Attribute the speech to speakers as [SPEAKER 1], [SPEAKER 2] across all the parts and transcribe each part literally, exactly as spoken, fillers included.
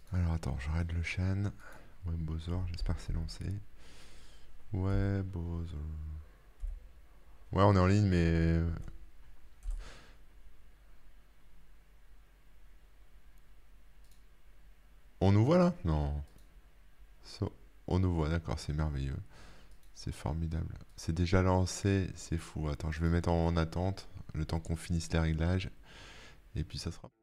[SPEAKER 1] Alors attends, j'arrête le chaîne. Webbrowser, j'espère que c'est lancé. Webbrowser. Ouais, on est en ligne, mais on nous voit là? Non. So- On nous voit, d'accord, c'est merveilleux. C'est formidable. C'est déjà lancé, c'est fou. Attends, je vais mettre en attente le temps qu'on finisse les réglages. Et puis ça sera.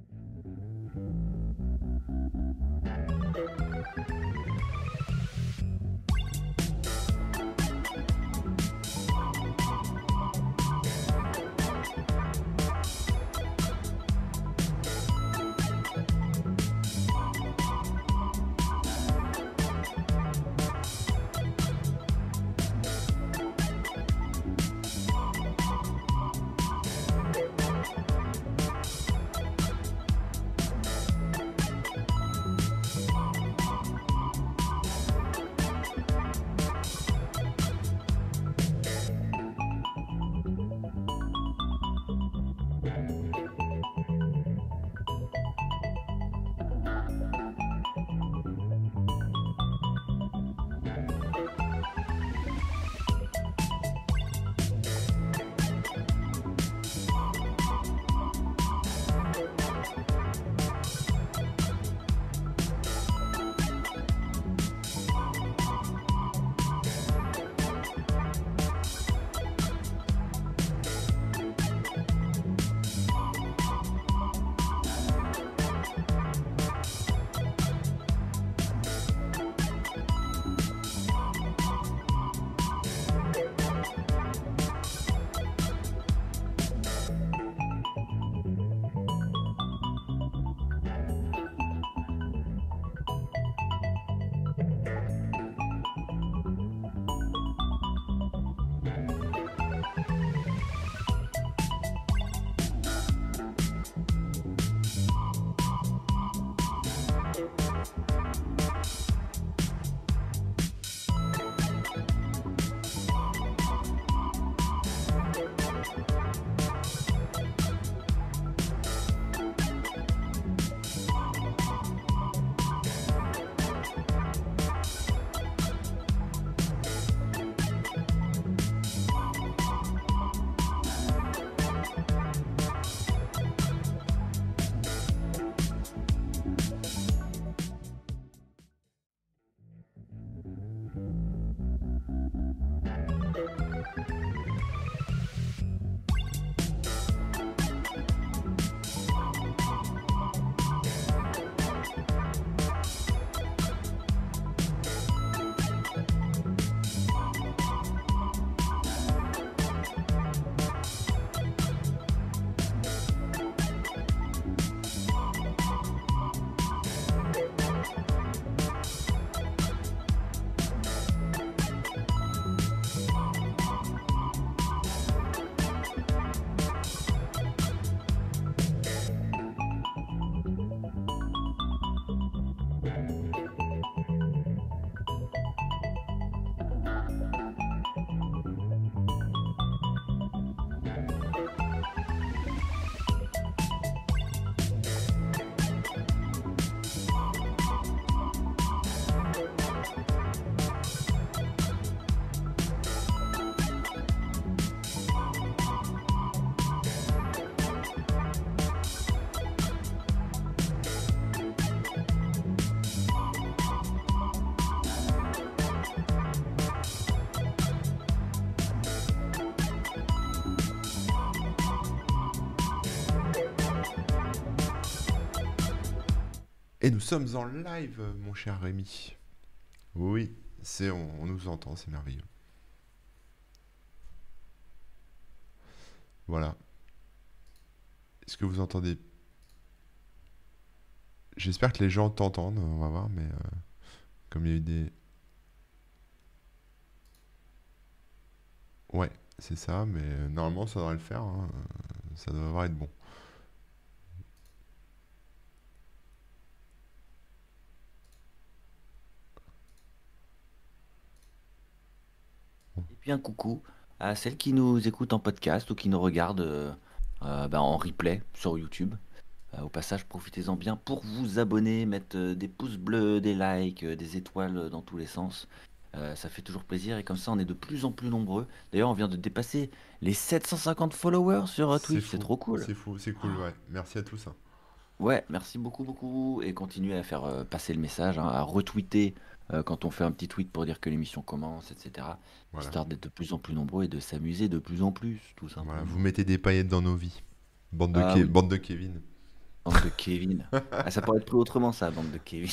[SPEAKER 1] Et nous sommes en live, mon cher Rémi. Oui, c'est on, on nous entend, c'est merveilleux. Voilà. Est-ce que vous entendez? J'espère que les gens t'entendent, on va voir, mais euh, comme il y a eu des... Ouais, c'est ça, mais euh, normalement ça devrait le faire, hein, euh, ça devrait être bon. Bon.
[SPEAKER 2] Et puis un coucou à celles qui nous écoutent en podcast ou qui nous regardent euh, euh, ben, en replay sur YouTube. Euh, au passage, profitez-en bien pour vous abonner, mettre euh, des pouces bleus, des likes, euh, des étoiles euh, dans tous les sens. Euh, ça fait toujours plaisir et comme ça, on est de plus en plus nombreux. D'ailleurs, on vient de dépasser les sept cent cinquante followers sur euh,
[SPEAKER 1] C'est
[SPEAKER 2] Twitch, c'est
[SPEAKER 1] fou,
[SPEAKER 2] trop cool.
[SPEAKER 1] c'est fou, c'est cool, ouais. Merci à tous, hein.
[SPEAKER 2] Ouais, merci beaucoup, beaucoup. Et continuez à faire euh, passer le message, hein, à retweeter euh, quand on fait un petit tweet pour dire que l'émission commence, et cetera.
[SPEAKER 1] Voilà.
[SPEAKER 2] Histoire d'être de plus en plus nombreux et de s'amuser de plus en plus, tout
[SPEAKER 1] Voilà, vous
[SPEAKER 2] simplement.
[SPEAKER 1] mettez des paillettes dans nos vies. Bande de,
[SPEAKER 2] Ah
[SPEAKER 1] Ke-
[SPEAKER 2] oui,
[SPEAKER 1] bande de Kevin.
[SPEAKER 2] bande de Kevin. Ah, ça pourrait être pris autrement, ça, bande de Kevin.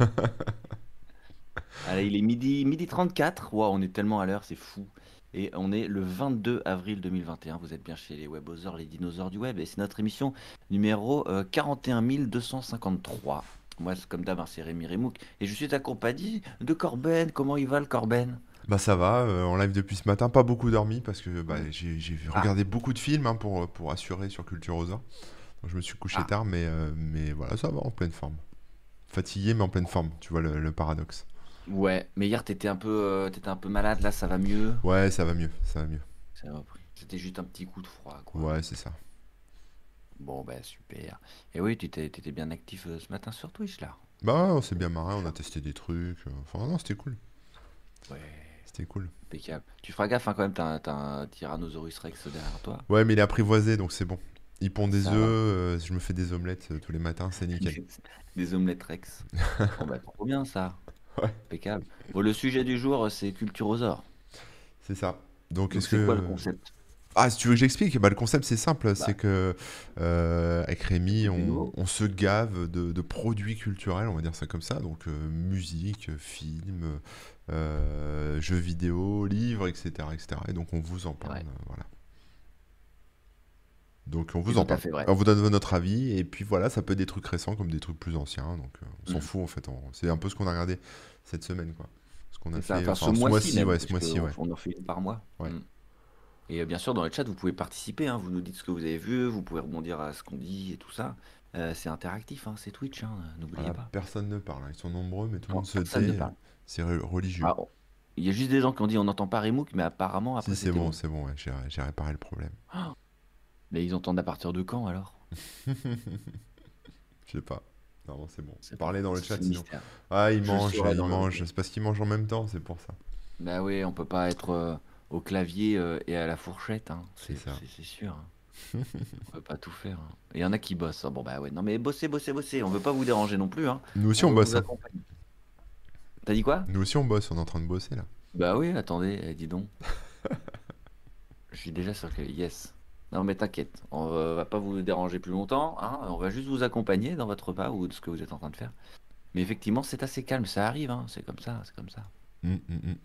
[SPEAKER 2] Allez, il est midi, midi trente-quatre. Wow, on est tellement à l'heure, c'est fou. Et on est le vingt-deux avril deux mille vingt et un. Vous êtes bien chez les Webosaures, les dinosaures du web. Et c'est notre émission numéro euh, quarante et un mille deux cent cinquante-trois. Moi, c'est comme d'hab, hein, c'est Rémi Remouk. Et je suis accompagné de Corben. Comment il va, le Corben?
[SPEAKER 1] Bah ça va, euh, en live depuis ce matin, pas beaucoup dormi parce que bah, j'ai j'ai
[SPEAKER 2] Ah,
[SPEAKER 1] regardé beaucoup de films hein, pour, pour assurer sur Culturosa. Donc je me suis couché
[SPEAKER 2] ah.
[SPEAKER 1] tard, mais, euh, mais voilà, ça va, en pleine forme. Fatigué, mais en pleine forme, tu vois le, le paradoxe.
[SPEAKER 2] Ouais, mais hier, t'étais un peu, euh, t'étais un peu malade. Là, ça va mieux.
[SPEAKER 1] Ouais, ça va mieux, ça va mieux.
[SPEAKER 2] Ça va repris. C'était juste un petit coup de froid, quoi.
[SPEAKER 1] Ouais, c'est ça.
[SPEAKER 2] Bon, bah, super. Et oui, tu t'étais t'étais bien actif euh, ce matin sur Twitch, là.
[SPEAKER 1] Bah ouais, on s'est bien marré, on a testé des trucs. euh, Enfin non, c'était cool.
[SPEAKER 2] Ouais.
[SPEAKER 1] C'était cool.
[SPEAKER 2] Impeccable. Tu feras gaffe, hein, quand même, t'as un, t'as un Tyrannosaurus Rex derrière toi.
[SPEAKER 1] Ouais, mais il est apprivoisé, donc c'est bon. Il pond des œufs,
[SPEAKER 2] Ça va.
[SPEAKER 1] euh, je me fais des omelettes euh, tous les matins, c'est nickel.
[SPEAKER 2] Des omelettes Rex. Bon, bah, trop bien, ça.
[SPEAKER 1] Ouais,
[SPEAKER 2] Impeccable. Bon, le sujet du jour, c'est Culturosaure.
[SPEAKER 1] c'est ça. Donc
[SPEAKER 2] Donc,
[SPEAKER 1] est-ce
[SPEAKER 2] c'est quoi le
[SPEAKER 1] que...
[SPEAKER 2] concept?
[SPEAKER 1] Ah, si tu veux que j'explique, bah, le concept c'est simple, c'est
[SPEAKER 2] Bah,
[SPEAKER 1] que euh, avec Rémi,
[SPEAKER 2] écoute du
[SPEAKER 1] on,
[SPEAKER 2] nouveau.
[SPEAKER 1] on se gave de, de produits culturels, on va dire ça comme ça, donc euh, musique, films, euh, jeux vidéo, livres, et cetera, et cetera. Et donc on vous en
[SPEAKER 2] C'est
[SPEAKER 1] parle,
[SPEAKER 2] vrai.
[SPEAKER 1] euh, voilà. Donc on
[SPEAKER 2] C'est
[SPEAKER 1] vous en
[SPEAKER 2] tout à
[SPEAKER 1] parle.
[SPEAKER 2] fait vrai.
[SPEAKER 1] On vous donne notre avis, et puis voilà, ça peut être des trucs récents comme des trucs plus anciens, donc euh, on s'en
[SPEAKER 2] Mhm.
[SPEAKER 1] fout en fait. on- C'est un peu ce qu'on a regardé cette semaine, quoi. Ce qu'on a
[SPEAKER 2] C'est ça.
[SPEAKER 1] fait,
[SPEAKER 2] Enfin, ce
[SPEAKER 1] enfin ce
[SPEAKER 2] mois-ci
[SPEAKER 1] mois-ci,
[SPEAKER 2] même,
[SPEAKER 1] ouais, ce
[SPEAKER 2] parce
[SPEAKER 1] mois-ci,
[SPEAKER 2] qu'on
[SPEAKER 1] ouais.
[SPEAKER 2] on en fait une par mois.
[SPEAKER 1] Ouais.
[SPEAKER 2] Mhm. Et euh, bien sûr, dans le chat, vous pouvez participer, hein. Vous nous dites ce que vous avez vu, vous pouvez rebondir à ce qu'on dit et tout ça. Euh, c'est interactif, hein, c'est Twitch, hein, n'oubliez
[SPEAKER 1] Voilà,
[SPEAKER 2] pas.
[SPEAKER 1] personne ne parle, hein. Ils sont nombreux, mais tout le
[SPEAKER 2] Non,
[SPEAKER 1] monde se
[SPEAKER 2] personne ne
[SPEAKER 1] tait, euh,
[SPEAKER 2] parle.
[SPEAKER 1] c'est re- religieux.
[SPEAKER 2] Ah, on- il y a juste des gens qui ont dit on n'entend pas Remook, mais apparemment
[SPEAKER 1] Si,
[SPEAKER 2] après
[SPEAKER 1] c'est
[SPEAKER 2] c'était
[SPEAKER 1] bon,
[SPEAKER 2] bon.
[SPEAKER 1] c'est bon, ouais, j'ai j'ai réparé le problème.
[SPEAKER 2] Ah, mais ils entendent à partir de quand alors?
[SPEAKER 1] Je sais pas. Non, bon, c'est bon.
[SPEAKER 2] C'est
[SPEAKER 1] Parlez dans le
[SPEAKER 2] c'est
[SPEAKER 1] chat
[SPEAKER 2] le
[SPEAKER 1] sinon.
[SPEAKER 2] mystère.
[SPEAKER 1] Ah, ils
[SPEAKER 2] Je le
[SPEAKER 1] mangent,
[SPEAKER 2] saurai
[SPEAKER 1] ils
[SPEAKER 2] dans le.
[SPEAKER 1] mangent. C'est parce qu'ils mangent en même temps, c'est pour ça.
[SPEAKER 2] Bah oui, on peut pas être euh, au clavier euh, et à la fourchette, hein.
[SPEAKER 1] C'est
[SPEAKER 2] C'est
[SPEAKER 1] ça.
[SPEAKER 2] c'est- c'est sûr, hein. On peut pas tout faire, hein. Il y en a qui bossent, hein. Bon bah ouais, non mais bossez, bossez, bossez. On veut pas vous déranger non plus, hein.
[SPEAKER 1] Nous aussi,
[SPEAKER 2] On
[SPEAKER 1] on
[SPEAKER 2] veut
[SPEAKER 1] bosse,
[SPEAKER 2] vous
[SPEAKER 1] hein.
[SPEAKER 2] accompagner. T'as dit quoi?
[SPEAKER 1] Nous aussi, on bosse. On est en train de bosser, là.
[SPEAKER 2] Bah oui, attendez, eh, dis donc. Je suis déjà sur le clavier. Yes. Non mais t'inquiète, on va va pas vous déranger plus longtemps, hein. On va juste vous accompagner dans votre repas ou de ce que vous êtes en train de faire. Mais effectivement, c'est assez calme, ça arrive, hein. C'est comme ça, c'est comme ça.
[SPEAKER 1] Hum, hum, hum.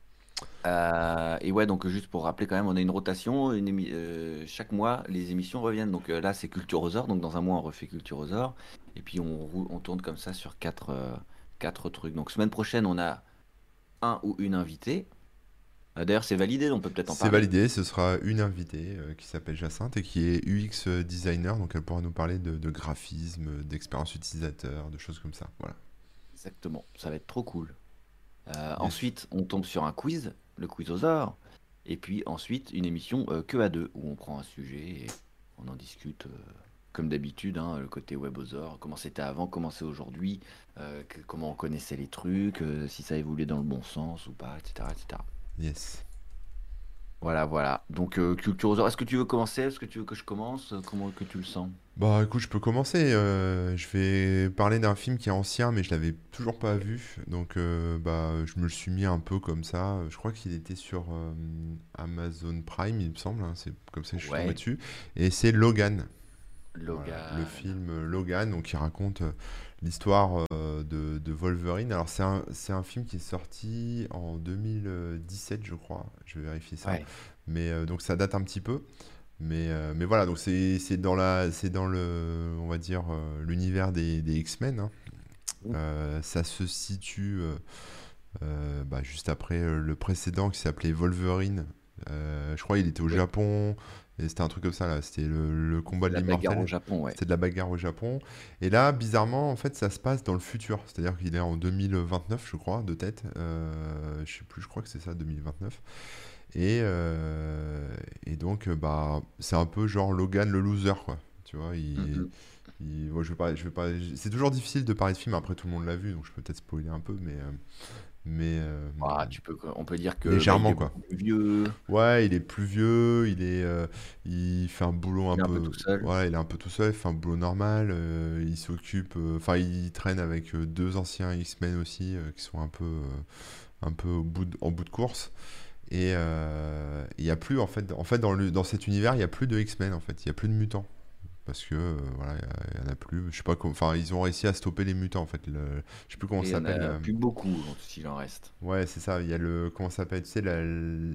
[SPEAKER 2] Euh, et ouais, donc juste pour rappeler quand même, on a une rotation. Une émi- euh, chaque mois, les émissions reviennent. Donc euh, là, c'est Culturosaure. Donc dans un mois, on refait Culturosaure. Et puis on, rou- on tourne comme ça sur quatre, euh, quatre trucs. Donc semaine prochaine, on a un ou une invitée. Euh, D'ailleurs, c'est validé, on peut peut-être en
[SPEAKER 1] C'est
[SPEAKER 2] parler.
[SPEAKER 1] validé. Ce sera une invitée euh, qui s'appelle Jacinthe et qui est U X designer. Donc, elle pourra nous parler de, de graphisme, d'expérience utilisateur, de choses comme ça. Voilà.
[SPEAKER 2] Exactement, ça va être trop cool. Euh,
[SPEAKER 1] Yes.
[SPEAKER 2] ensuite, on tombe sur un quiz, le Quizosaure. Et puis ensuite, une émission euh, que à deux, où on prend un sujet et on en discute euh, comme d'habitude, hein, le côté Webosaure, comment c'était avant, comment c'est aujourd'hui, euh, que- comment on connaissait les trucs, euh, si ça évoluait dans le bon sens ou pas, et cetera, et cetera.
[SPEAKER 1] Yes.
[SPEAKER 2] Voilà, voilà. Donc, euh, Culturosaure, est-ce que tu veux commencer? Est-ce que tu veux que je commence? Comment que tu le sens?
[SPEAKER 1] Bah écoute, je peux commencer. euh, je vais parler d'un film qui est ancien, mais je l'avais toujours pas vu. Donc euh, bah je me le suis mis un peu comme ça. Je crois qu'il était sur euh, Amazon Prime, il me semble, hein. C'est comme ça que je suis tombé
[SPEAKER 2] Ouais,
[SPEAKER 1] dessus. Et c'est Logan. Voilà, le
[SPEAKER 2] Logan.
[SPEAKER 1] film euh, Logan, donc qui raconte euh, l'histoire euh, de, de Wolverine. Alors c'est un, c'est un film qui est sorti en deux mille dix-sept, je crois. Je vais vérifier ça.
[SPEAKER 2] Ouais.
[SPEAKER 1] Mais euh, donc ça date un petit peu. Mais, euh, mais voilà, donc c'est c'est dans la, c'est dans le, on va dire, euh, l'univers des, des X-Men, hein. Euh, ça se situe euh, euh, bah, juste après euh, le précédent qui s'appelait Wolverine. Euh, je crois qu'il était au
[SPEAKER 2] Oui.
[SPEAKER 1] Japon, et c'était un truc comme ça, là. C'était le, le combat
[SPEAKER 2] C'est
[SPEAKER 1] de
[SPEAKER 2] la bagarre au
[SPEAKER 1] l'immortel.
[SPEAKER 2] Japon, ouais.
[SPEAKER 1] C'était de la bagarre au Japon. Et là, bizarrement, en fait, ça se passe dans le futur. C'est-à-dire qu'il est en deux mille vingt-neuf, je crois, de tête. Euh, je sais plus, je crois que c'est ça, deux mille vingt-neuf. Et, euh, et donc, euh, bah, c'est un peu genre Logan le loser, quoi. Tu vois, il,
[SPEAKER 2] Mhm.
[SPEAKER 1] il- bon, je vais pas, je vais pas, c'est toujours difficile de parler de film, après tout le monde l'a vu, donc je peux peut-être spoiler un peu, mais, euh, mais euh,
[SPEAKER 2] Ah, tu peux, on peut dire que bah, il
[SPEAKER 1] légèrement,
[SPEAKER 2] est
[SPEAKER 1] quoi.
[SPEAKER 2] beaucoup plus vieux,
[SPEAKER 1] Ouais, il est plus vieux, il est, euh, il fait un boulot un
[SPEAKER 2] il est un peu
[SPEAKER 1] peu,
[SPEAKER 2] tout seul.
[SPEAKER 1] ouais, il est un peu tout seul, il fait un boulot normal, euh, il s'occupe, euh, enfin, il traîne avec euh, deux anciens X-Men aussi, euh, qui sont un peu, euh, un peu au bout de- en bout de course. Et euh, il y a plus, en fait, en fait dans le, dans cet univers, il y a plus de X-Men, en fait, il y a plus de mutants. Parce que, euh, voilà, il y, a- il y en a plus, je sais pas, comment- enfin, ils ont réussi à stopper les mutants, en fait. Le, je sais plus comment
[SPEAKER 2] Et il
[SPEAKER 1] ça
[SPEAKER 2] y en
[SPEAKER 1] s'appelle.
[SPEAKER 2] a
[SPEAKER 1] euh,
[SPEAKER 2] plus beaucoup, s'il en reste.
[SPEAKER 1] Ouais, c'est ça. Il y a le. Comment ça s'appelle? Tu sais, la-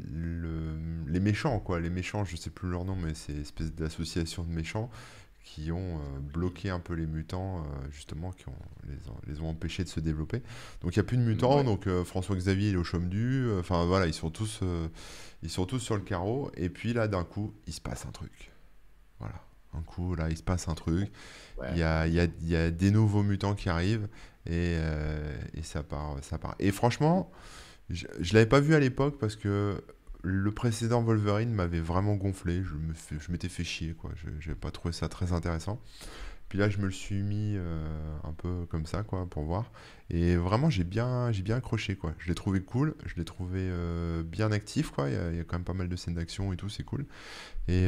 [SPEAKER 1] le- les méchants, quoi. Les méchants, je sais plus leur nom, mais c'est une espèce d'association de méchants qui ont euh, bloqué un peu les mutants, euh, justement, qui ont, les, ont, les ont empêchés de se développer. Donc il n'y a plus de mutants,
[SPEAKER 2] Ouais.
[SPEAKER 1] donc euh, François Xavier il est au chaume du. euh, Enfin voilà, ils sont tous, euh, ils sont tous sur le carreau. Et puis là, d'un coup, il se passe un truc. Voilà. Un coup, là, il se passe un truc. Il y
[SPEAKER 2] Ouais.
[SPEAKER 1] a, il y a- il y a des nouveaux mutants qui arrivent et, euh, et ça part, ça part. Et franchement, je, je l'avais pas vu à l'époque parce que le précédent Wolverine m'avait vraiment gonflé. Je me fais- je m'étais fait chier, quoi. Je n'avais pas trouvé ça très intéressant. Puis là, je me le suis mis euh, un peu comme ça, quoi, pour voir. Et vraiment, j'ai bien, j'ai bien accroché, quoi. Je l'ai trouvé cool, je l'ai trouvé euh, bien actif, quoi. Il y, a, il y a quand même pas mal de scènes d'action et tout, c'est cool. Et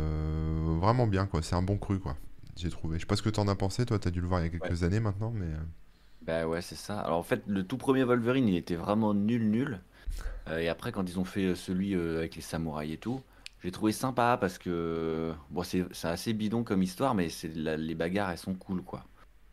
[SPEAKER 1] euh, vraiment bien, quoi. C'est un bon cru, quoi. J'ai trouvé. Je sais pas ce que t'en as pensé, toi, t'as dû le voir il y a
[SPEAKER 2] Ouais.
[SPEAKER 1] quelques années maintenant, mais euh,
[SPEAKER 2] Bah ouais, c'est ça. Alors en fait, le tout premier Wolverine, il était vraiment nul, nul. Euh, et après, quand ils ont fait euh, celui euh, avec les samouraïs et tout, j'ai trouvé sympa parce que bon, c'est c'est assez bidon comme histoire, mais c'est la- les bagarres, elles sont cool, quoi.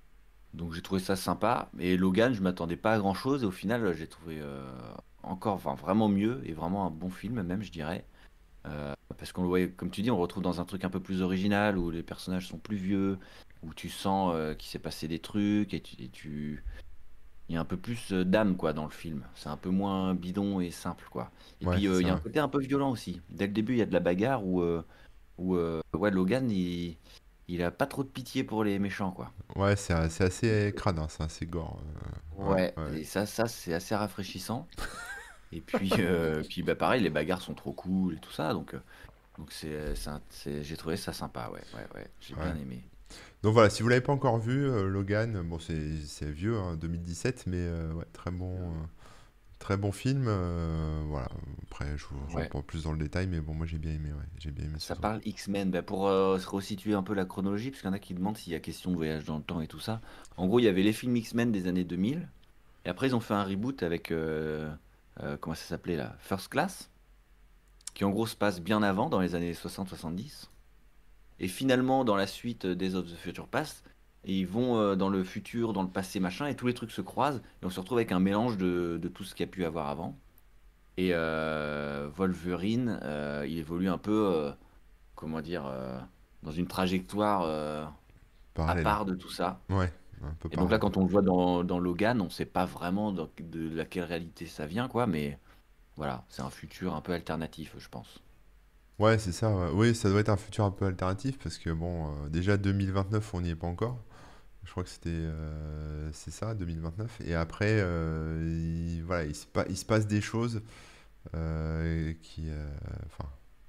[SPEAKER 2] Donc j'ai trouvé ça sympa. Et Logan, je m'attendais pas à grand-chose. Et au final, j'ai trouvé euh, encore, enfin vraiment mieux et vraiment un bon film, même, je dirais. Euh, parce qu'on le voit, comme tu dis, on le retrouve dans un truc un peu plus original où les personnages sont plus vieux, où tu sens euh, qu'il s'est passé des trucs et tu, et tu- il y a un peu plus euh, d'âme quoi dans le film. C'est un peu moins bidon et simple quoi. Et
[SPEAKER 1] ouais,
[SPEAKER 2] puis
[SPEAKER 1] c'est
[SPEAKER 2] euh, il y a un
[SPEAKER 1] ça.
[SPEAKER 2] côté un peu violent aussi. Dès le début, il y a de la bagarre où, euh, où euh, ouais, Logan il, il a pas trop de pitié pour les méchants quoi.
[SPEAKER 1] Ouais, ouais, c'est c'est assez crade, hein, c'est assez gore. euh, ouais,
[SPEAKER 2] Ouais,
[SPEAKER 1] ouais.
[SPEAKER 2] et ça, ça c'est assez rafraîchissant. Et puis, euh, puis bah pareil, les bagarres sont trop cool et tout ça, donc euh, donc c'est, c'est un- c'est- j'ai trouvé ça sympa, ouais, ouais, ouais, j'ai
[SPEAKER 1] Ouais.
[SPEAKER 2] bien aimé.
[SPEAKER 1] Donc voilà, si vous l'avez pas encore vu, euh, Logan, bon, c'est c'est vieux, hein, deux mille dix-sept, mais euh, ouais, très bon, euh, très bon film. euh, voilà. Après, je vous rentre
[SPEAKER 2] Ouais.
[SPEAKER 1] pas plus dans le détail, mais bon, moi j'ai bien aimé, ouais, j'ai bien aimé ce
[SPEAKER 2] Ça
[SPEAKER 1] truc.
[SPEAKER 2] parle X-Men, bah, pour euh, se resituer un peu la chronologie, parce qu'il y en a qui demandent s'il y a question de voyage dans le temps et tout ça. En gros, il y avait les films X-Men des années deux mille, et après ils ont fait un reboot avec, euh, euh, comment ça s'appelait là, First Class, qui en gros se passe bien avant, dans les années soixante soixante-dix. Et finalement, dans la suite euh, Days of the Future Past, ils vont euh, dans le futur, dans le passé, machin, et tous les trucs se croisent, et on se retrouve avec un mélange de, de tout ce qu'il y a pu avoir avant. Et euh, Wolverine, euh, il évolue un peu, euh, comment dire, euh, dans une trajectoire euh, à
[SPEAKER 1] Parallèle.
[SPEAKER 2] part de tout ça.
[SPEAKER 1] Ouais, un peu
[SPEAKER 2] Et donc là,
[SPEAKER 1] parallèle.
[SPEAKER 2] quand on le voit dans, dans Logan, on ne sait pas vraiment dans- de laquelle réalité ça vient, quoi, mais voilà, c'est un futur un peu alternatif, je pense.
[SPEAKER 1] Ouais, c'est ça. Ouais. Oui, ça doit être un futur un peu alternatif parce que bon, euh, déjà deux mille vingt-neuf, on n'y est pas encore. Je crois que c'était euh, c'est ça, deux mille vingt-neuf. Et après, euh, il, voilà, il se, pa- il se passe des choses euh, qui, euh, enfin,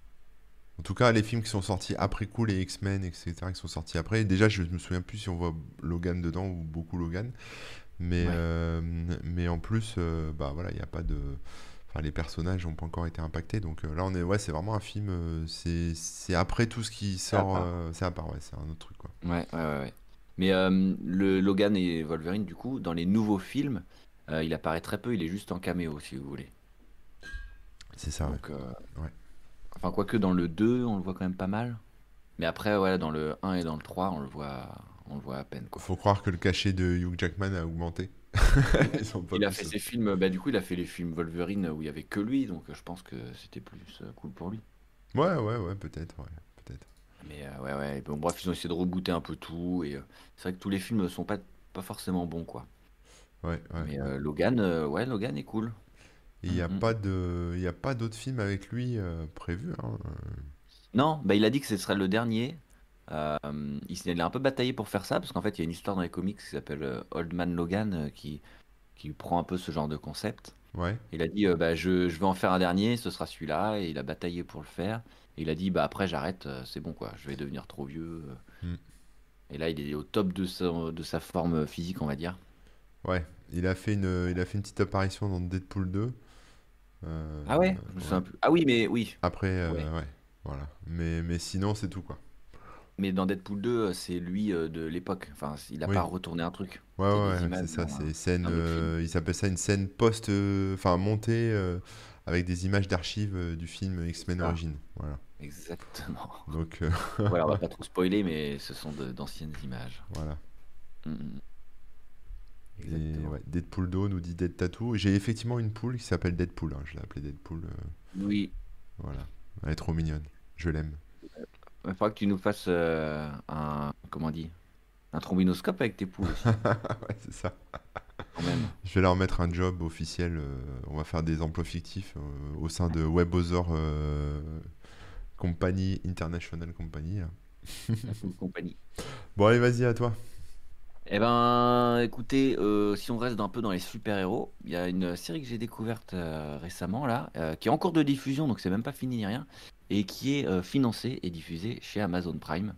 [SPEAKER 1] en tout cas, les films qui sont sortis après coup, les X-Men, et cetera, qui sont sortis après. Déjà, je me souviens plus si on voit Logan dedans ou beaucoup Logan, mais
[SPEAKER 2] Ouais.
[SPEAKER 1] euh, mais en plus, euh, bah voilà, il n'y a pas de, enfin, les personnages n'ont pas encore été impactés. Donc euh, là, on est, ouais, c'est vraiment un film. euh, c'est c'est après tout ce qui
[SPEAKER 2] C'est à
[SPEAKER 1] sort,
[SPEAKER 2] part.
[SPEAKER 1] euh, c'est à part, ouais, c'est un autre truc, quoi.
[SPEAKER 2] Ouais, ouais, ouais, ouais. Mais euh, le Logan et Wolverine, du coup, dans les nouveaux films, euh, il apparaît très peu, il est juste en caméo, si vous voulez.
[SPEAKER 1] C'est ça, ouais.
[SPEAKER 2] Donc, euh,
[SPEAKER 1] Ouais.
[SPEAKER 2] enfin, quoique dans le deux, on le voit quand même pas mal. Mais après, ouais, dans le un et dans le trois, on le voit, on le voit à peine, quoi.
[SPEAKER 1] Faut croire que le cachet de Hugh Jackman a augmenté.
[SPEAKER 2] Ouais.
[SPEAKER 1] Ils sont pas
[SPEAKER 2] Il a fait
[SPEAKER 1] plus.
[SPEAKER 2] ses films, bah du coup, il a fait les films Wolverine où il y avait que lui, donc euh, je pense que c'était plus euh, cool pour lui.
[SPEAKER 1] Ouais, ouais, ouais, peut-être, ouais, peut-être.
[SPEAKER 2] Mais euh, ouais, ouais, bon, bref, ils ont essayé de rebooter un peu tout, et euh, c'est vrai que tous les films sont pas, pas forcément bons, quoi.
[SPEAKER 1] Ouais, ouais,
[SPEAKER 2] Mais
[SPEAKER 1] ouais.
[SPEAKER 2] euh, Logan, euh, ouais, Logan est cool.
[SPEAKER 1] Et il
[SPEAKER 2] Mm,
[SPEAKER 1] n'y a
[SPEAKER 2] mm.
[SPEAKER 1] pas de, il y a pas d'autres films avec lui euh, prévus, hein.
[SPEAKER 2] Non, bah il a dit que ce serait le dernier. Euh, il, s- il a un peu bataillé pour faire ça, parce qu'en fait, il y a une histoire dans les comics qui s'appelle euh, Old Man Logan, euh, qui, qui prend un peu ce genre de concept.
[SPEAKER 1] Ouais.
[SPEAKER 2] Il a dit, euh, bah, je, je vais en faire un dernier, ce sera celui-là, et il a bataillé pour le faire. Et il a dit, bah après, j'arrête, euh, c'est bon, quoi, je vais devenir trop vieux. euh.
[SPEAKER 1] Hmm.
[SPEAKER 2] Et là, il est au top de sa, de sa forme physique, on va dire.
[SPEAKER 1] Ouais, il a fait une, il a fait une petite apparition dans Deadpool deux. Euh,
[SPEAKER 2] Ah ouais? Je me
[SPEAKER 1] ouais.
[SPEAKER 2] souviens plus. Ah oui, mais oui.
[SPEAKER 1] Après,
[SPEAKER 2] Ouais.
[SPEAKER 1] euh, ouais, voilà. Mais, mais sinon, c'est tout, quoi.
[SPEAKER 2] Mais dans Deadpool deux, euh, c'est lui euh, de l'époque. Enfin, il n'a pas
[SPEAKER 1] Oui,
[SPEAKER 2] retourné un truc.
[SPEAKER 1] ouais,
[SPEAKER 2] C'est
[SPEAKER 1] ouais,
[SPEAKER 2] des
[SPEAKER 1] ouais,
[SPEAKER 2] images
[SPEAKER 1] c'est ça.
[SPEAKER 2] d'un
[SPEAKER 1] C'est scène,
[SPEAKER 2] d'un autre film.
[SPEAKER 1] euh, ils appellent ça une scène post, euh, enfin montée euh, avec des images d'archives euh, du film
[SPEAKER 2] C'est
[SPEAKER 1] X-Men
[SPEAKER 2] ça.
[SPEAKER 1] Origins. Voilà.
[SPEAKER 2] Exactement.
[SPEAKER 1] Donc, euh,
[SPEAKER 2] Voilà, on va pas trop spoiler, mais ce sont de- d'anciennes images.
[SPEAKER 1] voilà.
[SPEAKER 2] Mm, mm.
[SPEAKER 1] Et
[SPEAKER 2] Exactement.
[SPEAKER 1] ouais, Deadpool deux nous dit Dead Tattoo. J'ai effectivement une poule qui s'appelle Deadpool, hein. Je l'ai appelée Deadpool. euh,
[SPEAKER 2] Oui.
[SPEAKER 1] voilà. Elle est trop mignonne. Je l'aime.
[SPEAKER 2] Il faudra que tu nous fasses euh, un, comment on dit, un trombinoscope avec tes poules aussi,
[SPEAKER 1] Ouais, c'est ça.
[SPEAKER 2] quand même.
[SPEAKER 1] Je vais leur mettre un job officiel. euh, on va faire des emplois fictifs euh, au sein de WebOther euh, Company, International Company, là.
[SPEAKER 2] La poule compagnie.
[SPEAKER 1] Bon, allez, vas-y, à toi.
[SPEAKER 2] Eh ben, écoutez, euh, si on reste un peu dans les super-héros, il y a une série que j'ai découverte euh, récemment là, euh, qui est en cours de diffusion, donc c'est même pas fini ni rien, et qui est euh, financée et diffusée chez Amazon Prime,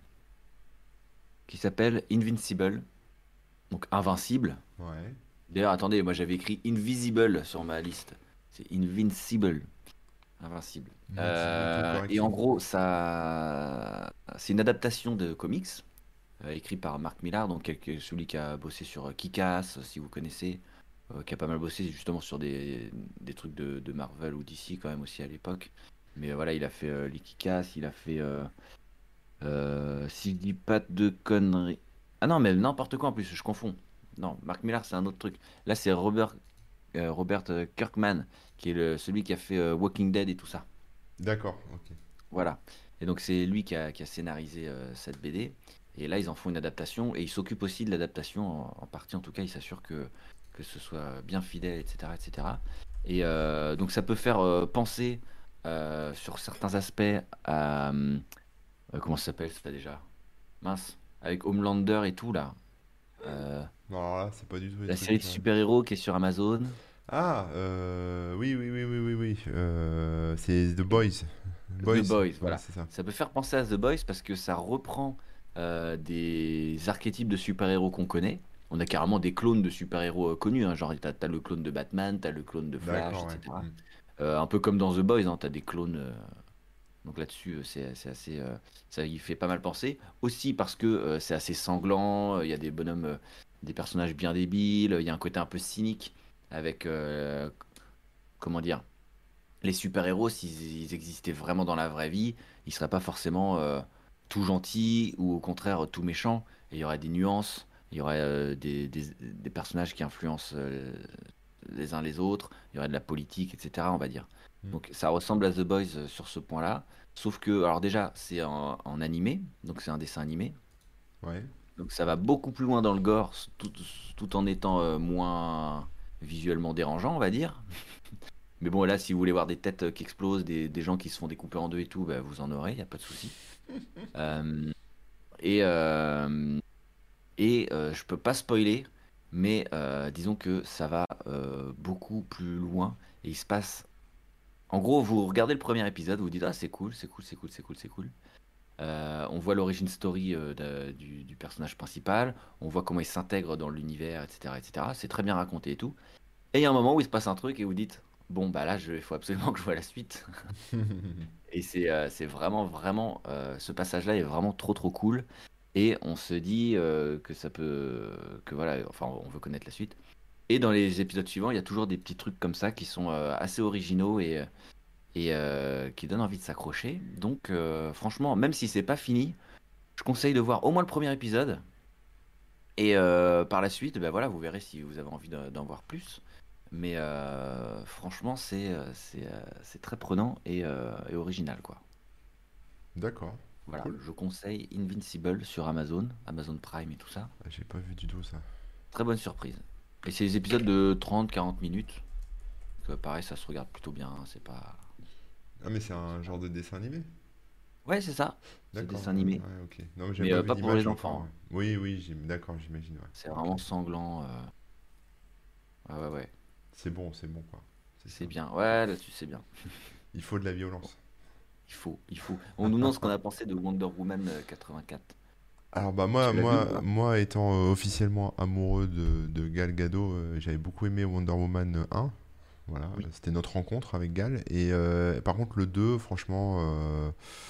[SPEAKER 2] qui s'appelle Invincible, donc Invincible.
[SPEAKER 1] Ouais.
[SPEAKER 2] D'ailleurs, attendez, moi j'avais écrit Invisible sur ma liste. C'est Invincible, Invincible.
[SPEAKER 1] Multiple
[SPEAKER 2] Euh, et en
[SPEAKER 1] correction.
[SPEAKER 2] gros, ça, c'est une adaptation de comics euh, écrit par Mark Millar, donc quel- celui qui a bossé sur euh, Kick-Ass, si vous connaissez, euh, qui a pas mal bossé justement sur des, des trucs de, de Marvel ou D C quand même aussi à l'époque. Mais euh, voilà, il a fait euh, les Kick-Ass, il a fait, euh, euh, si je dis pas de conneries. Ah non, mais n'importe quoi en plus, je confonds. Non, Mark Millar, c'est un autre truc. Là, c'est Robert, euh, Robert euh, Kirkman, qui est le, celui qui a fait euh, Walking Dead et tout ça.
[SPEAKER 1] D'accord, ok.
[SPEAKER 2] Voilà. Et donc c'est lui qui a, qui a scénarisé euh, cette B D. Et là, ils en font une adaptation. Et il s'occupe aussi de l'adaptation, en, en partie en tout cas. Il s'assure que, que ce soit bien fidèle, et cetera. Et cetera. Et euh, donc ça peut faire euh, penser euh, sur certains aspects à... euh, comment ça s'appelle ça déjà? Mince. Avec Homelander et tout là. Euh,
[SPEAKER 1] Non, alors là, c'est pas du tout les
[SPEAKER 2] la série de
[SPEAKER 1] trucs. euh,
[SPEAKER 2] super-héros qui est sur Amazon.
[SPEAKER 1] Ah, euh, oui, oui, oui, oui, oui, oui. euh, c'est The Boys.
[SPEAKER 2] The
[SPEAKER 1] Boys,
[SPEAKER 2] Boys,
[SPEAKER 1] ouais,
[SPEAKER 2] voilà.
[SPEAKER 1] c'est ça.
[SPEAKER 2] Ça peut faire penser à The Boys parce que ça reprend euh, des archétypes de super-héros qu'on connaît. On a carrément des clones de super-héros euh, connus, hein. Genre, t'as, t'as le clone de Batman, t'as le clone de Flash,
[SPEAKER 1] D'accord, ouais.
[SPEAKER 2] et cetera.
[SPEAKER 1] Hmm.
[SPEAKER 2] Euh, un peu comme dans The Boys, hein, t'as des clones. euh, donc là-dessus, euh, c'est c'est assez, euh, ça y fait pas mal penser. Aussi parce que euh, c'est assez sanglant. euh, Il y a des bonhommes, euh, des personnages bien débiles. Il y a un côté un peu cynique avec, euh, comment dire, les super-héros, s'ils ils existaient vraiment dans la vraie vie, ils seraient pas forcément euh, tout gentils ou au contraire tout méchants. Et il y aurait des nuances, il y aurait euh, des, des- des personnages qui influencent euh, les uns les autres, il y aurait de la politique, et cetera, on va dire.
[SPEAKER 1] Hmm.
[SPEAKER 2] Donc ça ressemble à The Boys euh, sur ce point-là. Sauf que, alors déjà, c'est en, en animé, donc c'est un dessin animé.
[SPEAKER 1] Ouais.
[SPEAKER 2] Donc ça va beaucoup plus loin dans le gore, tout, tout en étant euh, moins visuellement dérangeant, on va dire. Mais bon, là, si vous voulez voir des têtes euh, qui explosent, des, des gens qui se font découper en deux et tout, bah, vous en aurez, il n'y a pas de souci. Euh, et euh, et euh, je peux pas spoiler, mais euh, disons que ça va euh, beaucoup plus loin. Et il se passe. En gros, vous regardez le premier épisode, vous dites, ah, c'est cool, c'est cool, c'est cool, c'est cool, c'est cool. Euh, on voit l'origine story euh, de- du, du personnage principal, on voit comment il s'intègre dans l'univers, et cetera, et cetera. C'est très bien raconté et tout. Et il y a un moment où il se passe un truc et vous dites, bon, bah là, il faut absolument que je vois la suite. Et c'est euh, c'est vraiment, vraiment, euh, ce passage-là est vraiment trop, trop cool. Et on se dit euh, que ça peut, que voilà, enfin, on veut connaître la suite. Et dans les épisodes suivants, il y a toujours des petits trucs comme ça qui sont euh, assez originaux et, et euh, qui donnent envie de s'accrocher. Donc, euh, franchement, même si c'est pas fini, je conseille de voir au moins le premier épisode. Et euh, par la suite, ben voilà, vous verrez si vous avez envie d'en d'en voir plus. Mais euh, franchement, c'est euh, c'est euh, c'est très prenant et, euh, et original, quoi.
[SPEAKER 1] D'accord.
[SPEAKER 2] Voilà,
[SPEAKER 1] Cool.
[SPEAKER 2] je conseille Invincible sur Amazon, Amazon Prime et tout ça.
[SPEAKER 1] Ah, j'ai pas vu du tout ça.
[SPEAKER 2] Très bonne surprise. Et c'est des épisodes de trente quarante minutes. Que pareil, ça se regarde plutôt bien, hein. C'est pas,
[SPEAKER 1] Ah, mais c'est
[SPEAKER 2] c'est
[SPEAKER 1] un
[SPEAKER 2] pas-
[SPEAKER 1] genre de dessin animé?
[SPEAKER 2] Ouais, c'est ça. C'est des
[SPEAKER 1] D'accord,
[SPEAKER 2] dessins
[SPEAKER 1] ouais,
[SPEAKER 2] animés.
[SPEAKER 1] ouais, ok. Non, mais j'avais
[SPEAKER 2] Mais
[SPEAKER 1] pas
[SPEAKER 2] euh,
[SPEAKER 1] vu
[SPEAKER 2] pas pour les
[SPEAKER 1] d'image encore,
[SPEAKER 2] enfants,
[SPEAKER 1] ouais.
[SPEAKER 2] hein.
[SPEAKER 1] Oui, oui, j'im- d'accord, j'imagine,
[SPEAKER 2] C'est
[SPEAKER 1] ouais. Ok.
[SPEAKER 2] vraiment sanglant. euh. Ouais, ouais, ouais.
[SPEAKER 1] C'est bon, c'est bon, quoi. C'est ça.
[SPEAKER 2] C'est bien. Ouais, là-dessus, c'est bien.
[SPEAKER 1] Il faut de la violence.
[SPEAKER 2] Il faut, il faut. On nous demande ce qu'on a pensé de Wonder Woman euh, quatre-vingt-quatre.
[SPEAKER 1] Alors bah moi,
[SPEAKER 2] Tu l'as vu ou
[SPEAKER 1] moi,
[SPEAKER 2] pas?
[SPEAKER 1] moi étant euh, officiellement amoureux de, de Gal Gadot, euh, j'avais beaucoup aimé Wonder Woman un. Voilà,
[SPEAKER 2] Oui.
[SPEAKER 1] c'était notre rencontre avec Gal. Et euh, par contre le deux, franchement, euh,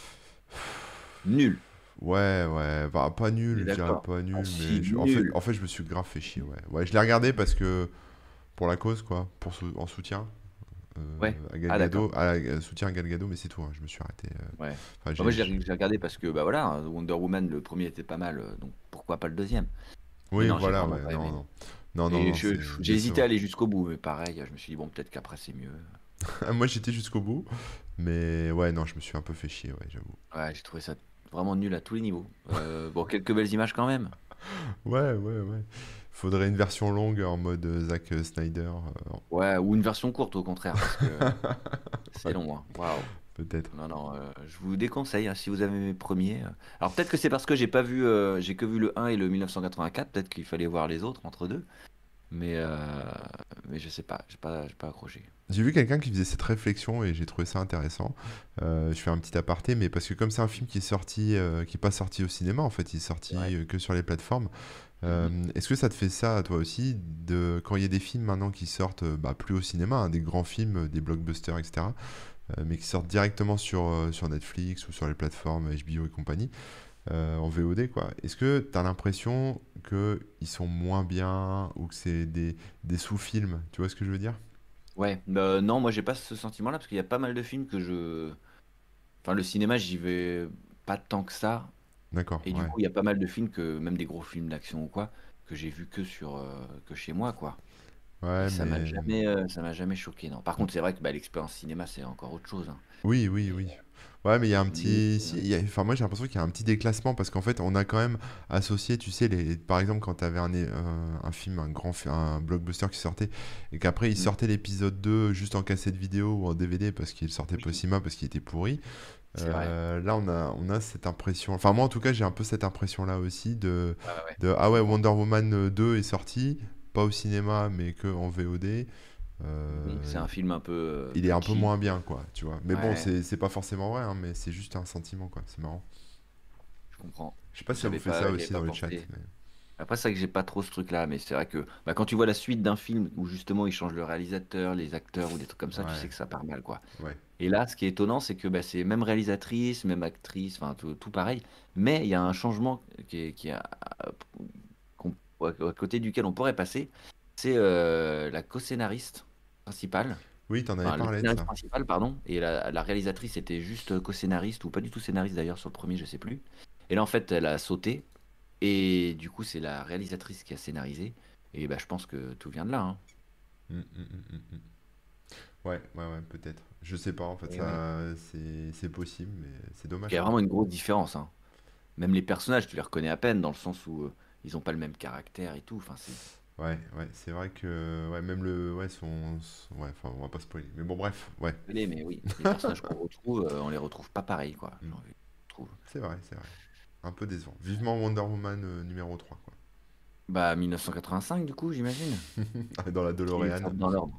[SPEAKER 2] Nul.
[SPEAKER 1] ouais, ouais, bah, pas
[SPEAKER 2] On est
[SPEAKER 1] nul, je dirais
[SPEAKER 2] d'accord.
[SPEAKER 1] pas
[SPEAKER 2] Ah
[SPEAKER 1] nul, mais
[SPEAKER 2] si,
[SPEAKER 1] je- en fait,
[SPEAKER 2] nul.
[SPEAKER 1] en fait, je me suis grave fait chier, ouais. Ouais, je l'ai regardé parce que pour la cause, quoi, pour sou- en soutien
[SPEAKER 2] Ouais.
[SPEAKER 1] euh, à Gal
[SPEAKER 2] Ah d'accord.
[SPEAKER 1] Gadot, à, à soutien à Gal Gadot, mais c'est tout, hein, je me suis arrêté. euh,
[SPEAKER 2] Ouais.
[SPEAKER 1] Enfin,
[SPEAKER 2] Bah, moi
[SPEAKER 1] j'ai,
[SPEAKER 2] j'ai
[SPEAKER 1] j'ai-
[SPEAKER 2] j'ai regardé parce que bah voilà, Wonder Woman, le premier était pas mal, euh, donc pourquoi pas le deuxième? Mais
[SPEAKER 1] Oui,
[SPEAKER 2] non, j'ai
[SPEAKER 1] voilà,
[SPEAKER 2] vraiment
[SPEAKER 1] ouais,
[SPEAKER 2] pas
[SPEAKER 1] non,
[SPEAKER 2] aimé.
[SPEAKER 1] non, non, non,
[SPEAKER 2] Et
[SPEAKER 1] non,
[SPEAKER 2] je-
[SPEAKER 1] c'est
[SPEAKER 2] je- j'ai hésité à
[SPEAKER 1] décevant.
[SPEAKER 2] aller jusqu'au bout, mais pareil, je me suis dit bon, peut-être qu'après c'est mieux.
[SPEAKER 1] Moi, j'étais jusqu'au bout, mais ouais, non, je me suis un peu fait chier, ouais, j'avoue.
[SPEAKER 2] Ouais, j'ai trouvé ça vraiment nul à tous les niveaux. Euh, bon, quelques belles images quand même.
[SPEAKER 1] Ouais, ouais, ouais. Faudrait une version longue en mode euh, Zack euh, Snyder. euh,
[SPEAKER 2] Ouais, ou une version courte au contraire, parce que c'est
[SPEAKER 1] Ouais,
[SPEAKER 2] long, hein. Waouh.
[SPEAKER 1] peut-être.
[SPEAKER 2] Non, non, euh, je vous déconseille hein, si vous avez mes premiers. euh. Alors peut-être que c'est parce que j'ai pas vu, euh, j'ai que vu le un et le mille neuf cent quatre-vingt-quatre, peut-être qu'il fallait voir les autres entre deux. Mais, euh, mais je sais pas, j'ai pas, j'ai pas accroché.
[SPEAKER 1] J'ai vu quelqu'un qui faisait cette réflexion et j'ai trouvé ça intéressant. Euh, je fais un petit aparté, mais parce que comme c'est un film qui est sorti, euh, qui est pas sorti au cinéma, en fait, il est
[SPEAKER 2] C'est vrai.
[SPEAKER 1] sorti euh, que sur les plateformes. euh,
[SPEAKER 2] Mhm.
[SPEAKER 1] Est-ce que ça te fait ça, à toi aussi, de quand il y a des films maintenant qui sortent, euh, bah, plus au cinéma, hein, des grands films, euh, des blockbusters, et cetera, euh, mais qui sortent directement sur, euh, sur Netflix ou sur les plateformes H B O et compagnie, euh, en V O D, quoi. Est-ce que tu as l'impression qu'ils sont moins bien ou que c'est des, des sous-films? Tu vois ce que je veux dire?
[SPEAKER 2] Ouais, bah, non, moi j'ai pas ce sentiment-là parce qu'il y a pas mal de films que je. Enfin, le cinéma, j'y vais pas tant que ça.
[SPEAKER 1] D'accord,
[SPEAKER 2] Et du
[SPEAKER 1] ouais.
[SPEAKER 2] coup, il y a pas mal de films que, même des gros films d'action ou quoi, que j'ai vu que sur, euh, que chez moi, quoi. Et
[SPEAKER 1] Ouais,
[SPEAKER 2] ça m'a
[SPEAKER 1] mais...
[SPEAKER 2] jamais, euh, ça m'a jamais choqué, non. Par contre, c'est vrai que bah, l'expérience cinéma, c'est encore autre chose, hein.
[SPEAKER 1] Oui, oui,
[SPEAKER 2] Mais,
[SPEAKER 1] oui. Ouais, mais il y a un
[SPEAKER 2] mais,
[SPEAKER 1] petit... si,
[SPEAKER 2] euh,
[SPEAKER 1] il y a- Enfin, moi, j'ai l'impression qu'il y a un petit déclassement parce qu'en fait, on a quand même associé, tu sais, les... par exemple, quand tu avais un, é- un, un film, un grand fi- un blockbuster qui sortait et qu'après, il
[SPEAKER 2] hmm,
[SPEAKER 1] sortait l'épisode deux juste en cassette vidéo ou en D V D parce qu'il sortait pas au
[SPEAKER 2] oui,
[SPEAKER 1] cinéma parce qu'il était pourri.
[SPEAKER 2] c'est vrai.
[SPEAKER 1] Euh, là, on a, on a cette impression... Enfin, moi, en tout cas, j'ai un peu cette impression-là aussi de,
[SPEAKER 2] Ouais, ouais, ouais,
[SPEAKER 1] de...
[SPEAKER 2] je
[SPEAKER 1] Ah ouais,
[SPEAKER 2] comprends.
[SPEAKER 1] Wonder Woman euh, deux est sorti, pas au cinéma, mais que en V O D.
[SPEAKER 2] Oui, c'est
[SPEAKER 1] Euh,
[SPEAKER 2] un film un peu, euh,
[SPEAKER 1] il est
[SPEAKER 2] plus
[SPEAKER 1] un peu
[SPEAKER 2] cheap.
[SPEAKER 1] moins bien, quoi, tu vois. Mais bon,
[SPEAKER 2] Ouais,
[SPEAKER 1] c'est c'est pas forcément vrai, hein, mais c'est juste un sentiment, quoi. C'est marrant.
[SPEAKER 2] je comprends.
[SPEAKER 1] Je sais pas si ça vous
[SPEAKER 2] J'avais
[SPEAKER 1] fait ça
[SPEAKER 2] pas, j'avais
[SPEAKER 1] aussi
[SPEAKER 2] pas
[SPEAKER 1] dans le chat.
[SPEAKER 2] pensé.
[SPEAKER 1] mais-
[SPEAKER 2] Après, c'est vrai que j'ai pas trop ce truc-là, mais c'est vrai que bah, quand tu vois la suite d'un film où justement ils changent le réalisateur, les acteurs ou des trucs comme ça, tu sais
[SPEAKER 1] Ouais,
[SPEAKER 2] que ça part mal, quoi.
[SPEAKER 1] ouais.
[SPEAKER 2] Et là, ce qui est étonnant, c'est que bah, c'est même réalisatrice, même actrice, enfin tout, tout pareil, mais il y a un changement qui est, qui est à, qu'on- à côté duquel on pourrait passer, c'est euh, la co-scénariste principale,
[SPEAKER 1] Oui, t'en avais
[SPEAKER 2] enfin le
[SPEAKER 1] parlé de
[SPEAKER 2] scénariste
[SPEAKER 1] ça.
[SPEAKER 2] principal, pardon, et la, la réalisatrice était juste co-scénariste ou pas du tout scénariste d'ailleurs sur le premier, je sais plus. Et là, en fait, elle a sauté. Et du coup, c'est la réalisatrice qui a scénarisé. Et bah, je pense que tout vient de là, hein.
[SPEAKER 1] Mm, mm, mm, mm, mm. Ouais, ouais, ouais, peut-être. Je sais pas, en fait,
[SPEAKER 2] Et ouais.
[SPEAKER 1] ça, c'est c'est possible, mais c'est
[SPEAKER 2] Il y
[SPEAKER 1] dommage,
[SPEAKER 2] a
[SPEAKER 1] quoi.
[SPEAKER 2] vraiment une grosse différence, hein. Même les personnages, tu les reconnais à peine, dans le sens où euh, ils n'ont pas le même caractère et tout. Enfin, c'est.
[SPEAKER 1] Ouais, ouais, c'est vrai que, ouais, même le, ouais, son, son- ouais, enfin, on va pas spoiler. Mais bon, bref, ouais.
[SPEAKER 2] Mais mais oui, les personnages qu'on retrouve, euh, on les retrouve pas pareil, quoi. J'ai
[SPEAKER 1] Mm.
[SPEAKER 2] envie de trouve.
[SPEAKER 1] C'est vrai, c'est vrai. Un peu décevant. Vivement Wonder Woman euh, numéro trois, quoi.
[SPEAKER 2] Bah, mille neuf cent quatre-vingt-cinq, du coup, j'imagine.
[SPEAKER 1] Dans la
[SPEAKER 2] S'ils
[SPEAKER 1] DeLorean.
[SPEAKER 2] sortent dans l'ordre.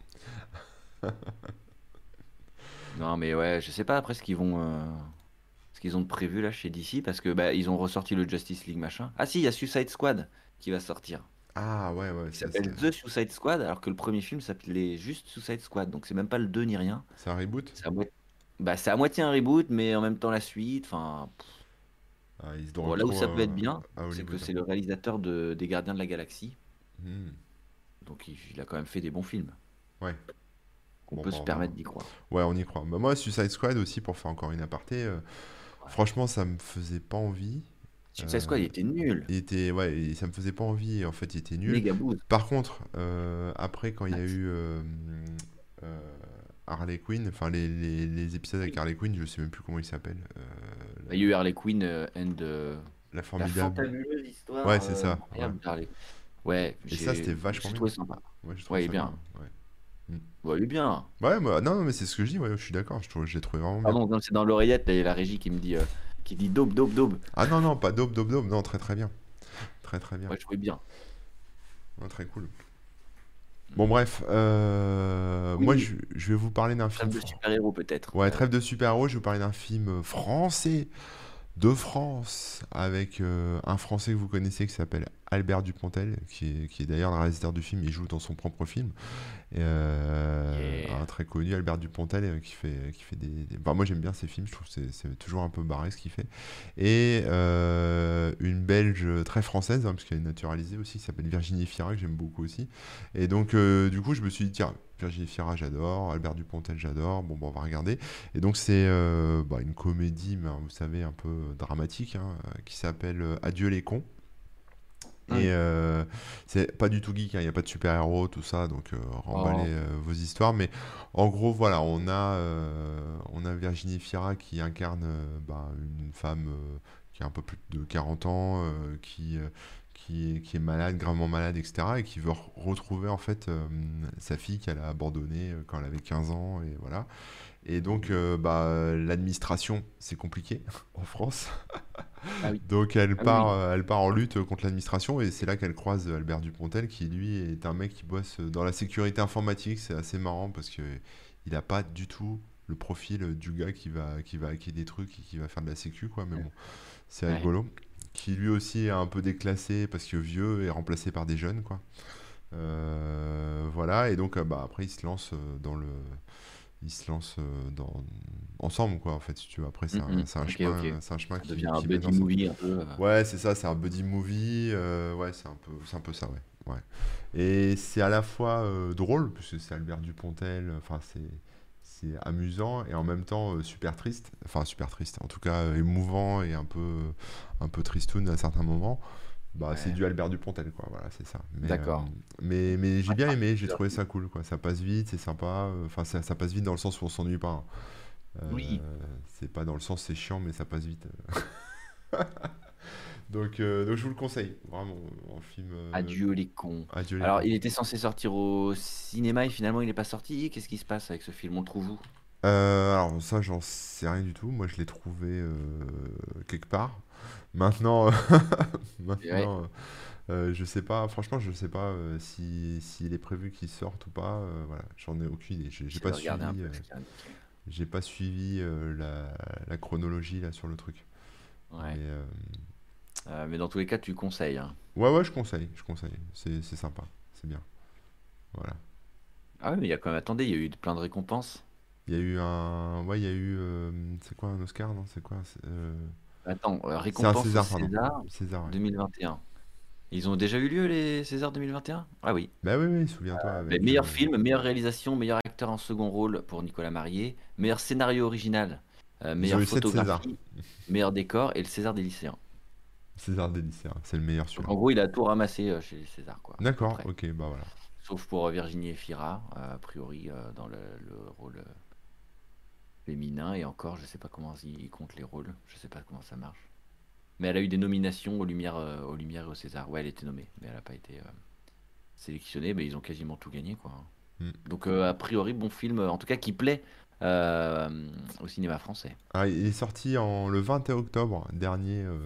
[SPEAKER 2] Non, mais ouais, je sais pas après ce qu'ils vont. euh, ce qu'ils ont de prévu là chez D C, parce que bah, ils ont ressorti le Justice League machin. Ah si, il y a Suicide Squad qui va sortir.
[SPEAKER 1] Ah, ouais, ouais,
[SPEAKER 2] Qui
[SPEAKER 1] ça, c'est
[SPEAKER 2] s'appelle The Suicide Squad, alors que le premier film s'appelait juste Suicide Squad. Donc c'est même pas le deux ni rien.
[SPEAKER 1] c'est un reboot?
[SPEAKER 2] C'est à, moi- bah, c'est à moitié un reboot, mais en même temps la suite. Enfin, pff.
[SPEAKER 1] Ah, ils se donnent
[SPEAKER 2] Bon, là où
[SPEAKER 1] trop
[SPEAKER 2] ça peut être
[SPEAKER 1] à,
[SPEAKER 2] bien,
[SPEAKER 1] à
[SPEAKER 2] c'est que
[SPEAKER 1] Hollywood, hein.
[SPEAKER 2] c'est le réalisateur de, des Gardiens de la Galaxie.
[SPEAKER 1] Hmm.
[SPEAKER 2] Donc il, il a quand même fait des bons films.
[SPEAKER 1] Ouais,
[SPEAKER 2] On
[SPEAKER 1] bon,
[SPEAKER 2] peut
[SPEAKER 1] bah,
[SPEAKER 2] se
[SPEAKER 1] on verra.
[SPEAKER 2] permettre d'y croire.
[SPEAKER 1] Ouais, on y croit. Bah, moi, Suicide Squad aussi, pour faire encore une aparté, euh,
[SPEAKER 2] Ouais.
[SPEAKER 1] franchement, ça me faisait pas envie.
[SPEAKER 2] Suicide
[SPEAKER 1] Euh,
[SPEAKER 2] Squad, il était nul.
[SPEAKER 1] il était, ouais, et ça me faisait pas envie, et en fait, il était nul.
[SPEAKER 2] Méga bouse.
[SPEAKER 1] Par contre, euh, après, quand il y a
[SPEAKER 2] Max.
[SPEAKER 1] eu euh, euh, Harley Quinn, enfin, les, les- les épisodes avec
[SPEAKER 2] Oui.
[SPEAKER 1] Harley Quinn, je sais même plus comment ils s'appellent. euh,
[SPEAKER 2] Il y a eu Harley Quinn euh, and euh,
[SPEAKER 1] la, la
[SPEAKER 2] la
[SPEAKER 1] formidable.
[SPEAKER 2] fantabuleuse
[SPEAKER 1] Ouais,
[SPEAKER 2] histoire
[SPEAKER 1] c'est
[SPEAKER 2] euh,
[SPEAKER 1] ça, ouais.
[SPEAKER 2] incroyable d'Harley. Ouais,
[SPEAKER 1] Et ça, c'était
[SPEAKER 2] j'ai
[SPEAKER 1] vachement
[SPEAKER 2] j'ai
[SPEAKER 1] bien.
[SPEAKER 2] trouvé sympa.
[SPEAKER 1] Ouais, je trouve
[SPEAKER 2] Ouais, il est
[SPEAKER 1] ça bien.
[SPEAKER 2] bien.
[SPEAKER 1] Ouais. Mm.
[SPEAKER 2] Ouais, il est bien.
[SPEAKER 1] Ouais, moi, non, non, mais c'est ce que je dis, ouais, je suis d'accord, je trouve, je l'ai trouvé vraiment bien.
[SPEAKER 2] Pardon, non, c'est dans l'oreillette, là, il y a la régie qui me dit, euh, qui dit daube, daube, daube.
[SPEAKER 1] Ah non, non, pas daube, daube, daube, non, très très bien. Très très bien.
[SPEAKER 2] Ouais, je trouvais bien.
[SPEAKER 1] Non, très cool. Bon,
[SPEAKER 2] Mm.
[SPEAKER 1] bref, euh, moi
[SPEAKER 2] Oui,
[SPEAKER 1] je, je vais vous parler d'un film.
[SPEAKER 2] trêve de
[SPEAKER 1] fran-
[SPEAKER 2] super-héros peut-être.
[SPEAKER 1] Ouais,
[SPEAKER 2] Ouais.
[SPEAKER 1] trêve de super-héros, je vais vous parler d'un film français de France, avec euh, un Français que vous connaissez qui s'appelle Albert Dupontel, qui est, qui est d'ailleurs le réalisateur du film, il joue dans son propre film. Et, euh,
[SPEAKER 2] Yeah.
[SPEAKER 1] un très connu, Albert Dupontel, euh, qui fait, qui fait des, des- enfin, moi j'aime bien ses films, je trouve que c'est c'est toujours un peu barré ce qu'il fait. Et euh, une Belge très française, hein, parce qu'elle est naturalisée aussi, qui s'appelle Virginie Fira, que j'aime beaucoup aussi. Et donc, euh, du coup, je me suis dit, tiens, Virginie Fira, j'adore, Albert Dupontel, j'adore, bon, bah, on va regarder. Et donc, c'est euh, bah, une comédie, mais, hein, vous savez, un peu dramatique, hein, euh, qui s'appelle euh, Adieu les cons. Et
[SPEAKER 2] Hum.
[SPEAKER 1] euh, c'est pas du tout geek, hein, il n'y a pas de super-héros, tout ça, donc euh, remballez
[SPEAKER 2] Oh.
[SPEAKER 1] euh, vos histoires. Mais en gros, voilà, on a, euh, on a Virginie Fira qui incarne euh, bah, une femme euh, qui a un peu plus de quarante ans, euh, qui, euh, qui, est, qui est malade, gravement malade, et cetera. Et qui veut re- retrouver en fait euh, sa fille qu'elle a abandonnée euh, quand elle avait quinze ans, et voilà. Et donc, euh, bah, l'administration, c'est compliqué en France.
[SPEAKER 2] Ah oui.
[SPEAKER 1] Donc elle
[SPEAKER 2] Ah oui,
[SPEAKER 1] part,
[SPEAKER 2] oui.
[SPEAKER 1] euh, elle part en lutte contre l'administration et c'est là qu'elle croise euh, Albert Dupontel qui lui est un mec qui bosse euh, dans la sécurité informatique. C'est assez marrant parce que il a pas du tout le profil du gars qui va, qui va hacker des trucs et qui va faire de la sécu quoi. Mais
[SPEAKER 2] Ouais.
[SPEAKER 1] bon, c'est
[SPEAKER 2] Ouais.
[SPEAKER 1] rigolo. Qui lui aussi est un peu déclassé parce que vieux est remplacé par des jeunes quoi. Euh, voilà et donc euh, bah après il se lance euh, dans le ils se lancent euh, dans... ensemble, quoi, en fait, si tu veux. Après, c'est
[SPEAKER 2] Hum,
[SPEAKER 1] un,
[SPEAKER 2] hum.
[SPEAKER 1] c'est un
[SPEAKER 2] Ok, ok.
[SPEAKER 1] chemin, c'est un chemin
[SPEAKER 2] Ça devient
[SPEAKER 1] qui,
[SPEAKER 2] un
[SPEAKER 1] qui mène
[SPEAKER 2] buddy
[SPEAKER 1] ensemble.
[SPEAKER 2] movie un peu. euh.
[SPEAKER 1] Ouais, c'est ça, c'est un buddy movie. euh, ouais, c'est un peu, c'est un peu ça, ouais. Ouais. Et c'est à la fois euh, drôle, puisque c'est Albert Dupontel, enfin, c'est, c'est amusant, et en même temps euh, super triste. Enfin, super triste, en tout cas euh, émouvant et un peu, un peu tristoun à certains moments. Bah, c'est
[SPEAKER 2] Ouais.
[SPEAKER 1] du Albert Dupontel, quoi, voilà, c'est ça. Mais, euh,
[SPEAKER 2] D'accord.
[SPEAKER 1] mais, mais j'ai
[SPEAKER 2] Ouais,
[SPEAKER 1] bien
[SPEAKER 2] ah,
[SPEAKER 1] aimé, j'ai
[SPEAKER 2] plusieurs
[SPEAKER 1] trouvé
[SPEAKER 2] films.
[SPEAKER 1] ça cool, quoi. Ça passe vite, c'est sympa. euh, Enfin, ça, ça passe vite dans le sens où on s'ennuie pas, hein.
[SPEAKER 2] Oui.
[SPEAKER 1] Euh, c'est pas dans le sens c'est chiant, mais ça passe vite. Donc, euh, donc je vous le conseille, vraiment, en film. euh,
[SPEAKER 2] Adieu les cons.
[SPEAKER 1] Adieu les
[SPEAKER 2] Alors,
[SPEAKER 1] cons.
[SPEAKER 2] il était censé sortir au cinéma et finalement il n'est pas sorti. Qu'est-ce qui se passe avec ce film? On le trouve où?
[SPEAKER 1] Euh, alors ça, j'en sais rien du tout. Moi, je l'ai trouvé euh, quelque part. Maintenant,
[SPEAKER 2] Et ouais,
[SPEAKER 1] maintenant, euh, je sais pas. Franchement, je sais pas euh, si s'il est prévu qu'il sorte ou pas. euh, voilà, j'en ai aucune idée. J'ai j'ai
[SPEAKER 2] j'essaie de
[SPEAKER 1] pas
[SPEAKER 2] regarder un
[SPEAKER 1] suivi.
[SPEAKER 2] peu
[SPEAKER 1] euh,
[SPEAKER 2] ce qui est indiqué.
[SPEAKER 1] j'ai pas suivi euh, la, la chronologie là sur le truc. Mais
[SPEAKER 2] Ouais.
[SPEAKER 1] euh,
[SPEAKER 2] Euh, mais dans tous les cas, tu conseilles, hein.
[SPEAKER 1] ouais, ouais, je conseille, je conseille. C'est c'est sympa, c'est bien. Voilà.
[SPEAKER 2] Ah oui, mais il y a quand même. Attendez, il y a eu plein de récompenses.
[SPEAKER 1] Il y a eu un. Ouais, il y a eu. euh, C'est quoi un Oscar, non? C'est quoi? C'est euh,
[SPEAKER 2] Attends, euh,
[SPEAKER 1] c'est un
[SPEAKER 2] récompense au
[SPEAKER 1] César, pardon.
[SPEAKER 2] César
[SPEAKER 1] César, ouais.
[SPEAKER 2] deux mille vingt et un. Ils ont déjà eu lieu les Césars deux mille vingt et un? Ah oui.
[SPEAKER 1] Bah oui, oui, souviens-toi
[SPEAKER 2] Mais
[SPEAKER 1] avec.
[SPEAKER 2] meilleur
[SPEAKER 1] euh,
[SPEAKER 2] film, meilleure réalisation, meilleur acteur en second rôle pour Nicolas Marié, meilleur scénario original, euh,
[SPEAKER 1] Ils ont
[SPEAKER 2] meilleure
[SPEAKER 1] eu sept Césars.
[SPEAKER 2] photographie, meilleur décor et le César des lycéens.
[SPEAKER 1] César des lycéens, c'est le meilleur
[SPEAKER 2] Donc
[SPEAKER 1] celui-là.
[SPEAKER 2] en gros, il a tout ramassé euh, chez les Césars, quoi, à peu
[SPEAKER 1] D'accord,
[SPEAKER 2] près.
[SPEAKER 1] ok, bah voilà.
[SPEAKER 2] Sauf pour euh, Virginie Efira, euh, a priori, euh, dans le, le rôle euh, féminin. Et encore, je sais pas comment ils comptent les rôles. Je sais pas comment ça marche. Mais elle a eu des nominations aux Lumières, euh, aux Lumières et au César. Ouais, elle était nommée, mais elle n'a pas été euh, sélectionnée. Mais ils ont quasiment tout gagné, quoi.
[SPEAKER 1] Hmm.
[SPEAKER 2] Donc euh, a priori, bon film, euh, en tout cas qui plaît euh, au cinéma français.
[SPEAKER 1] Ah, il est sorti en, le vingt et un octobre dernier euh,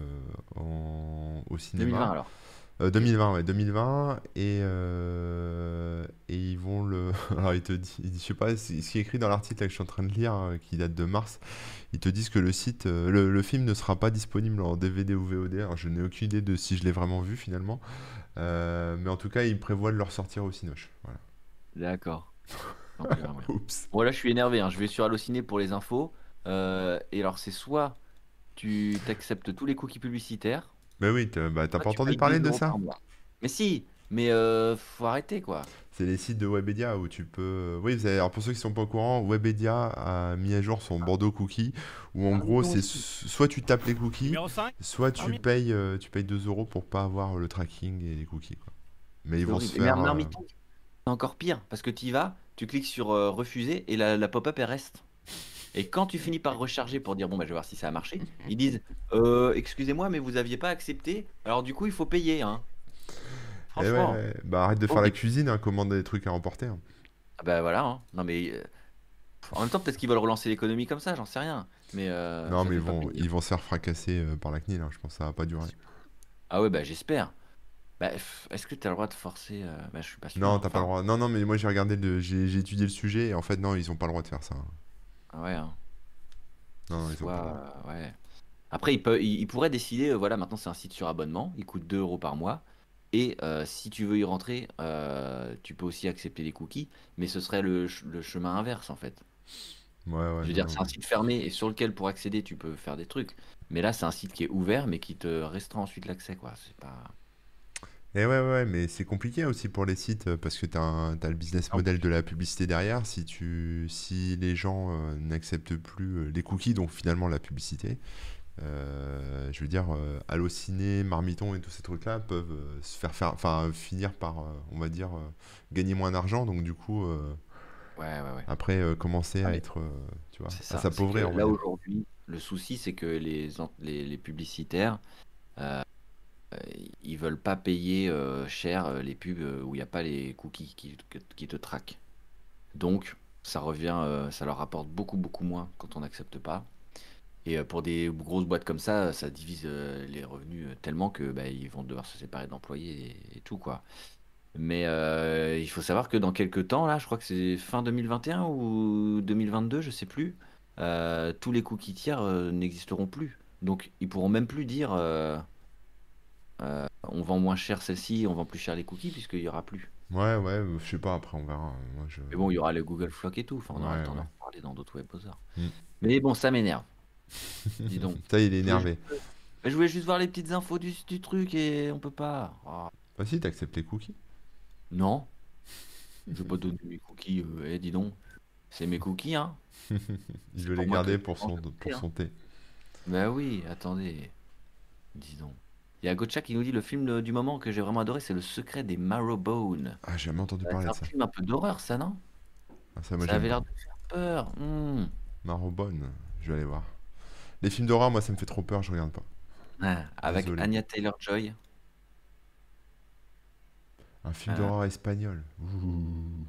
[SPEAKER 1] en- au
[SPEAKER 2] deux mille vingt
[SPEAKER 1] cinéma.
[SPEAKER 2] alors.
[SPEAKER 1] Euh,
[SPEAKER 2] Ok.
[SPEAKER 1] deux mille vingt, ouais, deux mille vingt. Et, euh, et ils vont le. Alors, il te dit, il dit- je sais pas, ce ce qui est écrit dans l'article là, que je suis en train de lire, euh, qui date de mars, ils te disent que le site, euh, le, le film ne sera pas disponible en D V D ou V O D. Alors, je n'ai aucune idée de si je l'ai vraiment vu finalement. Euh, mais en tout cas, ils prévoient de le ressortir au Cinoche. Voilà.
[SPEAKER 2] D'accord. Donc, euh, ouais.
[SPEAKER 1] Oups.
[SPEAKER 2] Bon là, je suis énervé, hein. Je vais sur Allociné pour les infos. Euh, et alors, c'est soit tu t'acceptes tous les cookies publicitaires,
[SPEAKER 1] Mais oui, t'as bah, t'as
[SPEAKER 2] soit
[SPEAKER 1] pas
[SPEAKER 2] tu
[SPEAKER 1] entendu
[SPEAKER 2] payes
[SPEAKER 1] parler
[SPEAKER 2] deux
[SPEAKER 1] de
[SPEAKER 2] euros
[SPEAKER 1] ça?
[SPEAKER 2] par mois. Mais si, mais euh, faut arrêter quoi.
[SPEAKER 1] C'est les sites de Webedia où tu peux. Oui, vous avez- alors pour ceux qui sont pas au courant, Webedia a mis à jour son Bordeaux Cookie, où en gros,
[SPEAKER 2] Pardon
[SPEAKER 1] c'est
[SPEAKER 2] aussi.
[SPEAKER 1] s- soit tu tapes les cookies,
[SPEAKER 3] Numéro cinq,
[SPEAKER 1] soit tu
[SPEAKER 3] Marmite.
[SPEAKER 1] payes, euh, tu payes deux euros pour pas avoir le tracking et les cookies, quoi. Mais ils
[SPEAKER 2] C'est
[SPEAKER 1] vont se
[SPEAKER 2] horrible. Et mais
[SPEAKER 1] faire. euh,
[SPEAKER 2] Marmiton, c'est encore pire parce que tu y vas, tu cliques sur euh, refuser et la, la pop-up elle reste. Et quand tu finis par recharger pour dire bon bah je vais voir si ça a marché, ils disent euh, excusez-moi mais vous aviez pas accepté, alors du coup il faut payer hein.
[SPEAKER 1] Eh ouais,
[SPEAKER 2] Franchement,
[SPEAKER 1] ouais. Bah arrête de faire la
[SPEAKER 2] horrible.
[SPEAKER 1] cuisine, hein, commande des trucs à emporter, hein.
[SPEAKER 2] Ah bah voilà hein. Non mais euh, en même temps peut-être qu'ils veulent relancer l'économie comme ça, j'en sais rien. Mais euh,
[SPEAKER 1] Non,
[SPEAKER 2] ça
[SPEAKER 1] mais ils
[SPEAKER 2] fait pas
[SPEAKER 1] vont,
[SPEAKER 2] plaisir.
[SPEAKER 1] ils vont se faire fracasser euh, par la C N I L, hein. Je pense que ça va pas durer.
[SPEAKER 2] Ah ouais bah j'espère. Bah, pff, est-ce que tu as le droit de forcer euh, Bah je suis pas sûr,
[SPEAKER 1] Non,
[SPEAKER 2] hein.
[SPEAKER 1] t'as pas le
[SPEAKER 2] Enfin,
[SPEAKER 1] droit. Non, non, mais moi j'ai regardé le, j'ai j'ai étudié le sujet et en fait non, ils ont pas le droit de faire ça, hein.
[SPEAKER 2] ah ouais hein.
[SPEAKER 1] Non, non, ils ont pas le droit.
[SPEAKER 2] Soit euh, ouais. Après, il peut, il, il pourrait décider, euh, voilà, maintenant c'est un site sur abonnement, il coûte deux euros par mois. Et euh, si tu veux y rentrer, euh, tu peux aussi accepter les cookies, mais ce serait le, ch- le chemin inverse en fait.
[SPEAKER 1] Ouais, ouais,
[SPEAKER 2] Je veux
[SPEAKER 1] non,
[SPEAKER 2] dire,
[SPEAKER 1] non,
[SPEAKER 2] c'est un
[SPEAKER 1] mais...
[SPEAKER 2] site fermé et sur lequel pour accéder, tu peux faire des trucs. Mais là, c'est un site qui est ouvert, mais qui te restreint ensuite l'accès, quoi. C'est pas.
[SPEAKER 1] Et ouais, ouais, ouais, mais c'est compliqué aussi pour les sites euh, parce que tu as, le business
[SPEAKER 2] En
[SPEAKER 1] model
[SPEAKER 2] plus.
[SPEAKER 1] de la publicité derrière. Si, tu, si les gens euh, n'acceptent plus euh, les cookies, donc finalement la publicité, euh, je veux dire, euh, Allociné, Marmiton et tous ces trucs-là peuvent euh, se faire, faire, enfin, finir par, euh, on va dire, euh, gagner moins d'argent. Donc du coup, euh,
[SPEAKER 2] Ouais, ouais, ouais.
[SPEAKER 1] après, euh, commencer
[SPEAKER 2] Ah,
[SPEAKER 1] à
[SPEAKER 2] mais
[SPEAKER 1] être, euh, tu vois,
[SPEAKER 2] c'est
[SPEAKER 1] à
[SPEAKER 2] ça. C'est que
[SPEAKER 1] s'appauvrir, on va
[SPEAKER 2] là,
[SPEAKER 1] dire.
[SPEAKER 2] aujourd'hui, le souci, c'est que les, en- les, les publicitaires, euh, ils veulent pas payer euh, cher euh, les pubs euh, où il n'y a pas les cookies qui, que- qui te traquent. Donc, ça revient, euh, ça leur rapporte beaucoup, beaucoup moins quand on n'accepte pas. Et euh, pour des grosses boîtes comme ça, ça divise euh, les revenus euh, tellement que bah, ils vont devoir se séparer d'employés et, et tout, quoi. Mais euh, il faut savoir que dans quelques temps, là, je crois que c'est fin deux mille vingt et un ou deux mille vingt-deux, je sais plus, euh, tous les cookies tiers euh, n'existeront plus. Donc, ils pourront même plus dire euh, euh, on vend moins cher celle-ci, on vend plus cher les cookies, puisqu'il y aura plus.
[SPEAKER 1] Ouais, ouais, euh, je sais pas, après on verra. Moi, je...
[SPEAKER 2] Mais bon, il y aura le Google Flock et tout. Enfin, on aura le
[SPEAKER 1] Ouais,
[SPEAKER 2] temps d'en
[SPEAKER 1] ouais.
[SPEAKER 2] reparler dans d'autres webbrowsers.
[SPEAKER 1] Hmm.
[SPEAKER 2] Mais bon, ça m'énerve. Dis donc.
[SPEAKER 1] Ça, il est
[SPEAKER 2] Je voulais juste,
[SPEAKER 1] énervé.
[SPEAKER 2] je voulais juste voir les petites infos du, du truc et on peut pas. Ah,
[SPEAKER 1] Bah si, t'acceptes les cookies.
[SPEAKER 2] non, je vais pas donner mes cookies. Euh, eh, dis donc, c'est mes cookies, hein.
[SPEAKER 1] Il
[SPEAKER 2] C'est
[SPEAKER 1] veut
[SPEAKER 2] pour
[SPEAKER 1] les
[SPEAKER 2] moi que
[SPEAKER 1] garder
[SPEAKER 2] je
[SPEAKER 1] pour
[SPEAKER 2] mange
[SPEAKER 1] son,
[SPEAKER 2] à côté,
[SPEAKER 1] pour
[SPEAKER 2] hein.
[SPEAKER 1] son thé.
[SPEAKER 2] Bah oui, attendez, dis donc. Il y a Gotcha qui nous dit le film de- du moment que j'ai vraiment adoré, c'est Le Secret des Marrowbone.
[SPEAKER 1] Ah, j'ai jamais entendu
[SPEAKER 2] Euh,
[SPEAKER 1] parler
[SPEAKER 2] C'est
[SPEAKER 1] de
[SPEAKER 2] un
[SPEAKER 1] ça.
[SPEAKER 2] film un peu d'horreur, ça, non?
[SPEAKER 1] Ah, ça, moi,
[SPEAKER 2] Ça
[SPEAKER 1] j'aime
[SPEAKER 2] avait
[SPEAKER 1] pas.
[SPEAKER 2] l'air de faire peur. Hmm.
[SPEAKER 1] Marrowbone, je vais aller voir. Les films d'horreur, moi, ça me fait trop peur, je regarde pas.
[SPEAKER 2] Ah, avec
[SPEAKER 1] Désolé.
[SPEAKER 2] Anya Taylor-Joy.
[SPEAKER 1] Un film
[SPEAKER 2] Euh,
[SPEAKER 1] d'horreur espagnol. Ouh.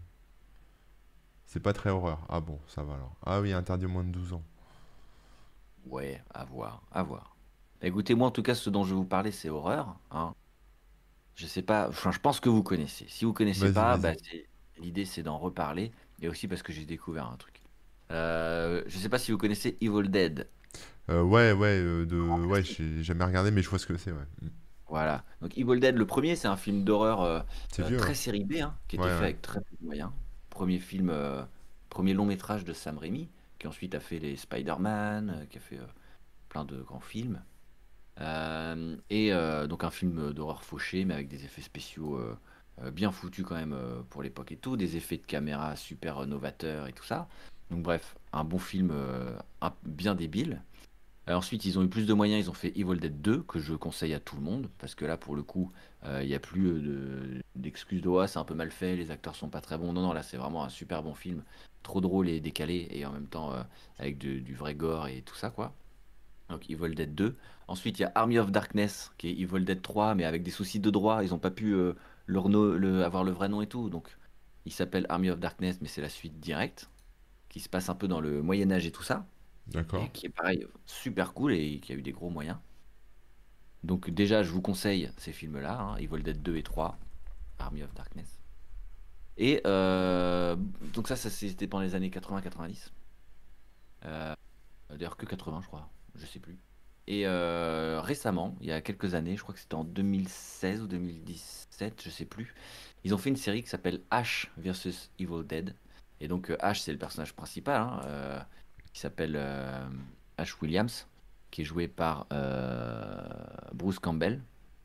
[SPEAKER 1] C'est pas très horreur. Ah bon, ça va alors. Ah oui, interdit aux moins de douze ans.
[SPEAKER 2] ouais, à voir, à voir. Écoutez, moi, en tout cas, ce dont je vais vous parler, c'est horreur, hein. Je sais pas, enfin, je pense que vous connaissez. Si vous connaissez
[SPEAKER 1] Vas-y,
[SPEAKER 2] pas, bah,
[SPEAKER 1] vas-y.
[SPEAKER 2] c'est- l'idée, c'est d'en reparler. Et aussi parce que j'ai découvert un truc. Euh, je sais pas si vous connaissez Evil Dead.
[SPEAKER 1] Euh, ouais, ouais, euh, de...
[SPEAKER 2] Grand
[SPEAKER 1] ouais,
[SPEAKER 2] classique.
[SPEAKER 1] j'ai jamais regardé, mais je vois ce que c'est, ouais. Mm.
[SPEAKER 2] Voilà. Donc Evil Dead, le premier, c'est un film d'horreur euh,
[SPEAKER 1] C'est
[SPEAKER 2] euh,
[SPEAKER 1] vieux, hein.
[SPEAKER 2] très série B, hein, qui
[SPEAKER 1] Ouais,
[SPEAKER 2] était fait
[SPEAKER 1] ouais.
[SPEAKER 2] avec très peu de moyens. Premier film, euh, premier long métrage de Sam Raimi, qui ensuite a fait les Spider-Man, euh, qui a fait euh, plein de grands films. Euh, et euh, donc un film d'horreur fauché, mais avec des effets spéciaux euh, euh, bien foutus quand même euh, pour l'époque et tout, des effets de caméra super euh, novateurs et tout ça. Donc bref, un bon film euh, un- bien débile. Euh, ensuite, ils ont eu plus de moyens, ils ont fait Evil Dead deux, que je conseille à tout le monde, parce que là, pour le coup, euh, il n'y a plus euh, de- d'excuses de «Ah, c'est un peu mal fait, les acteurs sont pas très bons». Non, non, là, c'est vraiment un super bon film, trop drôle et décalé, et en même temps euh, avec de- du vrai gore et tout ça, quoi. Donc Evil Dead deux. Ensuite, il y a Army of Darkness, qui est Evil Dead trois, mais avec des soucis de droit. Ils n'ont pas pu euh, leur no- le- avoir le vrai nom et tout. Donc, il s'appelle Army of Darkness, mais c'est la suite directe, qui se passe un peu dans le Moyen Âge et tout ça. Et
[SPEAKER 1] D'accord.
[SPEAKER 2] qui est pareil, super cool et qui a eu des gros moyens. Donc déjà, je vous conseille ces films-là, hein, Evil Dead deux et trois, Army of Darkness. Et euh, donc ça, ça c'était pendant les années quatre-vingts quatre-vingt-dix. Euh, D'ailleurs que quatre-vingts, je crois, je sais plus. Et euh, récemment, il y a quelques années, je crois que c'était en deux mille seize ou deux mille dix-sept, je sais plus, ils ont fait une série qui s'appelle Ash versus Evil Dead. Et donc euh, Ash, c'est le personnage principal, hein, euh, qui s'appelle euh, Ash Williams, qui est joué par euh, Bruce Campbell.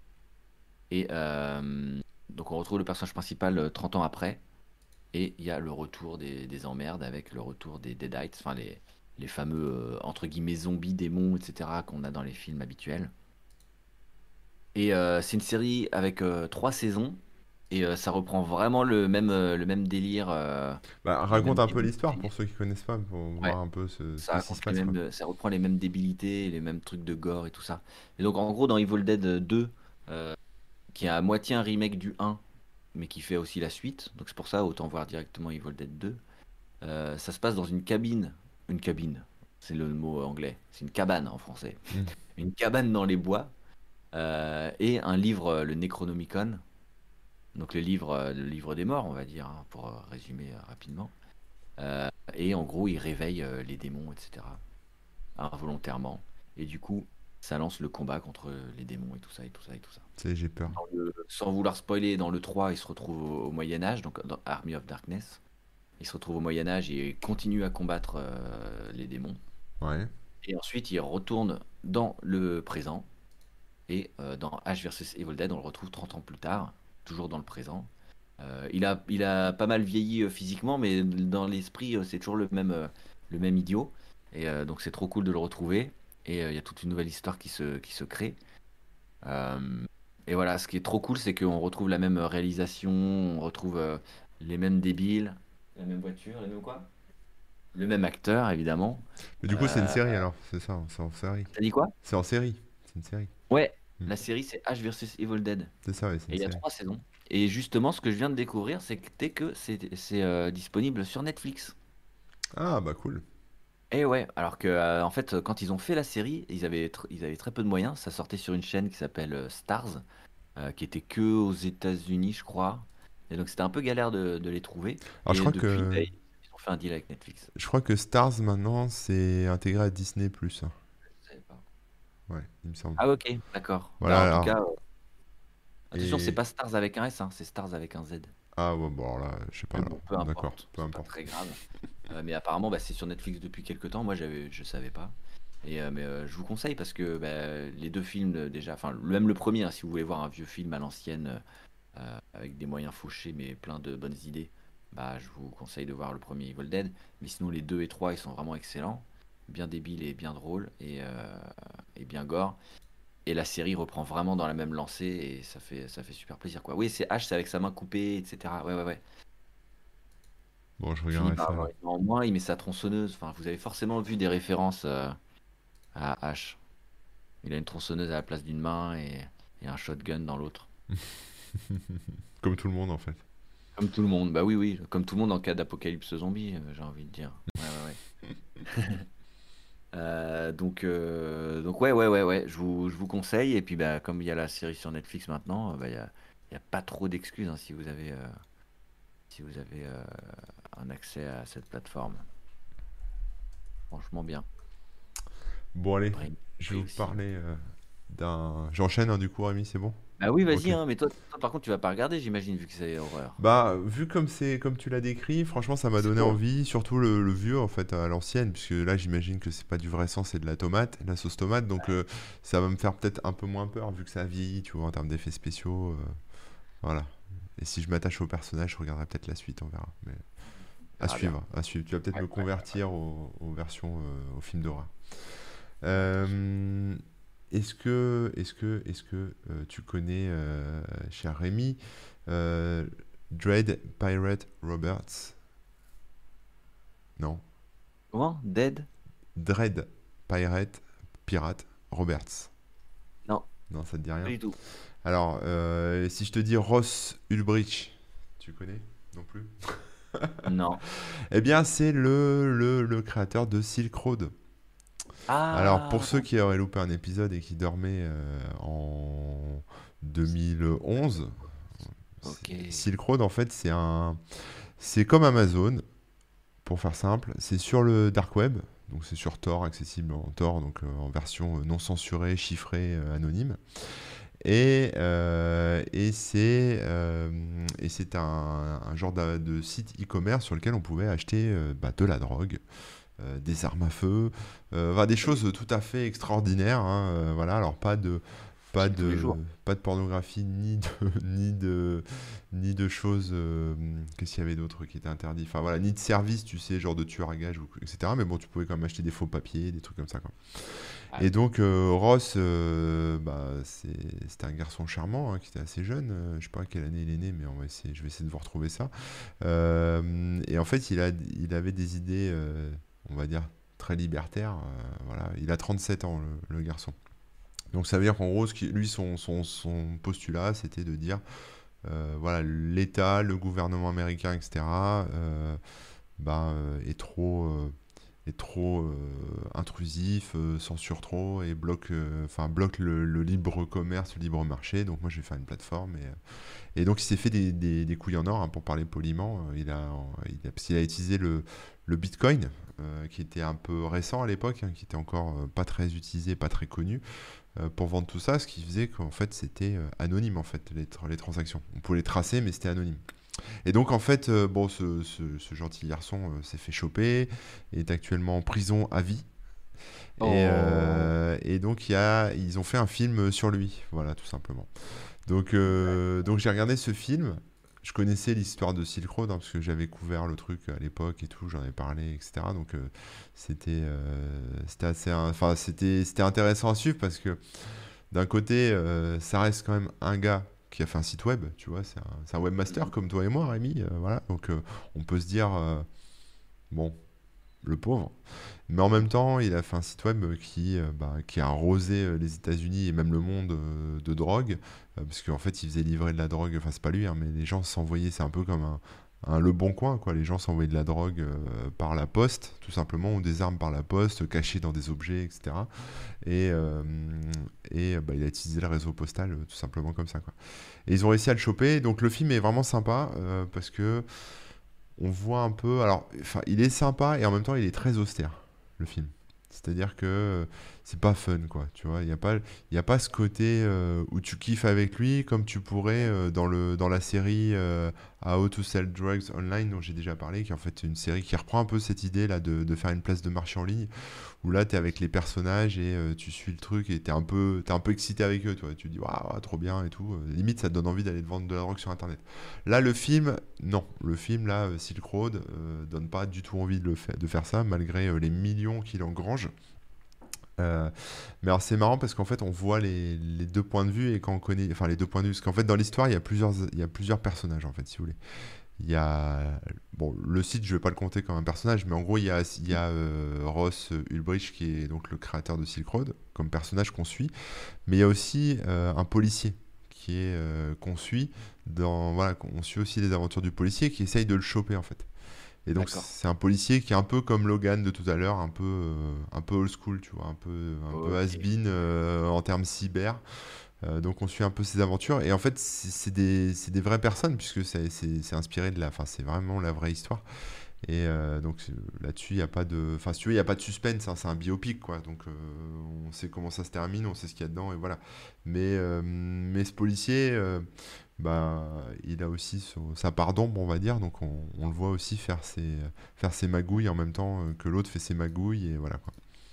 [SPEAKER 2] Et euh, donc on retrouve le personnage principal euh, trente ans après. Et il y a le retour des, des emmerdes avec le retour des Deadites, enfin les, les fameux euh, entre guillemets zombies, démons, et cetera qu'on a dans les films habituels. Et euh, c'est une série avec euh, trois saisons et euh, ça reprend vraiment le même, euh, le même délire, euh,
[SPEAKER 1] Bah,
[SPEAKER 2] les
[SPEAKER 1] raconte
[SPEAKER 2] mêmes
[SPEAKER 1] un peu l'histoire pour
[SPEAKER 2] débilités.
[SPEAKER 1] ceux qui connaissent pas, pour
[SPEAKER 2] Ouais,
[SPEAKER 1] voir un peu ce,
[SPEAKER 2] ça
[SPEAKER 1] qu'est-ce qui
[SPEAKER 2] raconte
[SPEAKER 1] se
[SPEAKER 2] les
[SPEAKER 1] passe, quoi.
[SPEAKER 2] mêmes, ça reprend les mêmes débilités, les mêmes trucs de gore et tout ça. Et donc en gros dans Evil Dead deux, euh, qui est à moitié un remake du un, mais qui fait aussi la suite, donc c'est pour ça autant voir directement Evil Dead deux. Euh, ça se passe dans une cabine. Une cabine, c'est le mot anglais. C'est une cabane en français.
[SPEAKER 1] Mm.
[SPEAKER 2] Une cabane dans les bois. Euh, et un livre, euh, le Necronomicon. Donc le livre, euh, le livre des morts, on va dire, hein, pour euh, résumer euh, rapidement. Euh, et en gros, il réveille euh, les démons, et cetera. Involontairement. Et du coup, ça lance le combat contre les démons et tout ça, et tout ça, et tout ça.
[SPEAKER 1] Tu sais, j'ai peur.
[SPEAKER 2] Dans le- sans vouloir spoiler, dans le trois, il se retrouve au, au Moyen-Âge, donc dans Army of Darkness. Il se retrouve au Moyen-Âge et continue à combattre euh, les démons.
[SPEAKER 1] Ouais.
[SPEAKER 2] Et ensuite, il retourne dans le présent. Et euh, dans Ash versus. Evil Dead, on le retrouve trente ans plus tard, toujours dans le présent. Euh, il a, il a pas mal vieilli euh, physiquement, mais dans l'esprit, euh, c'est toujours le même, euh, le même idiot. Et euh, donc, c'est trop cool de le retrouver. Et euh, il y a toute une nouvelle histoire qui se, qui se crée. Euh, et voilà, ce qui est trop cool, c'est qu'on retrouve la même réalisation, on retrouve euh, les mêmes débiles, la même voiture, les mêmes quoi? Le même acteur, évidemment.
[SPEAKER 1] Mais du coup, c'est une
[SPEAKER 2] Euh,
[SPEAKER 1] série alors, c'est ça, c'est en série.
[SPEAKER 2] T'as dit quoi?
[SPEAKER 1] C'est en série, c'est une série.
[SPEAKER 2] Ouais,
[SPEAKER 1] Hmm.
[SPEAKER 2] la série, c'est Ash versus. Evil Dead.
[SPEAKER 1] C'est ça, ouais, c'est
[SPEAKER 2] Et
[SPEAKER 1] une
[SPEAKER 2] il y a
[SPEAKER 1] série.
[SPEAKER 2] trois saisons. Et justement, ce que je viens de découvrir, c'est que dès que c'est c'est, euh, disponible sur Netflix.
[SPEAKER 1] Ah, bah cool.
[SPEAKER 2] Et ouais, alors que euh, en fait, quand ils ont fait la série, ils avaient, tr- ils avaient très peu de moyens. Ça sortait sur une chaîne qui s'appelle euh, Stars, euh, qui était que aux États-Unis, je crois. Et donc c'était un peu galère de, de les trouver.
[SPEAKER 1] Alors, je
[SPEAKER 2] Et
[SPEAKER 1] crois
[SPEAKER 2] depuis, bah,
[SPEAKER 1] que,
[SPEAKER 2] ils ont fait un deal avec Netflix.
[SPEAKER 1] je crois que Stars maintenant, c'est intégré à Disney+. Hein.
[SPEAKER 2] Je savais pas.
[SPEAKER 1] Ouais, il me semble.
[SPEAKER 2] Ah ok, d'accord. Bah
[SPEAKER 1] Voilà,
[SPEAKER 2] en tout
[SPEAKER 1] alors.
[SPEAKER 2] cas, euh, attention, c'est
[SPEAKER 1] Et.
[SPEAKER 2] pas Stars avec un S, hein, c'est Stars avec un Z.
[SPEAKER 1] Ah, ouais, bon, alors là, je sais pas
[SPEAKER 2] Mais
[SPEAKER 1] alors.
[SPEAKER 2] bon, peu
[SPEAKER 1] D'accord,
[SPEAKER 2] importe,
[SPEAKER 1] peu
[SPEAKER 2] c'est pas
[SPEAKER 1] importe.
[SPEAKER 2] très grave. Euh, mais apparemment, bah, c'est sur Netflix depuis quelques temps. Moi, j'avais, je savais pas. Et euh, mais euh, je vous conseille parce que bah, les deux films euh, déjà, enfin même le premier, hein, si vous voulez voir un vieux film à l'ancienne euh, avec des moyens fauchés mais plein de bonnes idées, bah je vous conseille de voir le premier Evil Dead. Mais sinon, les deux et trois, ils sont vraiment excellents, bien débiles et bien drôles et, euh, et bien gore. Et la série reprend vraiment dans la même lancée et ça fait ça fait super plaisir quoi. Oui, c'est H, c'est avec sa main coupée, et cetera. Ouais ouais ouais.
[SPEAKER 1] Bon, je
[SPEAKER 2] Il finit
[SPEAKER 1] regarderai
[SPEAKER 2] par
[SPEAKER 1] ça
[SPEAKER 2] avoir
[SPEAKER 1] alors.
[SPEAKER 2] une main en moins, il met sa tronçonneuse. Enfin, vous avez forcément vu des références euh, à H. Il a une tronçonneuse à la place d'une main et, et un shotgun dans l'autre.
[SPEAKER 1] Comme tout le monde en fait.
[SPEAKER 2] Comme tout le monde. Bah oui, oui. Comme tout le monde en cas d'apocalypse zombie, euh, j'ai envie de dire. Ouais, ouais, ouais. Euh, donc, euh, donc ouais, ouais, ouais, ouais. Je vous, je vous conseille. Et puis, bah, comme il y a la série sur Netflix maintenant, euh, bah, il y a, il y a pas trop d'excuses hein, si vous avez, euh, si vous avez euh, un accès à cette plateforme. Franchement bien.
[SPEAKER 1] Bon, allez,
[SPEAKER 2] Brain
[SPEAKER 1] je vais
[SPEAKER 2] Free
[SPEAKER 1] vous
[SPEAKER 2] aussi.
[SPEAKER 1] parler euh, d'un. J'enchaîne hein, du coup, Rémi, c'est bon?
[SPEAKER 2] Bah oui,
[SPEAKER 1] Ok.
[SPEAKER 2] vas-y, hein, mais toi, toi, par contre, tu vas pas regarder, j'imagine, vu que c'est horreur.
[SPEAKER 1] Bah, vu comme c'est comme tu l'as décrit, franchement, ça m'a
[SPEAKER 2] C'est
[SPEAKER 1] donné
[SPEAKER 2] beau, hein.
[SPEAKER 1] envie, surtout le, le vieux en fait à l'ancienne, puisque là, j'imagine que c'est pas du vrai sang, c'est de la tomate, de la sauce tomate, donc euh, ça va me faire peut-être un peu moins peur vu que ça a vieilli, tu vois, en termes d'effets spéciaux, euh, voilà. Et si je m'attache au personnage, je regarderai peut-être la suite, on verra. Mais
[SPEAKER 2] On
[SPEAKER 1] à
[SPEAKER 2] verra bien.
[SPEAKER 1] suivre, à suivre. Tu vas peut-être
[SPEAKER 2] Ouais,
[SPEAKER 1] me
[SPEAKER 2] ouais.
[SPEAKER 1] convertir aux, aux versions, euh, aux films d'horreur.
[SPEAKER 2] Fais attention.
[SPEAKER 1] Euh, est-ce que, est-ce que, est-ce que euh, tu connais, euh, cher Rémi, euh, Dread Pirate Roberts? Non.
[SPEAKER 2] Comment? Dead?
[SPEAKER 1] Dread Pirate Pirate Roberts.
[SPEAKER 2] Non,
[SPEAKER 1] Non, ça te dit
[SPEAKER 2] pas
[SPEAKER 1] rien.
[SPEAKER 2] du tout.
[SPEAKER 1] Alors, euh, si je te dis Ross Ulbricht, tu connais non plus?
[SPEAKER 2] Non.
[SPEAKER 1] Eh bien, c'est le, le, le créateur de Silk Road. Alors, pour
[SPEAKER 2] Ah,
[SPEAKER 1] ceux qui auraient loupé un épisode et qui dormaient euh, en deux mille onze,
[SPEAKER 2] ok.
[SPEAKER 1] Silk Road, en fait, c'est un, c'est comme Amazon, pour faire simple. C'est sur le dark web, donc c'est sur Tor, accessible en Tor, donc euh, en version non censurée, chiffrée, euh, anonyme. Et, euh, et c'est euh, et c'est un, un genre de, de site e-commerce sur lequel on pouvait acheter euh, bah, de la drogue, euh, des armes à feu, euh, enfin, des choses tout à fait extraordinaires. Hein, euh, voilà, alors pas de pas
[SPEAKER 2] Acheter tous les
[SPEAKER 1] de
[SPEAKER 2] jours.
[SPEAKER 1] pas de pornographie ni de ni de ni de choses. euh, Qu'est-ce qu'il y avait d'autre qui était interdit? Enfin voilà, ni de services, tu sais, genre de tueur à gages, ou- et cetera. Mais bon, tu pouvais quand même acheter des faux papiers, des trucs comme ça, quoi.
[SPEAKER 2] Ah
[SPEAKER 1] Et
[SPEAKER 2] oui.
[SPEAKER 1] donc euh, Ross, euh, bah, c'est- c'était un garçon charmant hein, qui était assez jeune. euh, je sais pas à quelle année il est né, mais on va essayer, je vais essayer de vous retrouver ça. Euh, et en fait, il a, il avait des idées, euh, on va dire, très libertaires. euh, voilà, il a trente-sept ans, le, le garçon. Donc ça veut dire qu'en gros, ce qui- lui, son, son, son postulat, c'était de dire, euh, voilà, l'État, le gouvernement américain, et cetera, euh, bah, euh, est trop, euh, est trop euh, intrusif, euh, censure trop et bloque, euh, enfin bloque le, le libre commerce, le libre marché. Donc moi je vais faire une plateforme et, et donc il s'est fait des, des- des couilles en or, hein, pour parler poliment. Euh, Il a, il a, parce qu'il a utilisé le, le Bitcoin, euh, qui était un peu récent à l'époque, hein, qui était encore euh, pas très utilisé, pas très connu, euh, pour vendre tout ça, ce qui faisait qu'en fait c'était euh, anonyme en fait les, tra- les transactions. On pouvait les tracer, mais c'était anonyme. Et donc en fait, euh, bon, ce, ce- ce gentil garçon euh, s'est fait choper, est actuellement en prison à vie. Et,
[SPEAKER 2] Oh,
[SPEAKER 1] euh, et donc il y a, ils ont fait un film sur lui, voilà, tout simplement. Donc, euh, donc j'ai regardé ce film. Je connaissais l'histoire de Silk Road, hein, parce que j'avais couvert le truc à l'époque et tout, j'en avais parlé, et cetera. Donc euh, c'était euh, c'était assez, enfin c'était c'était intéressant à suivre parce que d'un côté, euh, ça reste quand même un gars qui a fait un site web, tu vois, c'est un, c'est un webmaster
[SPEAKER 2] mhm.
[SPEAKER 1] comme toi et moi, Rémi, euh, voilà. Donc euh, on peut se dire, euh, bon, le pauvre. Mais en même temps, il a fait un site web qui, euh, bah, qui a arrosé euh, les États-Unis et même le monde euh, de drogue, euh, parce qu'en fait, il faisait livrer de la drogue, enfin, c'est pas lui, hein, mais les gens s'envoyaient, c'est un peu comme un, un Le Bon Coin, quoi. Les gens s'envoyaient de la drogue euh, par la poste, tout simplement, ou des armes par la poste, cachées dans des objets, et cetera. Et, euh, et bah, il a utilisé le réseau postal, euh, tout simplement comme ça, quoi. Et ils ont réussi à le choper, donc le film est vraiment sympa, euh, parce que on voit un peu. Alors, enfin, il est sympa et en même temps, il est très austère, le film. C'est-à-dire que euh, c'est pas fun, quoi. Tu vois, il n'y a pas, il y a pas ce côté euh, où tu kiffes avec lui comme tu pourrais euh, dans le, dans la série euh, How to Sell Drugs Online dont j'ai déjà parlé, qui est en fait une série qui reprend un peu cette idée là de, de faire une place de marché en ligne où là, tu es avec les personnages et euh, tu suis le truc et tu es un peu, t'es un peu excité avec eux, toi. Tu te dis, waouh, trop bien et tout. Euh, Limite, ça te donne envie d'aller te vendre de la drogue sur Internet. Là, le film, non. Le film, là, euh, Silk Road, euh, donne pas du tout envie de, le fa- de faire ça, malgré euh, les millions qu'il engrange. Euh, mais alors, c'est marrant parce qu'en fait, on voit les, les deux points de vue et quand on connaît. Enfin, les deux points de vue. Parce qu'en fait, dans l'histoire, il y a plusieurs, il y a plusieurs personnages, en fait, si vous voulez. Il y a. Bon, le site, je vais pas le compter comme un personnage, mais en gros, il y a, il y a euh, Ross Ulbricht, qui est donc le créateur de Silk Road, comme personnage qu'on suit. Mais il y a aussi euh, un policier qui est euh, qu'on suit dans. Voilà, on suit aussi les aventures du policier qui essaye de le choper, en fait. Et donc,
[SPEAKER 2] D'accord.
[SPEAKER 1] c'est un policier qui est un peu comme Logan de tout à l'heure, un peu, euh, un peu old school, tu vois, un peu, un peu
[SPEAKER 2] Ok.
[SPEAKER 1] has-been euh, en termes cyber. Euh, donc on suit un peu ses aventures et en fait c'est c'est des, c'est des vraies personnes puisque c'est c'est- c'est inspiré de la, enfin c'est vraiment la vraie histoire et euh, donc c'est- là-dessus il n'y a pas de, enfin si tu veux il y a pas de suspense, hein, c'est un biopic quoi donc euh, on sait comment ça se termine, on sait ce qu'il y a dedans et voilà. Mais euh, mais ce policier euh, bah il a aussi son- sa part d'ombre on va dire donc on, on le voit aussi faire ses faire ses magouilles en même temps euh, que l'autre fait ses magouilles et voilà quoi.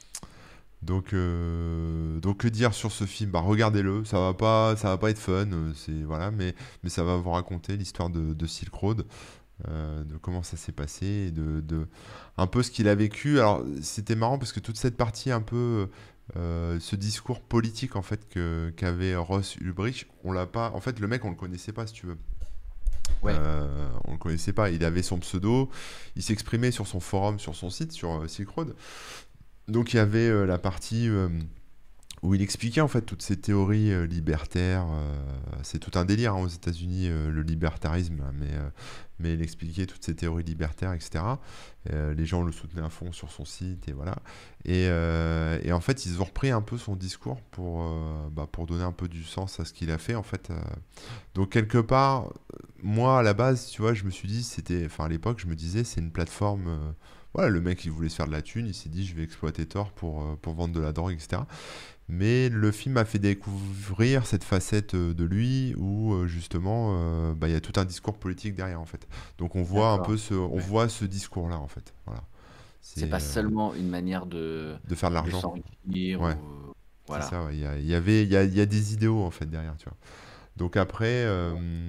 [SPEAKER 1] Donc, euh, donc que dire sur ce film? Bah, regardez-le, ça va pas, ça va pas être fun, euh, c'est voilà, mais, mais ça va vous raconter l'histoire de, de Silk Road, euh, de comment ça s'est passé, et de, de un peu ce qu'il a vécu. Alors c'était marrant parce que toute cette partie un peu, euh, ce discours politique en fait que qu'avait Ross Ulbricht, on l'a pas. En fait, le mec on le connaissait pas si tu veux.
[SPEAKER 2] Ouais.
[SPEAKER 1] Euh, on le connaissait pas. Il avait son pseudo, il s'exprimait sur son forum, sur son site, sur euh, Silk Road. Donc il y avait euh, la partie euh, où il expliquait en fait toutes ces théories euh, libertaires. Euh, c'est tout un délire hein, aux États-Unis, euh, le libertarisme, hein, mais, euh, mais il expliquait toutes ces théories libertaires, et cetera. Euh, les gens le soutenaient à fond sur son site, et voilà. Et, euh, et en fait, ils ont repris un peu son discours pour, euh, bah, pour donner un peu du sens à ce qu'il a fait, en fait. Euh. Donc, quelque part, moi, à la base, tu vois, je me suis dit, c'était. Enfin, à l'époque, je me disais, c'est une plateforme. Euh, voilà, le mec, il voulait se faire de la thune, il s'est dit, je vais exploiter Tor pour, euh, pour vendre de la drogue, et cetera. Mais le film m'a fait découvrir cette facette euh, de lui où euh, justement euh, bah, il y a tout un discours politique derrière en fait. Donc on voit un peu
[SPEAKER 2] D'accord.
[SPEAKER 1] ce, on
[SPEAKER 2] Ouais.
[SPEAKER 1] voit ce discours-là en fait. Voilà.
[SPEAKER 2] C'est
[SPEAKER 1] C'est
[SPEAKER 2] pas
[SPEAKER 1] euh,
[SPEAKER 2] seulement une manière de,
[SPEAKER 1] de faire de
[SPEAKER 2] de
[SPEAKER 1] l'argent.
[SPEAKER 2] s'enrichir
[SPEAKER 1] Ouais,
[SPEAKER 2] ou
[SPEAKER 1] c'est
[SPEAKER 2] voilà.
[SPEAKER 1] ça. Ouais. Il y a- il y avait, il y a, il y a des idéaux en fait derrière, tu vois. Donc après, euh,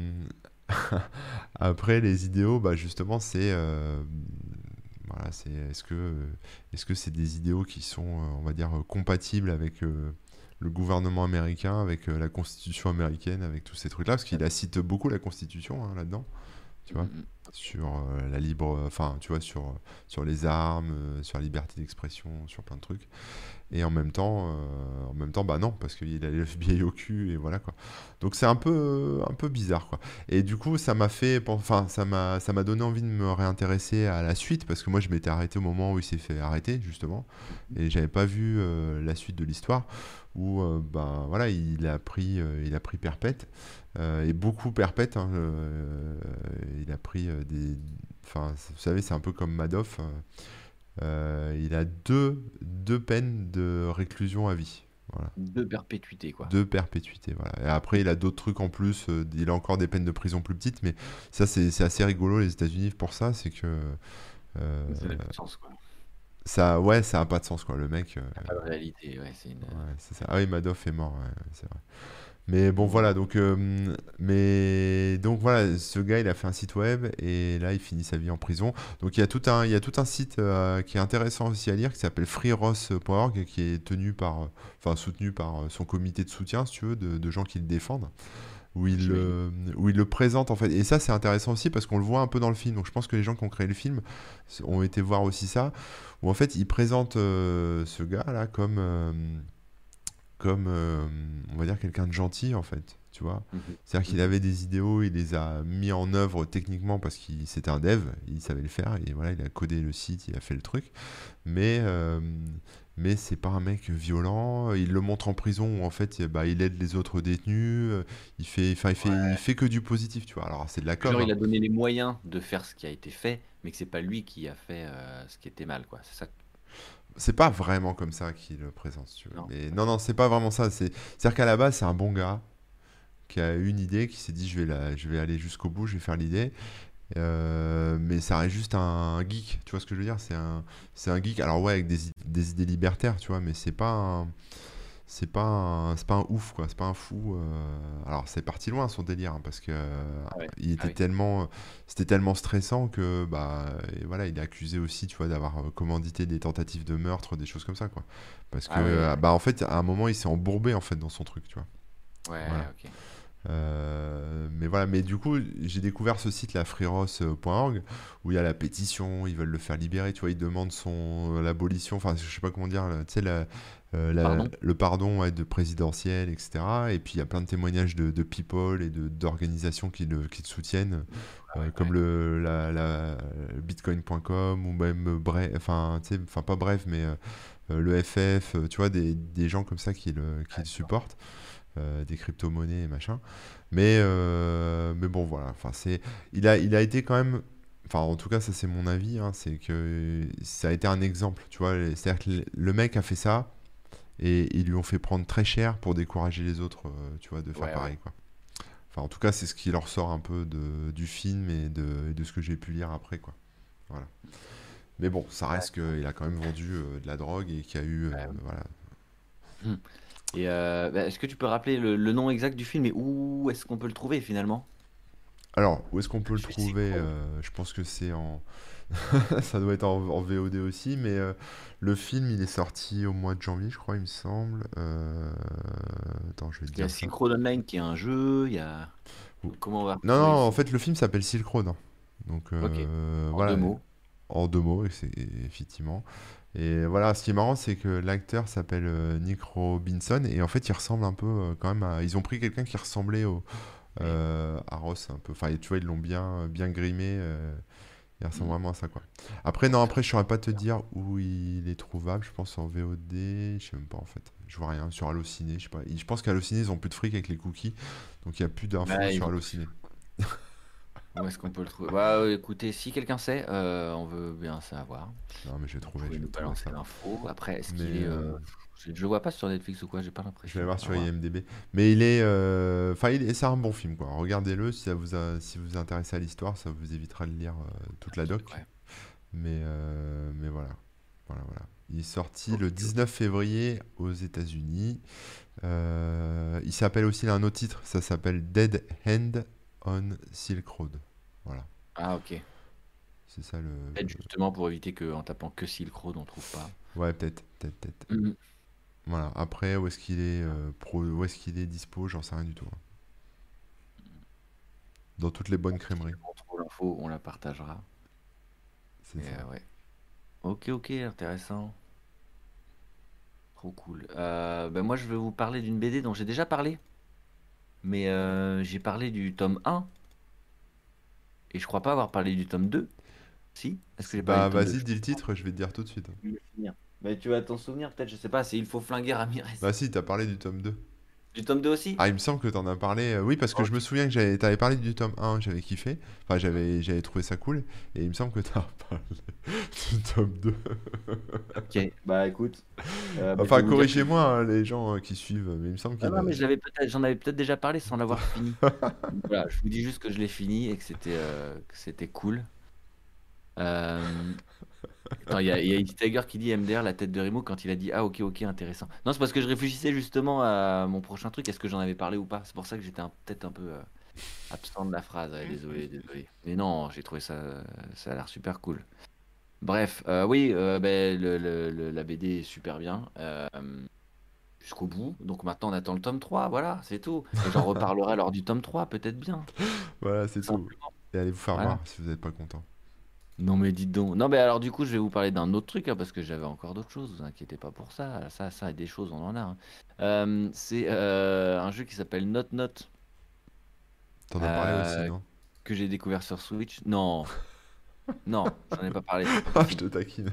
[SPEAKER 1] après les idéaux, bah justement c'est euh, voilà, c'est est-ce que est-ce que c'est des idéaux qui sont, euh, on va dire, euh, compatibles avec euh, le gouvernement américain, avec euh, la Constitution américaine, avec tous ces trucs-là, parce qu'il la cite beaucoup la Constitution hein, là-dedans. tu
[SPEAKER 2] Mm,
[SPEAKER 1] vois,
[SPEAKER 2] mm, ok.
[SPEAKER 1] sur euh, la libre, enfin, tu vois, sur, sur les armes, euh, sur la liberté d'expression, sur plein de trucs. Et en même temps, euh, en même temps, bah non, parce qu'il a le F B I au cul et voilà quoi. Donc c'est un peu, un peu bizarre quoi. Et du coup, ça m'a fait, pen- enfin, ça m'a, ça m'a donné envie de me réintéresser à la suite parce que moi, je m'étais arrêté au moment où il s'est fait arrêter justement,
[SPEAKER 2] Mhm.
[SPEAKER 1] et j'avais pas vu euh, la suite de l'histoire où, euh, ben voilà, il a pris, euh, il a pris perpète euh, et beaucoup perpète. Hein, euh, il a pris euh, des, enfin, vous savez, c'est un peu comme Madoff. euh, euh, il a deux, deux peines de réclusion à vie. Voilà.
[SPEAKER 2] De perpétuité, quoi.
[SPEAKER 1] Deux perpétuités. Voilà. Et après, il a d'autres trucs en plus. euh, il a encore des peines de prison plus petites. Mais ça, c'est c'est assez rigolo, les États-Unis, pour ça. C'est que euh,
[SPEAKER 2] Ça n'a plus de sens, quoi.
[SPEAKER 1] ça, ouais, ça a pas de sens, quoi. Le mec, euh,
[SPEAKER 2] Il n'y a pas de réalité, ouais, c'est une...
[SPEAKER 1] ouais, c'est ça. Ah oui, Madoff est mort, ouais, c'est vrai. Mais bon,
[SPEAKER 2] Bon,
[SPEAKER 1] voilà, donc, euh, mais, donc voilà, ce gars, il a fait un site web et là, il finit sa vie en prison. Donc il y a tout un, il y a tout un site euh, qui est intéressant aussi à lire qui s'appelle freeross point org, qui est tenu par, euh, enfin, soutenu par euh, son comité de soutien, si tu veux, de, de gens qui le défendent, où il,
[SPEAKER 2] j'imagine.
[SPEAKER 1] le- où il le présente en fait. Et ça, c'est intéressant aussi parce qu'on le voit un peu dans le film. Donc je pense que les gens qui ont créé le film ont été voir aussi ça, où en fait, il présente euh, ce gars-là comme. euh, comme, euh, on va dire, quelqu'un de gentil, en fait, tu vois.
[SPEAKER 2] Mhm.
[SPEAKER 1] C'est-à-dire qu'il
[SPEAKER 2] Mhm.
[SPEAKER 1] avait des idéaux, il les a mis en œuvre techniquement parce qu'il c'était un dev, il savait le faire, et voilà, il a codé le site, il a fait le truc. Mais, euh, mais c'est pas un mec violent, il le montre en prison où en fait, bah, il aide les autres détenus, euh, il fait, enfin, il fait, il fait que du positif, tu vois. Alors c'est de la com,
[SPEAKER 2] Genre,
[SPEAKER 1] hein.
[SPEAKER 2] il a donné les moyens de faire ce qui a été fait, mais que c'est pas lui qui a fait euh, ce qui était mal, quoi. C'est ça? que-
[SPEAKER 1] C'est pas vraiment comme ça qu'il le présente, si tu veux.
[SPEAKER 2] Non?
[SPEAKER 1] Mais non,
[SPEAKER 2] Ok.
[SPEAKER 1] non, c'est pas vraiment ça. C'est, c'est-à-dire qu'à la base, c'est un bon gars qui a eu une idée, qui s'est dit je vais, la, je vais aller jusqu'au bout, je vais faire l'idée. Euh, mais ça reste juste un geek, tu vois ce que je veux dire? C'est un, c'est un geek, alors ouais, avec des, i- des idées libertaires, tu vois, mais c'est pas un, c'est pas un, c'est pas un ouf, quoi, c'est pas un fou. euh. Alors c'est parti loin son délire, hein, parce que euh,
[SPEAKER 2] Ah ouais.
[SPEAKER 1] il
[SPEAKER 2] Ah
[SPEAKER 1] était
[SPEAKER 2] oui.
[SPEAKER 1] tellement, c'était tellement stressant que bah, et voilà, il est accusé aussi, tu vois, d'avoir euh, commandité des tentatives de meurtre, des choses comme ça, quoi. Parce que
[SPEAKER 2] Ah ouais,
[SPEAKER 1] euh,
[SPEAKER 2] ouais.
[SPEAKER 1] bah en fait, à un moment, il s'est embourbé en fait dans son truc, tu vois.
[SPEAKER 2] Ouais,
[SPEAKER 1] Voilà.
[SPEAKER 2] ok.
[SPEAKER 1] Euh, mais voilà, mais du coup, j'ai découvert ce site, la freeross point org, où il y a la pétition, ils veulent le faire libérer, tu vois, ils demandent son l'abolition, enfin, je sais pas comment dire, là, tu sais, la- euh, la-
[SPEAKER 2] Pardon?
[SPEAKER 1] le pardon ouais, de présidentiel, et cetera. Et puis il y a plein de témoignages de, de people et de d'organisations qui le, qui le soutiennent,
[SPEAKER 2] Ah
[SPEAKER 1] euh,
[SPEAKER 2] ouais,
[SPEAKER 1] comme
[SPEAKER 2] ouais.
[SPEAKER 1] le la, la- bitcoin point com ou même Bref, enfin, tu sais, enfin pas bref, mais euh, euh, le F F, euh, tu vois, des, des gens comme ça qui le, qui le
[SPEAKER 2] D'accord.
[SPEAKER 1] supportent, euh, des crypto-monnaies et machin. Mais, euh, mais bon, voilà. Enfin, c'est, il a, il a été quand même. Enfin, en tout cas, ça c'est mon avis. Hein, c'est que ça a été un exemple. Tu vois, c'est-à-dire que le le mec a fait ça et ils lui ont fait prendre très cher pour décourager les autres, euh, tu vois, de faire
[SPEAKER 2] Ouais, ouais.
[SPEAKER 1] pareil, quoi. Enfin, en tout cas, c'est ce qui leur sort un peu de, du film et de, et de ce que j'ai pu lire après, quoi. Voilà. Mais bon, ça reste
[SPEAKER 2] D'accord.
[SPEAKER 1] qu'il a quand même vendu euh, de la drogue et qu'il y a eu, euh,
[SPEAKER 2] Ouais, ouais.
[SPEAKER 1] voilà.
[SPEAKER 2] Hmm. Et euh, bah, est-ce que tu peux rappeler le, le nom exact du film et où est-ce qu'on peut le trouver finalement?
[SPEAKER 1] Alors, où est-ce qu'on
[SPEAKER 2] Je
[SPEAKER 1] peut le
[SPEAKER 2] suis Silk
[SPEAKER 1] trouver?
[SPEAKER 2] Road.
[SPEAKER 1] Euh, je pense que c'est en, ça doit être en, en V O D aussi, mais euh, le film, il est sorti au mois de janvier, je crois, il me semble. Euh, Attends, je vais te
[SPEAKER 2] Il y a
[SPEAKER 1] dire ça.
[SPEAKER 2] Silk Road Online qui est un jeu, il y a...
[SPEAKER 1] Ou-
[SPEAKER 2] Comment on va
[SPEAKER 1] Non,
[SPEAKER 2] retrouver le
[SPEAKER 1] non, en
[SPEAKER 2] film?
[SPEAKER 1] fait, le film s'appelle Silk Road, hein. Donc,
[SPEAKER 2] Ok,
[SPEAKER 1] euh,
[SPEAKER 2] en deux
[SPEAKER 1] voilà,
[SPEAKER 2] mots.
[SPEAKER 1] en deux mots, et c'est effectivement. Et voilà, ce qui est marrant, c'est que l'acteur s'appelle euh, Nick Robinson, et en fait, il ressemble un peu euh, quand même à. Ils ont pris quelqu'un qui ressemblait au,
[SPEAKER 2] Oui.
[SPEAKER 1] euh, à Ross un peu. Enfin, tu vois, ils l'ont bien, bien grimé. euh, Il ressemble
[SPEAKER 2] Hmm.
[SPEAKER 1] vraiment à ça, quoi. Après, non,
[SPEAKER 2] Donc ça
[SPEAKER 1] après, je saurais
[SPEAKER 2] ressemble
[SPEAKER 1] pas te
[SPEAKER 2] bien.
[SPEAKER 1] dire où il est trouvable. Je pense en V O D. Je sais même pas, en fait. Je vois rien. Sur Allociné, je sais pas. Je pense qu'Allociné, ils ont plus de fric avec les cookies. Donc, il y a plus d'infos
[SPEAKER 2] Bah, ils
[SPEAKER 1] sur
[SPEAKER 2] ont tout.
[SPEAKER 1] Allociné.
[SPEAKER 2] Où est-ce qu'on peut le trouver? Bah, euh, écoutez, si quelqu'un sait, euh, on veut bien savoir.
[SPEAKER 1] Non, mais je vais
[SPEAKER 2] Vous
[SPEAKER 1] trouver,
[SPEAKER 2] pouvez
[SPEAKER 1] je
[SPEAKER 2] nous
[SPEAKER 1] vais trouver
[SPEAKER 2] balancer
[SPEAKER 1] ça.
[SPEAKER 2] l'info. Après, est-ce qu'il
[SPEAKER 1] Mais
[SPEAKER 2] est...
[SPEAKER 1] euh,
[SPEAKER 2] euh, Je je le vois pas sur Netflix ou quoi, j'ai pas
[SPEAKER 1] je vais
[SPEAKER 2] l'impression.
[SPEAKER 1] voir
[SPEAKER 2] À
[SPEAKER 1] sur
[SPEAKER 2] voir.
[SPEAKER 1] I M D B. Mais il est. euh, Enfin, il est... c'est un bon film, quoi. Regardez-le. Si ça vous a... si vous vous intéressez à l'histoire, ça vous évitera de lire euh, toute la doc.
[SPEAKER 2] Ouais.
[SPEAKER 1] Mais, euh, mais voilà. Voilà, voilà. Il est sorti
[SPEAKER 2] Ok,
[SPEAKER 1] le
[SPEAKER 2] ok.
[SPEAKER 1] dix-neuf février aux États-Unis. Euh, il s'appelle aussi, il a un autre titre, ça s'appelle Dead Hand on Silk Road. Voilà,
[SPEAKER 2] Ah, ok.
[SPEAKER 1] c'est ça le.
[SPEAKER 2] Peut-être justement pour éviter qu'en tapant que Silk Road, on trouve pas.
[SPEAKER 1] Ouais, peut-être, peut-être, peut-être.
[SPEAKER 2] Mhm.
[SPEAKER 1] Voilà. Après, où est-ce qu'il est, euh, pro... où est-ce qu'il est dispo, j'en sais rien du tout, hein. Dans toutes les bonnes
[SPEAKER 2] Si
[SPEAKER 1] crèmeries.
[SPEAKER 2] on trouve l'info, on la partagera.
[SPEAKER 1] C'est
[SPEAKER 2] Et
[SPEAKER 1] ça.
[SPEAKER 2] euh, ouais. Ok, ok, intéressant. Trop cool. Euh, ben moi, je vais vous parler d'une B D dont j'ai déjà parlé. Mais euh, j'ai parlé du tome un. Et je crois pas avoir parlé du tome deux. Si? Est-ce que
[SPEAKER 1] C'est-
[SPEAKER 2] j'ai parlé
[SPEAKER 1] Bah
[SPEAKER 2] du tome deux?
[SPEAKER 1] vas-y, dis le titre, je vais te dire tout de suite.
[SPEAKER 2] Je vais le finir. Mais tu vas t'en souvenir peut-être, je sais pas, c'est Il faut flinguer Ramirez.
[SPEAKER 1] Bah si, t'as parlé du tome deux.
[SPEAKER 2] Du tome deux aussi?
[SPEAKER 1] Ah, il me semble que t'en as parlé. euh, Oui, parce que je me
[SPEAKER 2] Ok.
[SPEAKER 1] souviens que j'avais, t'avais parlé du tome un, j'avais kiffé. Enfin, j'avais, j'avais trouvé ça cool. Et il me semble que t'as parlé du tome deux.
[SPEAKER 2] Ok, bah écoute, euh, bah, je
[SPEAKER 1] Enfin,
[SPEAKER 2] vais vous dire que...
[SPEAKER 1] corrigez-moi, hein, les gens euh, qui suivent, mais il me semble
[SPEAKER 2] Ah
[SPEAKER 1] qu'il
[SPEAKER 2] non,
[SPEAKER 1] a...
[SPEAKER 2] mais je l'avais peut-être, j'en avais peut-être déjà parlé sans l'avoir fini. Donc voilà, je vous dis juste que je l'ai fini et que c'était euh, que c'était cool. Euh, Attends, il y a, il y a Eddie Tiger qui dit M D R, la tête de Remo, quand il a dit ah, ok, ok, intéressant. Non, c'est parce que je réfléchissais justement à mon prochain truc, est-ce que j'en avais parlé ou pas? C'est pour ça que j'étais un- peut-être un peu euh, absent de la phrase. Ouais, désolé, désolé. Mais non, j'ai trouvé ça, ça a l'air super cool. Bref, euh, oui, euh, ben, le, le- le- la B D est super bien. euh, jusqu'au bout. Donc maintenant, on attend le tome trois, voilà, c'est tout. Et j'en reparlerai lors du tome trois, peut-être bien.
[SPEAKER 1] Voilà, c'est tout.
[SPEAKER 2] Simplement.
[SPEAKER 1] Et allez vous faire
[SPEAKER 2] Voilà.
[SPEAKER 1] voir si vous n'êtes pas content.
[SPEAKER 2] Non mais dites donc. Non mais alors du coup je vais vous parler d'un autre truc hein, parce que j'avais encore d'autres choses, vous inquiétez pas pour ça. Ça, ça et des choses on en a. Hein. Euh, c'est euh, un jeu qui s'appelle Not Not
[SPEAKER 1] T'en as parlé aussi,
[SPEAKER 2] euh,
[SPEAKER 1] non?
[SPEAKER 2] que j'ai découvert sur Switch. Non, non, j'en ai pas parlé, c'est pas
[SPEAKER 1] Ah, je te
[SPEAKER 2] possible.
[SPEAKER 1] taquine.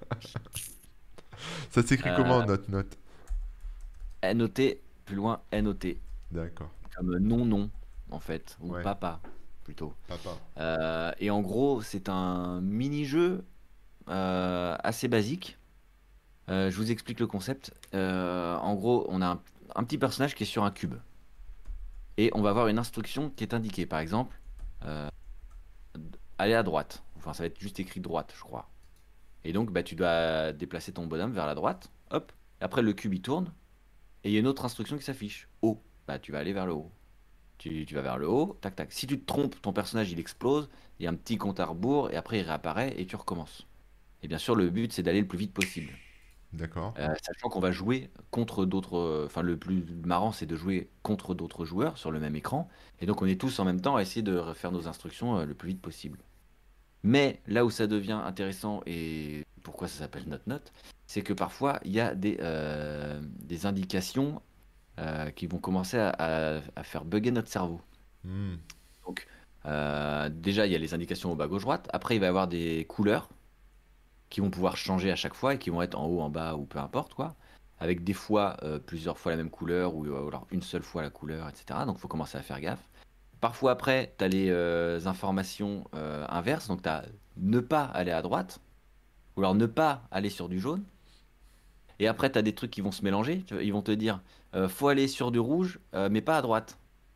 [SPEAKER 1] Ça s'écrit
[SPEAKER 2] Euh,
[SPEAKER 1] comment, note note?
[SPEAKER 2] N O T, plus loin N O T,
[SPEAKER 1] D'accord.
[SPEAKER 2] comme non non en fait, ou
[SPEAKER 1] Ouais,
[SPEAKER 2] papa plutôt.
[SPEAKER 1] papa.
[SPEAKER 2] Euh, et en gros c'est un mini-jeu euh, assez basique. Euh, je vous explique le concept. Euh, en gros, on a un, un petit personnage qui est sur un cube. Et on va avoir une instruction qui est indiquée. Par exemple, euh, aller à droite. Enfin, ça va être juste écrit droite, je crois. Et donc, bah, tu dois déplacer ton bonhomme vers la droite. Hop. Et après, le cube, il tourne. Et il y a une autre instruction qui s'affiche. Haut. Bah, tu vas aller vers le haut. Tu, tu vas vers le haut. Tac, tac. Si tu te trompes, ton personnage, il explose. Il y a un petit compte à rebours. Et après, il réapparaît et tu recommences. Et bien sûr, le but, c'est d'aller le plus vite possible.
[SPEAKER 1] D'accord.
[SPEAKER 2] Euh, sachant qu'on va jouer contre d'autres. euh, Enfin, le plus marrant, c'est de jouer contre d'autres joueurs sur le même écran. Et donc, on est tous en même temps à essayer de faire nos instructions euh, le plus vite possible. Mais là où ça devient intéressant et pourquoi ça s'appelle Note Note, c'est que parfois, il y a des, euh, des indications euh, qui vont commencer à, à- à faire bugger notre cerveau.
[SPEAKER 1] Hmm.
[SPEAKER 2] Donc, euh, déjà, il y a les indications au bas gauche-droite. Après, il va y avoir des couleurs qui vont pouvoir changer à chaque fois et qui vont être en haut, en bas ou peu importe quoi. Avec des fois euh, plusieurs fois la même couleur ou, euh, alors une seule fois la couleur, et cetera. Donc il faut commencer à faire gaffe. Parfois après, tu as les euh, informations euh, inverses. Donc tu as ne pas aller à droite ou alors ne pas aller sur du jaune. Et après, tu as des trucs qui vont se mélanger. Tu vois, ils vont te dire euh, faut aller sur du rouge, euh, mais pas à droite.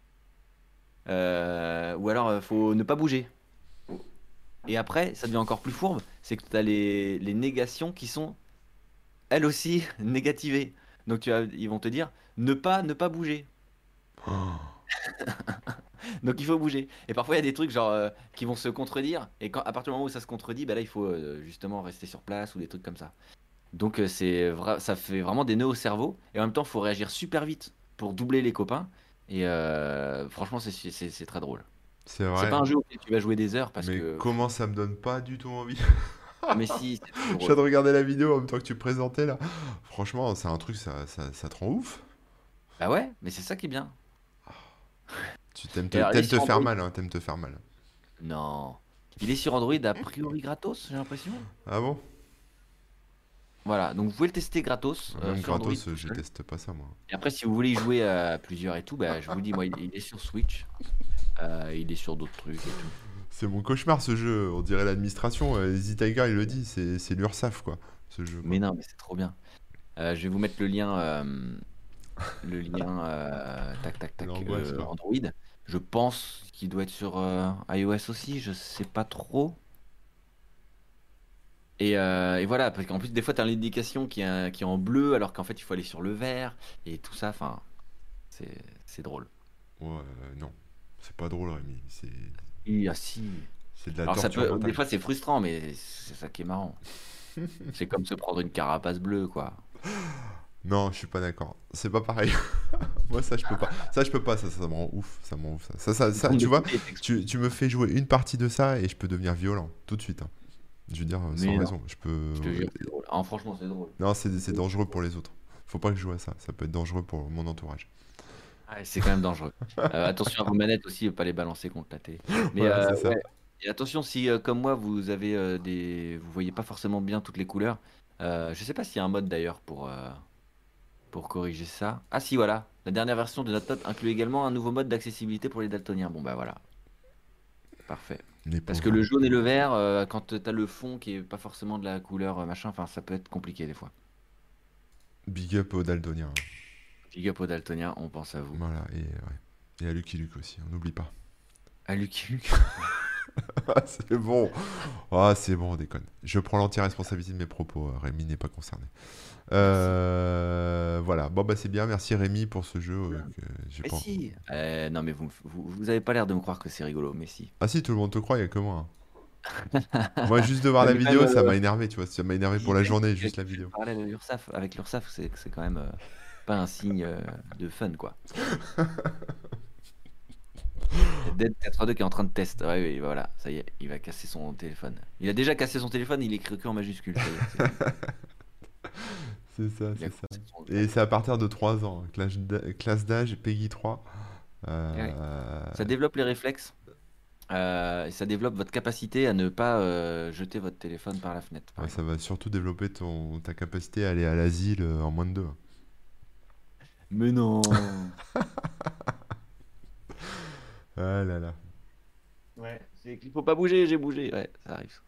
[SPEAKER 2] Euh, ou alors, euh, faut ne pas bouger. Et après, ça devient encore plus fourbe, c'est que tu as les, les négations qui sont elles aussi négativées. Donc tu as, ils vont te dire ne pas ne pas bouger.
[SPEAKER 1] Oh.
[SPEAKER 2] Donc il faut bouger. Et parfois il y a des trucs genre euh, qui vont se contredire et quand à partir du moment où ça se contredit, bah là il faut euh, justement rester sur place ou des trucs comme ça. Donc euh, c'est vra- ça fait vraiment des nœuds au cerveau et en même temps il faut réagir super vite pour doubler les copains et euh, franchement c'est c'est c'est très drôle.
[SPEAKER 1] C'est
[SPEAKER 2] C'est pas
[SPEAKER 1] vrai.
[SPEAKER 2] un jeu auquel tu vas jouer des heures parce
[SPEAKER 1] Mais
[SPEAKER 2] que
[SPEAKER 1] comment ça me donne pas du tout envie?
[SPEAKER 2] ah mais si c'est trop
[SPEAKER 1] Je viens
[SPEAKER 2] drôle.
[SPEAKER 1] de regarder la vidéo en même temps que tu présentais là. Franchement, c'est un truc, ça, ça, ça te rend ouf.
[SPEAKER 2] Bah ouais, mais c'est ça qui est bien.
[SPEAKER 1] Tu t'aimes
[SPEAKER 2] Et
[SPEAKER 1] te,
[SPEAKER 2] alors il est
[SPEAKER 1] t'aimes te
[SPEAKER 2] sur
[SPEAKER 1] faire
[SPEAKER 2] Android.
[SPEAKER 1] mal, hein, t'aimes te faire mal.
[SPEAKER 2] Non. Il est sur Android a priori gratos, j'ai l'impression.
[SPEAKER 1] Ah bon?
[SPEAKER 2] Voilà, donc vous pouvez le tester gratos euh,
[SPEAKER 1] Même
[SPEAKER 2] sur Android
[SPEAKER 1] gratos, euh,
[SPEAKER 2] tout
[SPEAKER 1] je
[SPEAKER 2] seul.
[SPEAKER 1] teste pas ça moi.
[SPEAKER 2] Et après, si vous voulez y jouer à plusieurs et tout, bah, je vous dis, moi, il il est sur Switch, euh, il est sur d'autres trucs et tout.
[SPEAKER 1] C'est mon cauchemar ce jeu, on dirait l'administration. euh, Easy Tiger il le dit, c'est c'est l'URSSAF quoi, ce jeu
[SPEAKER 2] Mais
[SPEAKER 1] quoi.
[SPEAKER 2] non, mais c'est trop bien. Euh, je vais vous mettre le lien, euh, le lien, euh, tac, tac, tac,
[SPEAKER 1] L'angoisse
[SPEAKER 2] euh,
[SPEAKER 1] quoi.
[SPEAKER 2] Android. Je pense qu'il doit être sur euh, iOS aussi, je sais pas trop. Et, euh, et voilà, parce qu'en plus, des fois, tu as l'indication qui est, qui est en bleu, alors qu'en fait, il faut aller sur le vert, et tout ça, enfin, c'est c'est drôle.
[SPEAKER 1] Ouais, euh, non, c'est pas drôle Rémi, c'est
[SPEAKER 2] Oui, ah si.
[SPEAKER 1] c'est de la
[SPEAKER 2] Alors ça
[SPEAKER 1] torture
[SPEAKER 2] peut, des
[SPEAKER 1] mentale.
[SPEAKER 2] fois c'est frustrant, mais c'est ça qui est marrant. C'est comme se prendre une carapace bleue, quoi.
[SPEAKER 1] Non, je suis pas d'accord, c'est pas pareil. Moi, ça, je peux pas. Ça, je peux pas. Ça, ça me rend ouf. Ça me rend ouf. Ça, ça, ça,
[SPEAKER 2] Il
[SPEAKER 1] ça,
[SPEAKER 2] tourne
[SPEAKER 1] tu
[SPEAKER 2] de
[SPEAKER 1] vois,
[SPEAKER 2] côté, il
[SPEAKER 1] tu, tu me fais jouer une partie de ça et je peux devenir violent tout de suite, hein. Je veux dire, euh, sans
[SPEAKER 2] Mais non,
[SPEAKER 1] raison. Je peux.
[SPEAKER 2] je te jure, c'est drôle. Ah, franchement, c'est drôle.
[SPEAKER 1] Non, c'est c'est dangereux pour les autres. Faut pas que je joue à ça. Ça peut être dangereux pour mon entourage.
[SPEAKER 2] Ouais, c'est quand même dangereux. Euh, attention à vos manettes aussi, pas les balancer contre la télé. Mais
[SPEAKER 1] Voilà,
[SPEAKER 2] euh,
[SPEAKER 1] c'est ça.
[SPEAKER 2] ouais. Et attention si, euh, comme moi, vous avez euh, des, vous voyez pas forcément bien toutes les couleurs. Euh, je sais pas s'il y a un mode d'ailleurs pour euh, pour corriger ça. Ah si, voilà. La dernière version de notre note inclut également un nouveau mode d'accessibilité pour les daltoniens. Bon bah voilà, parfait.
[SPEAKER 1] Les
[SPEAKER 2] Parce que
[SPEAKER 1] pauvres.
[SPEAKER 2] le jaune et le vert, euh, quand t'as le fond qui est pas forcément de la couleur euh, machin, enfin ça peut être compliqué des fois.
[SPEAKER 1] Big up aux Daltoniens, hein.
[SPEAKER 2] Big up aux daltoniens, on pense à vous.
[SPEAKER 1] Voilà. Et, ouais. Et à Lucky Luke aussi. On n'oublie pas.
[SPEAKER 2] À Lucky Luke.
[SPEAKER 1] Ah, c'est bon. Ah, c'est bon, on déconne. Je prends l'entière responsabilité de mes propos. euh, Rémi n'est pas concerné.
[SPEAKER 2] Merci.
[SPEAKER 1] Euh, voilà. Bon, bah, c'est bien. Merci Rémi pour ce jeu. euh, que j'ai
[SPEAKER 2] Mais
[SPEAKER 1] pas...
[SPEAKER 2] si. Euh, non mais vous, vous, vous avez pas l'air de me croire que c'est rigolo, mais si.
[SPEAKER 1] Ah, si, tout le monde te croit, il y a que moi, hein. Moi, juste de voir
[SPEAKER 2] Non,
[SPEAKER 1] la
[SPEAKER 2] mais même,
[SPEAKER 1] vidéo, ça
[SPEAKER 2] euh,
[SPEAKER 1] m'a énervé, tu vois. Ça m'a énervé
[SPEAKER 2] si,
[SPEAKER 1] pour la
[SPEAKER 2] même
[SPEAKER 1] journée,
[SPEAKER 2] si tu as
[SPEAKER 1] juste la
[SPEAKER 2] fait le
[SPEAKER 1] vidéo.
[SPEAKER 2] parallèle à l'URSSAF, avec l'URSSAF, c'est c'est quand même euh, pas un signe euh, de fun quoi. Il y a Dead quatre-vingt-deux qui est en train de tester. Ouais, oui, voilà, ça y est, il va casser son téléphone. Il a déjà cassé son téléphone, il écrit que en majuscule. Ça y est, c'est fini.
[SPEAKER 1] C'est ça,
[SPEAKER 2] Il a
[SPEAKER 1] c'est ça.
[SPEAKER 2] commencé son
[SPEAKER 1] Et
[SPEAKER 2] jeu.
[SPEAKER 1] c'est à partir de trois ans. hein. Classe d'a- classe d'âge, Peggy trois.
[SPEAKER 2] Eh ouais.
[SPEAKER 1] Euh,
[SPEAKER 2] Ça développe les réflexes. Euh, et ça développe votre capacité à ne pas euh, jeter votre téléphone par la fenêtre, par
[SPEAKER 1] ouais, ça
[SPEAKER 2] exemple.
[SPEAKER 1] va surtout développer ton, ta capacité à aller à l'asile euh, en moins de deux.
[SPEAKER 2] Mais non.
[SPEAKER 1] Ah là là.
[SPEAKER 2] Ouais, c'est qu'il faut pas bouger, j'ai bougé. Ouais, ça arrive.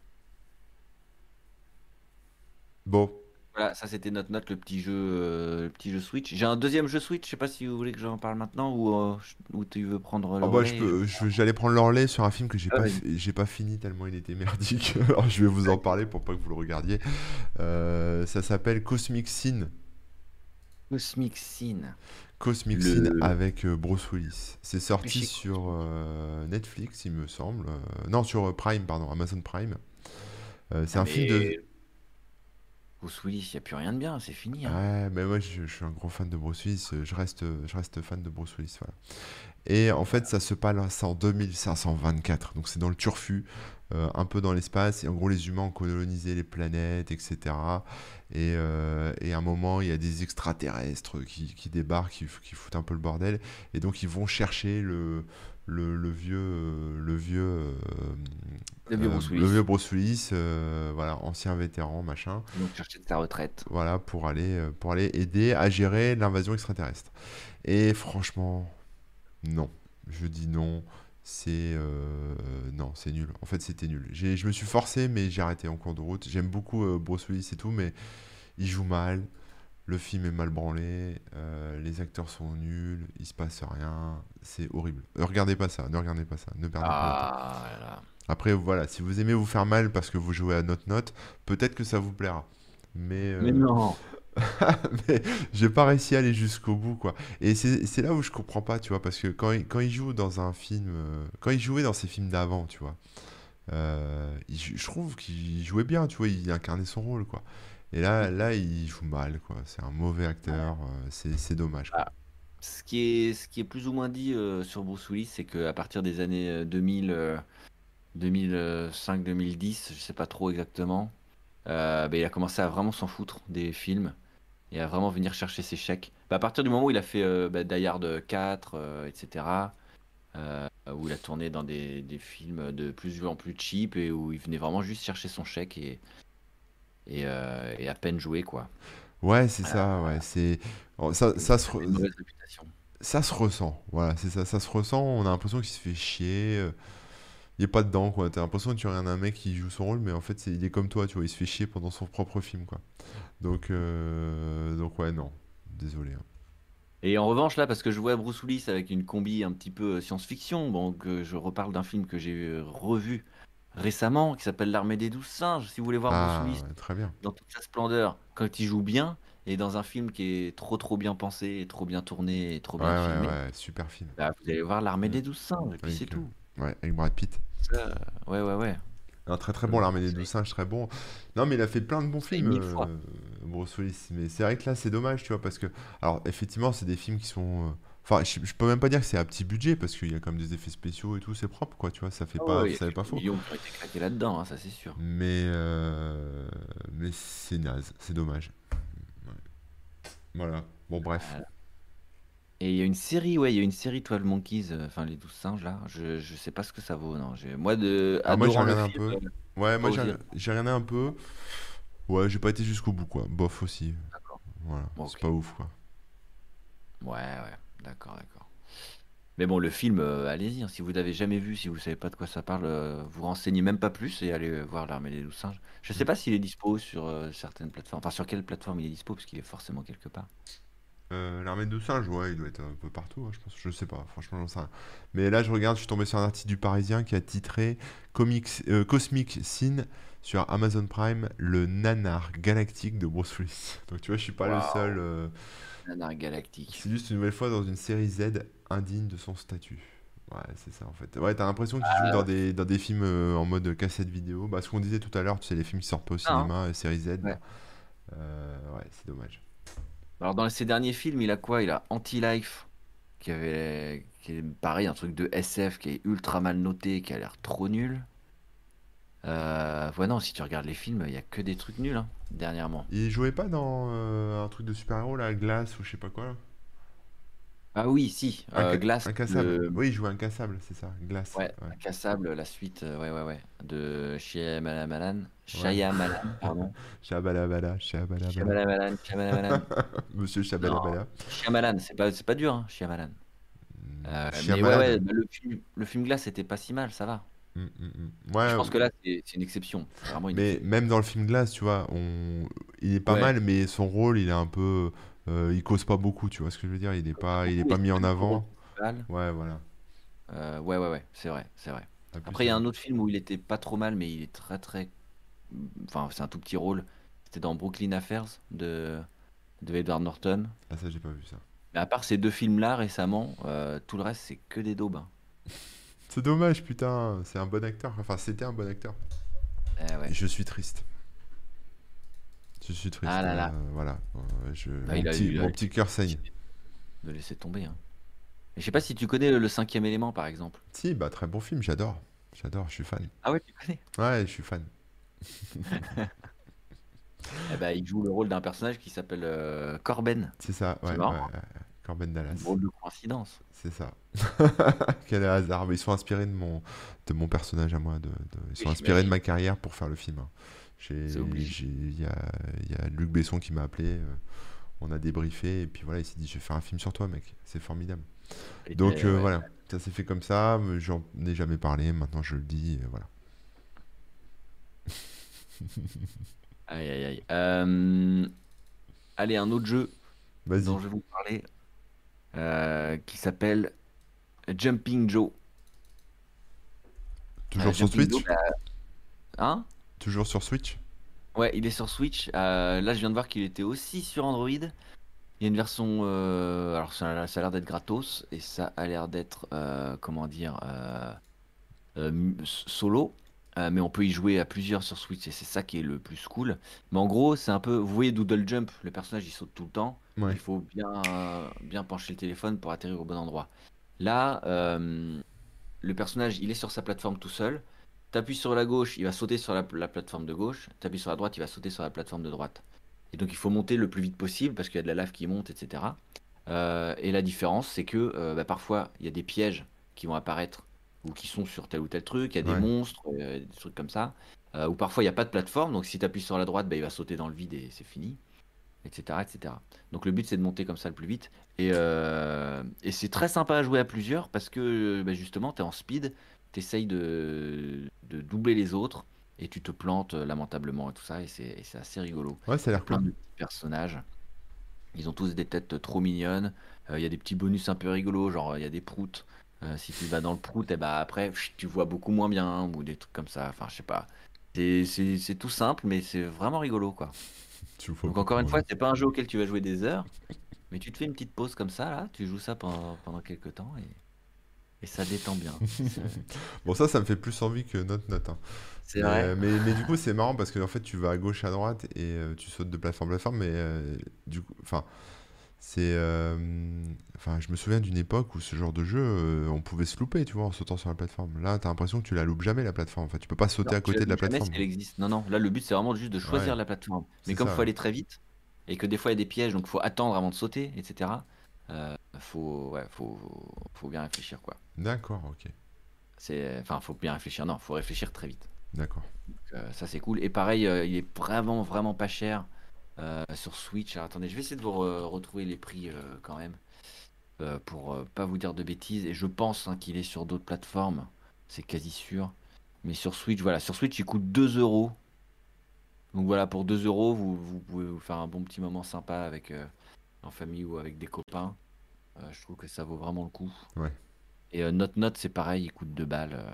[SPEAKER 1] Bon.
[SPEAKER 2] Voilà, ça c'était notre note, le petit jeu, euh, le petit jeu Switch. J'ai un deuxième jeu Switch, je sais pas si vous voulez que j'en parle maintenant ou, euh, je- ou tu veux prendre le
[SPEAKER 1] Ah bah, je
[SPEAKER 2] relais et je...
[SPEAKER 1] peux, je- j'allais prendre le relais sur un film que j'ai
[SPEAKER 2] Ah,
[SPEAKER 1] pas,
[SPEAKER 2] vas-y.
[SPEAKER 1] fi- j'ai pas fini tellement il était merdique. Alors je vais vous en parler pour pas que vous le regardiez. Euh, ça s'appelle Cosmic Sin.
[SPEAKER 2] Cosmic Sin.
[SPEAKER 1] Cosmic Sin
[SPEAKER 2] Le
[SPEAKER 1] avec euh, Bruce Willis. C'est sorti
[SPEAKER 2] péché
[SPEAKER 1] sur
[SPEAKER 2] cosmique.
[SPEAKER 1] euh, Netflix, il me semble. Euh, non, sur euh, Prime, pardon, Amazon Prime. Euh, c'est
[SPEAKER 2] Ah
[SPEAKER 1] un film de.
[SPEAKER 2] mais Bruce Willis, il n'y a plus rien de bien, c'est fini, hein.
[SPEAKER 1] Ouais, mais moi je, je suis un gros fan de Bruce Willis. euh, Je reste, je reste fan de Bruce Willis, voilà. Et en fait, ça se passe en deux mille cinq cent vingt-quatre. Donc c'est dans le turfu, euh, un peu dans l'espace. Et en gros, les humains ont colonisé les planètes, et cetera. Et, euh, et à un moment, il y a des extraterrestres qui, qui débarquent, qui, f- qui foutent un peu le bordel. Et donc, ils vont chercher le, le, le vieux, euh, le vieux, euh,
[SPEAKER 2] Le vieux
[SPEAKER 1] euh,
[SPEAKER 2] Bruce
[SPEAKER 1] le vieux
[SPEAKER 2] Willis.
[SPEAKER 1] Bruce Willis, euh, voilà, ancien vétéran, machin,
[SPEAKER 2] Donc chercher de sa retraite.
[SPEAKER 1] voilà, pour aller, euh, pour aller aider à gérer l'invasion extraterrestre. Et franchement, non. Je dis non. C'est euh, non, c'est nul. En fait, c'était nul. J'ai, je me suis forcé, mais j'ai arrêté en cours de route. J'aime beaucoup euh, Bruce Willis et tout, mais il joue mal. Le film est mal branlé. euh, les acteurs sont nuls. Il se passe rien. C'est horrible. Ne regardez pas ça. Ne regardez pas ça. Ne perdez pas votre temps.
[SPEAKER 2] Ah là là.
[SPEAKER 1] Après, voilà, si vous aimez vous faire mal parce que vous jouez à notre note, peut-être que ça vous plaira. Mais
[SPEAKER 2] Mais
[SPEAKER 1] euh,
[SPEAKER 2] non.
[SPEAKER 1] mais j'ai pas réussi à aller jusqu'au bout, quoi. Et c'est c'est là où je comprends pas, tu vois, parce que quand il, quand il joue dans un film, euh, quand il jouait dans ses films d'avant, tu vois, euh, il jou- je trouve qu'il jouait bien, tu vois, il incarnait son rôle, quoi. Et là, là, il joue mal, quoi. C'est un mauvais acteur, euh, c'est c'est dommage, quoi.
[SPEAKER 2] Ah, ce qui est, ce qui est plus ou moins dit euh, sur Bruce Willis, c'est qu'à partir des années euh, deux mille, euh, deux mille cinq, deux mille dix, je sais pas trop exactement, euh, ben, il a commencé à vraiment s'en foutre des films et à vraiment venir chercher ses chèques. Ben, à partir du moment où il a fait euh, ben, Die Hard quatre, euh, et cetera, euh, où il a tourné dans des, des films de plus en plus cheap et où il venait vraiment juste chercher son chèque et, et, euh, et à peine jouer, quoi.
[SPEAKER 1] Ouais, c'est
[SPEAKER 2] Euh,
[SPEAKER 1] ça, ouais, c'est oh, ça,
[SPEAKER 2] il
[SPEAKER 1] ça se,
[SPEAKER 2] a une
[SPEAKER 1] re-
[SPEAKER 2] mauvaise réputation.
[SPEAKER 1] ça se ressent, voilà, c'est ça, ça se ressent. On a l'impression qu'il se fait chier. euh, Il est pas dedans, quoi. T'as l'impression que tu regardes un mec qui joue son rôle, mais en fait, c'est, il est comme toi, tu vois, il se fait chier pendant son propre film, quoi. Donc, euh, donc ouais, non. Désolé, hein.
[SPEAKER 2] Et en revanche, là, parce que je vois Bruce Willis avec une combi un petit peu euh, science-fiction, bon, que je reparle d'un film que j'ai euh, revu récemment, qui s'appelle L'Armée des Douze Singes. Si vous voulez voir Bruce
[SPEAKER 1] Ah,
[SPEAKER 2] Willis
[SPEAKER 1] ouais, très bien.
[SPEAKER 2] dans toute sa splendeur, quand il joue bien, et dans un film qui est trop trop bien pensé, et trop bien tourné, et trop
[SPEAKER 1] Ouais,
[SPEAKER 2] bien
[SPEAKER 1] ouais,
[SPEAKER 2] filmé,
[SPEAKER 1] ouais, super film.
[SPEAKER 2] bah, vous allez voir L'Armée
[SPEAKER 1] Mm.
[SPEAKER 2] des Douze Singes, et puis c'est
[SPEAKER 1] Avec, euh,
[SPEAKER 2] tout.
[SPEAKER 1] ouais, avec Brad Pitt.
[SPEAKER 2] Ça, euh, ouais, ouais, ouais.
[SPEAKER 1] Un très très
[SPEAKER 2] Je
[SPEAKER 1] bon,
[SPEAKER 2] vous
[SPEAKER 1] L'Armée des Douze
[SPEAKER 2] conseille
[SPEAKER 1] Singes, très bon. Non, mais il a fait plein de bons
[SPEAKER 2] conseille
[SPEAKER 1] films.
[SPEAKER 2] mille fois.
[SPEAKER 1] euh, Bruce Willis. Mais c'est vrai que là, c'est dommage, tu vois, parce que. Alors, effectivement, c'est des films qui sont. euh, Enfin, je, je peux même pas dire que c'est à petit budget, parce qu'il y a comme des effets spéciaux et tout, c'est propre, quoi, tu vois, ça fait
[SPEAKER 2] Ah ouais,
[SPEAKER 1] pas,
[SPEAKER 2] ouais, il y a
[SPEAKER 1] ça fait pas
[SPEAKER 2] quelques
[SPEAKER 1] faux.
[SPEAKER 2] millions qui ont été claqués là-dedans, hein, ça c'est sûr.
[SPEAKER 1] Mais. euh, Mais c'est naze, c'est dommage. Ouais. Voilà. Bon, bref.
[SPEAKER 2] Voilà. Et il y a une série, ouais, il y a une série twelve Monkeys, euh, enfin les douze singes là. Je, je sais pas ce que ça vaut, non. J'ai- Moi, de
[SPEAKER 1] Alors, moi, j'ai
[SPEAKER 2] adorant le
[SPEAKER 1] regardé un
[SPEAKER 2] film,
[SPEAKER 1] peu.
[SPEAKER 2] euh,
[SPEAKER 1] Ouais,
[SPEAKER 2] pas
[SPEAKER 1] moi, j'ai
[SPEAKER 2] osé.
[SPEAKER 1] j'ai regardé un peu. Ouais, j'ai pas été jusqu'au bout, quoi. Bof aussi.
[SPEAKER 2] D'accord.
[SPEAKER 1] Voilà,
[SPEAKER 2] Bon,
[SPEAKER 1] c'est
[SPEAKER 2] ok.
[SPEAKER 1] pas ouf, quoi.
[SPEAKER 2] Ouais, ouais. D'accord, d'accord. Mais bon, le film, euh, allez-y, hein, si vous l'avez jamais vu, si vous savez pas de quoi ça parle, euh, vous renseignez même pas plus et allez euh, voir L'Armée des douze singes. Je sais
[SPEAKER 1] Mm.
[SPEAKER 2] pas s'il est dispo sur euh, certaines plateformes. Enfin, sur quelle plateforme il est dispo, parce qu'il est forcément quelque part.
[SPEAKER 1] Euh, l'armée de singes, ouais, il doit être un peu partout, hein, je pense. Je sais pas, franchement, j'en sais rien. Mais là, je regarde, je suis tombé sur un article du Parisien qui a titré Comics, euh, Cosmic Sin sur Amazon Prime, le nanar galactique de Bruce Willis. Donc, tu vois, je suis pas le seul.
[SPEAKER 2] Waouh,
[SPEAKER 1] euh,
[SPEAKER 2] Nanar Galactique.
[SPEAKER 1] C'est juste une nouvelle fois dans une série Z indigne de son statut. Ouais, c'est ça en fait. Ouais, t'as l'impression qu'il joue dans des, dans des films euh, en mode cassette vidéo. Bah, ce qu'on disait tout à l'heure, tu sais, les films qui sortent pas au
[SPEAKER 2] Ah, hein.
[SPEAKER 1] cinéma, euh, série Z,
[SPEAKER 2] Ouais.
[SPEAKER 1] là. Euh, ouais, c'est dommage.
[SPEAKER 2] Alors, dans ses derniers films, il a quoi? Il a Anti-Life, qui avait, qui est pareil, un truc de S F qui est ultra mal noté, qui a l'air trop nul. Euh, ouais, non, si tu regardes les films, il y a que des trucs nuls, hein, dernièrement.
[SPEAKER 1] Il jouait pas dans euh, un truc de super-héros, là, Glace ou je sais pas quoi, là.
[SPEAKER 2] Ah oui, si, euh,
[SPEAKER 1] Inca-
[SPEAKER 2] Glass,
[SPEAKER 1] Incassable.
[SPEAKER 2] le,
[SPEAKER 1] Oui, il jouait Incassable, c'est ça. Glace.
[SPEAKER 2] ouais,
[SPEAKER 1] Ouais.
[SPEAKER 2] Incassable, la suite, euh, ouais, ouais, ouais, de Shyamalan,
[SPEAKER 1] Ouais.
[SPEAKER 2] Shyamalan, pardon.
[SPEAKER 1] Shabalabala, shabalabala.
[SPEAKER 2] Shyamalan, Shyamalan.
[SPEAKER 1] Monsieur
[SPEAKER 2] Non,
[SPEAKER 1] Shabalabala.
[SPEAKER 2] Shyamalan, c'est pas, c'est pas dur, hein, Shyamalan.
[SPEAKER 1] Hmm,
[SPEAKER 2] Euh,
[SPEAKER 1] Chien
[SPEAKER 2] mais ouais, ouais,
[SPEAKER 1] malade.
[SPEAKER 2] bah, le film, le film Glass, c'était pas si mal, ça va.
[SPEAKER 1] Hmm, hmm, hmm.
[SPEAKER 2] Je
[SPEAKER 1] Ouais,
[SPEAKER 2] pense que là, c'est c'est une exception, c'est vraiment une
[SPEAKER 1] mais
[SPEAKER 2] exception.
[SPEAKER 1] même dans le film Glace, tu vois, on... il est pas
[SPEAKER 2] Ouais,
[SPEAKER 1] mal, mais son rôle, il est un peu. Euh, il cause pas beaucoup, tu vois ce que je veux dire? Il est
[SPEAKER 2] pas
[SPEAKER 1] pas, il est
[SPEAKER 2] beaucoup, mais
[SPEAKER 1] pas mis
[SPEAKER 2] c'est pas
[SPEAKER 1] en
[SPEAKER 2] du tout le rôle
[SPEAKER 1] avant.
[SPEAKER 2] principal.
[SPEAKER 1] Ouais, voilà.
[SPEAKER 2] Euh, ouais, ouais, ouais, c'est vrai, c'est vrai.
[SPEAKER 1] Pas plus
[SPEAKER 2] Après, il y a
[SPEAKER 1] ça.
[SPEAKER 2] un autre film où il était pas trop mal, mais il est très, très. Enfin, c'est un tout petit rôle. C'était dans Brooklyn Affairs de, de Edward Norton.
[SPEAKER 1] Ah, ça, j'ai pas vu ça.
[SPEAKER 2] Mais à part ces deux films-là récemment, euh, tout le reste, c'est que des daubes, hein.
[SPEAKER 1] C'est dommage, putain. C'est un bon acteur. Enfin, c'était un bon acteur.
[SPEAKER 2] Eh ouais.
[SPEAKER 1] Je suis triste. Je suis
[SPEAKER 2] Ah
[SPEAKER 1] triste.
[SPEAKER 2] là
[SPEAKER 1] euh,
[SPEAKER 2] là.
[SPEAKER 1] voilà. Euh, je...
[SPEAKER 2] Bah,
[SPEAKER 1] Mon
[SPEAKER 2] il a,
[SPEAKER 1] petit,
[SPEAKER 2] il a
[SPEAKER 1] mon petit cœur saigne.
[SPEAKER 2] décidé de laisser tomber, hein. Et je sais pas si tu connais le, le cinquième élément, par exemple.
[SPEAKER 1] Si, bah, très bon film, j'adore. J'adore, je suis fan.
[SPEAKER 2] Ah ouais, tu connais?
[SPEAKER 1] Ouais, je suis fan.
[SPEAKER 2] Eh ben, il joue le rôle d'un personnage qui s'appelle euh, Corben.
[SPEAKER 1] C'est ça, ouais,
[SPEAKER 2] C'est
[SPEAKER 1] ouais,
[SPEAKER 2] marrant,
[SPEAKER 1] ouais.
[SPEAKER 2] hein.
[SPEAKER 1] Corben Dallas.
[SPEAKER 2] Drôle de coïncidence.
[SPEAKER 1] C'est ça. Quel hasard. Mais ils sont inspirés de mon, de mon personnage à moi. De, de- Ils
[SPEAKER 2] Oui,
[SPEAKER 1] sont inspirés de
[SPEAKER 2] j'imagine.
[SPEAKER 1] ma carrière pour faire le film, hein.
[SPEAKER 2] C'est
[SPEAKER 1] J'ai,
[SPEAKER 2] obligé.
[SPEAKER 1] j'ai- Il y a, il y a Luc Besson qui m'a appelé. euh, on a débriefé. Et puis voilà, il s'est dit, je vais faire un film sur toi, mec. C'est formidable.
[SPEAKER 2] Et,
[SPEAKER 1] Donc
[SPEAKER 2] euh,
[SPEAKER 1] euh,
[SPEAKER 2] ouais.
[SPEAKER 1] voilà, ça s'est fait comme ça. mais J'en ai jamais parlé. Maintenant, je le dis. Et voilà.
[SPEAKER 2] Aïe, aïe, aïe. Euh, allez, un autre jeu
[SPEAKER 1] Vas-y.
[SPEAKER 2] dont je vais vous parler euh, qui s'appelle Jumping Joe. Euh,
[SPEAKER 1] Toujours sur
[SPEAKER 2] Jumping Joe,
[SPEAKER 1] Switch?
[SPEAKER 2] bah, hein?
[SPEAKER 1] Toujours sur Switch?
[SPEAKER 2] Ouais, il est sur Switch. Euh, là, je viens de voir qu'il était aussi sur Android. Il y a une version. Euh, alors, ça, a ça a l'air d'être gratos et ça a l'air d'être, euh, comment dire, euh, euh, m- solo. Euh, mais on peut y jouer à plusieurs sur Switch et c'est ça qui est le plus cool. Mais en gros, c'est un peu. Vous voyez Doodle Jump, le personnage il saute tout le temps. Il
[SPEAKER 1] Ouais.
[SPEAKER 2] faut bien, bien pencher le téléphone pour atterrir au bon endroit. Là, euh, le personnage, il est sur sa plateforme tout seul. T'appuies sur la gauche, il va sauter sur la, la plateforme de gauche. T'appuies sur la droite, il va sauter sur la plateforme de droite. Et donc il faut monter le plus vite possible parce qu'il y a de la lave qui monte, et cetera. Euh, et la différence, c'est que euh, bah, parfois, il y a des pièges qui vont apparaître ou qui sont sur tel ou tel truc. Il y a des
[SPEAKER 1] Ouais.
[SPEAKER 2] monstres, euh, des trucs comme ça. Euh, ou parfois, il n'y a pas de plateforme. Donc si tu appuies sur la droite, bah, il va sauter dans le vide et c'est fini, et cetera, et cetera. Donc le but, c'est de monter comme ça le plus vite. Et, euh, et c'est très sympa à jouer à plusieurs parce que bah, justement, tu es en speed, tu essayes de, de doubler les autres et tu te plantes euh, lamentablement et tout ça. Et c'est et c'est assez rigolo.
[SPEAKER 1] Ouais, ça a
[SPEAKER 2] Il y a
[SPEAKER 1] l'air
[SPEAKER 2] plein
[SPEAKER 1] cool.
[SPEAKER 2] de petits personnages. Ils ont tous des têtes trop mignonnes. Euh, Il y a des petits bonus un peu rigolos, genre il y a des proutes. Euh, si tu vas dans le prout, et bah après, pff, tu vois beaucoup moins bien, ou des trucs comme ça. Enfin, je sais pas. C'est c'est- c'est tout simple, mais c'est vraiment rigolo, quoi.
[SPEAKER 1] Tu vois
[SPEAKER 2] Donc
[SPEAKER 1] beaucoup
[SPEAKER 2] encore une
[SPEAKER 1] moins
[SPEAKER 2] fois,
[SPEAKER 1] bien.
[SPEAKER 2] c'est pas un jeu auquel tu vas jouer des heures, mais tu te fais une petite pause comme ça, là, tu joues ça pendant, pendant quelques temps, et, et ça détend bien. C'est
[SPEAKER 1] Bon, ça, ça me fait plus envie que notre note, hein.
[SPEAKER 2] c'est
[SPEAKER 1] Mais,
[SPEAKER 2] vrai?
[SPEAKER 1] euh, mais, mais du coup, c'est marrant parce que en fait, tu vas à gauche, à droite et euh, tu sautes de plateforme en plateforme. Mais euh, du coup, enfin, c'est, euh, enfin, je me souviens d'une époque où ce genre de jeu, euh, on pouvait se louper, tu vois, en sautant sur la plateforme. Là, t'as l'impression que tu la loupes jamais, la plateforme. Enfin, tu peux pas
[SPEAKER 2] Non,
[SPEAKER 1] sauter à
[SPEAKER 2] tu la
[SPEAKER 1] côté de la
[SPEAKER 2] loues jamais si
[SPEAKER 1] plateforme.
[SPEAKER 2] elle existe. Non, non, là, le but, c'est vraiment juste de choisir
[SPEAKER 1] Ouais,
[SPEAKER 2] la plateforme. Mais
[SPEAKER 1] c'est
[SPEAKER 2] comme il
[SPEAKER 1] ça,
[SPEAKER 2] faut
[SPEAKER 1] ouais.
[SPEAKER 2] aller très vite, et que des fois, il y a des pièges, donc il faut attendre avant de sauter, et cetera, euh, faut, ouais, faut, faut bien réfléchir, quoi.
[SPEAKER 1] D'accord, ok.
[SPEAKER 2] C'est, enfin, faut bien réfléchir. Non, faut réfléchir très vite.
[SPEAKER 1] D'accord.
[SPEAKER 2] Donc, euh, ça, c'est cool. Et pareil, euh, il est vraiment, vraiment pas cher euh, sur Switch. Alors, attendez, je vais essayer de vous re- retrouver les prix euh, quand même, euh, pour euh, pas vous dire de bêtises. Et je pense hein, qu'il est sur d'autres plateformes. C'est quasi sûr. Mais sur Switch, voilà, sur Switch, il coûte deux euros. Donc voilà, pour deux euros, vous, vous pouvez vous faire un bon petit moment sympa avec euh, en famille ou avec des copains. Euh, je trouve que ça vaut vraiment le coup.
[SPEAKER 1] Ouais.
[SPEAKER 2] Et euh, Note Note, c'est pareil, il coûte deux balles. euh.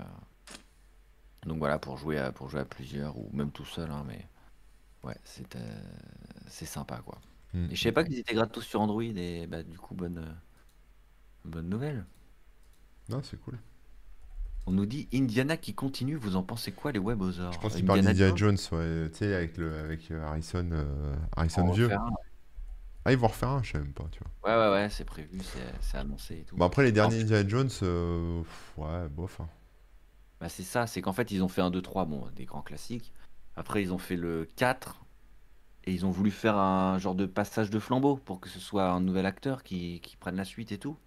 [SPEAKER 2] Donc voilà, pour jouer à, pour jouer à plusieurs ou même tout seul, hein, mais ouais, c'est euh, c'est sympa quoi.
[SPEAKER 1] Mm,
[SPEAKER 2] Et je savais
[SPEAKER 1] mm.
[SPEAKER 2] pas qu'ils étaient gratos sur Android et bah du coup, bonne, euh, bonne nouvelle.
[SPEAKER 1] Non, c'est cool.
[SPEAKER 2] On nous dit Indiana qui continue, vous en pensez quoi les
[SPEAKER 1] Je
[SPEAKER 2] webosors?
[SPEAKER 1] pense qu'il parle
[SPEAKER 2] Indiana
[SPEAKER 1] d'Indiana
[SPEAKER 2] Jones?
[SPEAKER 1] Jones, ouais, tu sais, avec, le, avec euh, Harrison, euh, Harrison
[SPEAKER 2] On
[SPEAKER 1] vieux.
[SPEAKER 2] refaire un?
[SPEAKER 1] Ah, ils vont refaire un, je sais même pas, tu vois.
[SPEAKER 2] Ouais, ouais, ouais, c'est prévu, c'est c'est annoncé et tout.
[SPEAKER 1] Bon, après, les
[SPEAKER 2] En
[SPEAKER 1] derniers
[SPEAKER 2] fait,
[SPEAKER 1] Indiana Jones, euh, pff, ouais, bof, hein.
[SPEAKER 2] bah, c'est ça, c'est qu'en fait, ils ont fait un deux trois bon, des grands classiques. Après, ils ont fait le quatre et ils ont voulu faire un genre de passage de flambeau pour que ce soit un nouvel acteur qui, qui prenne la suite et tout.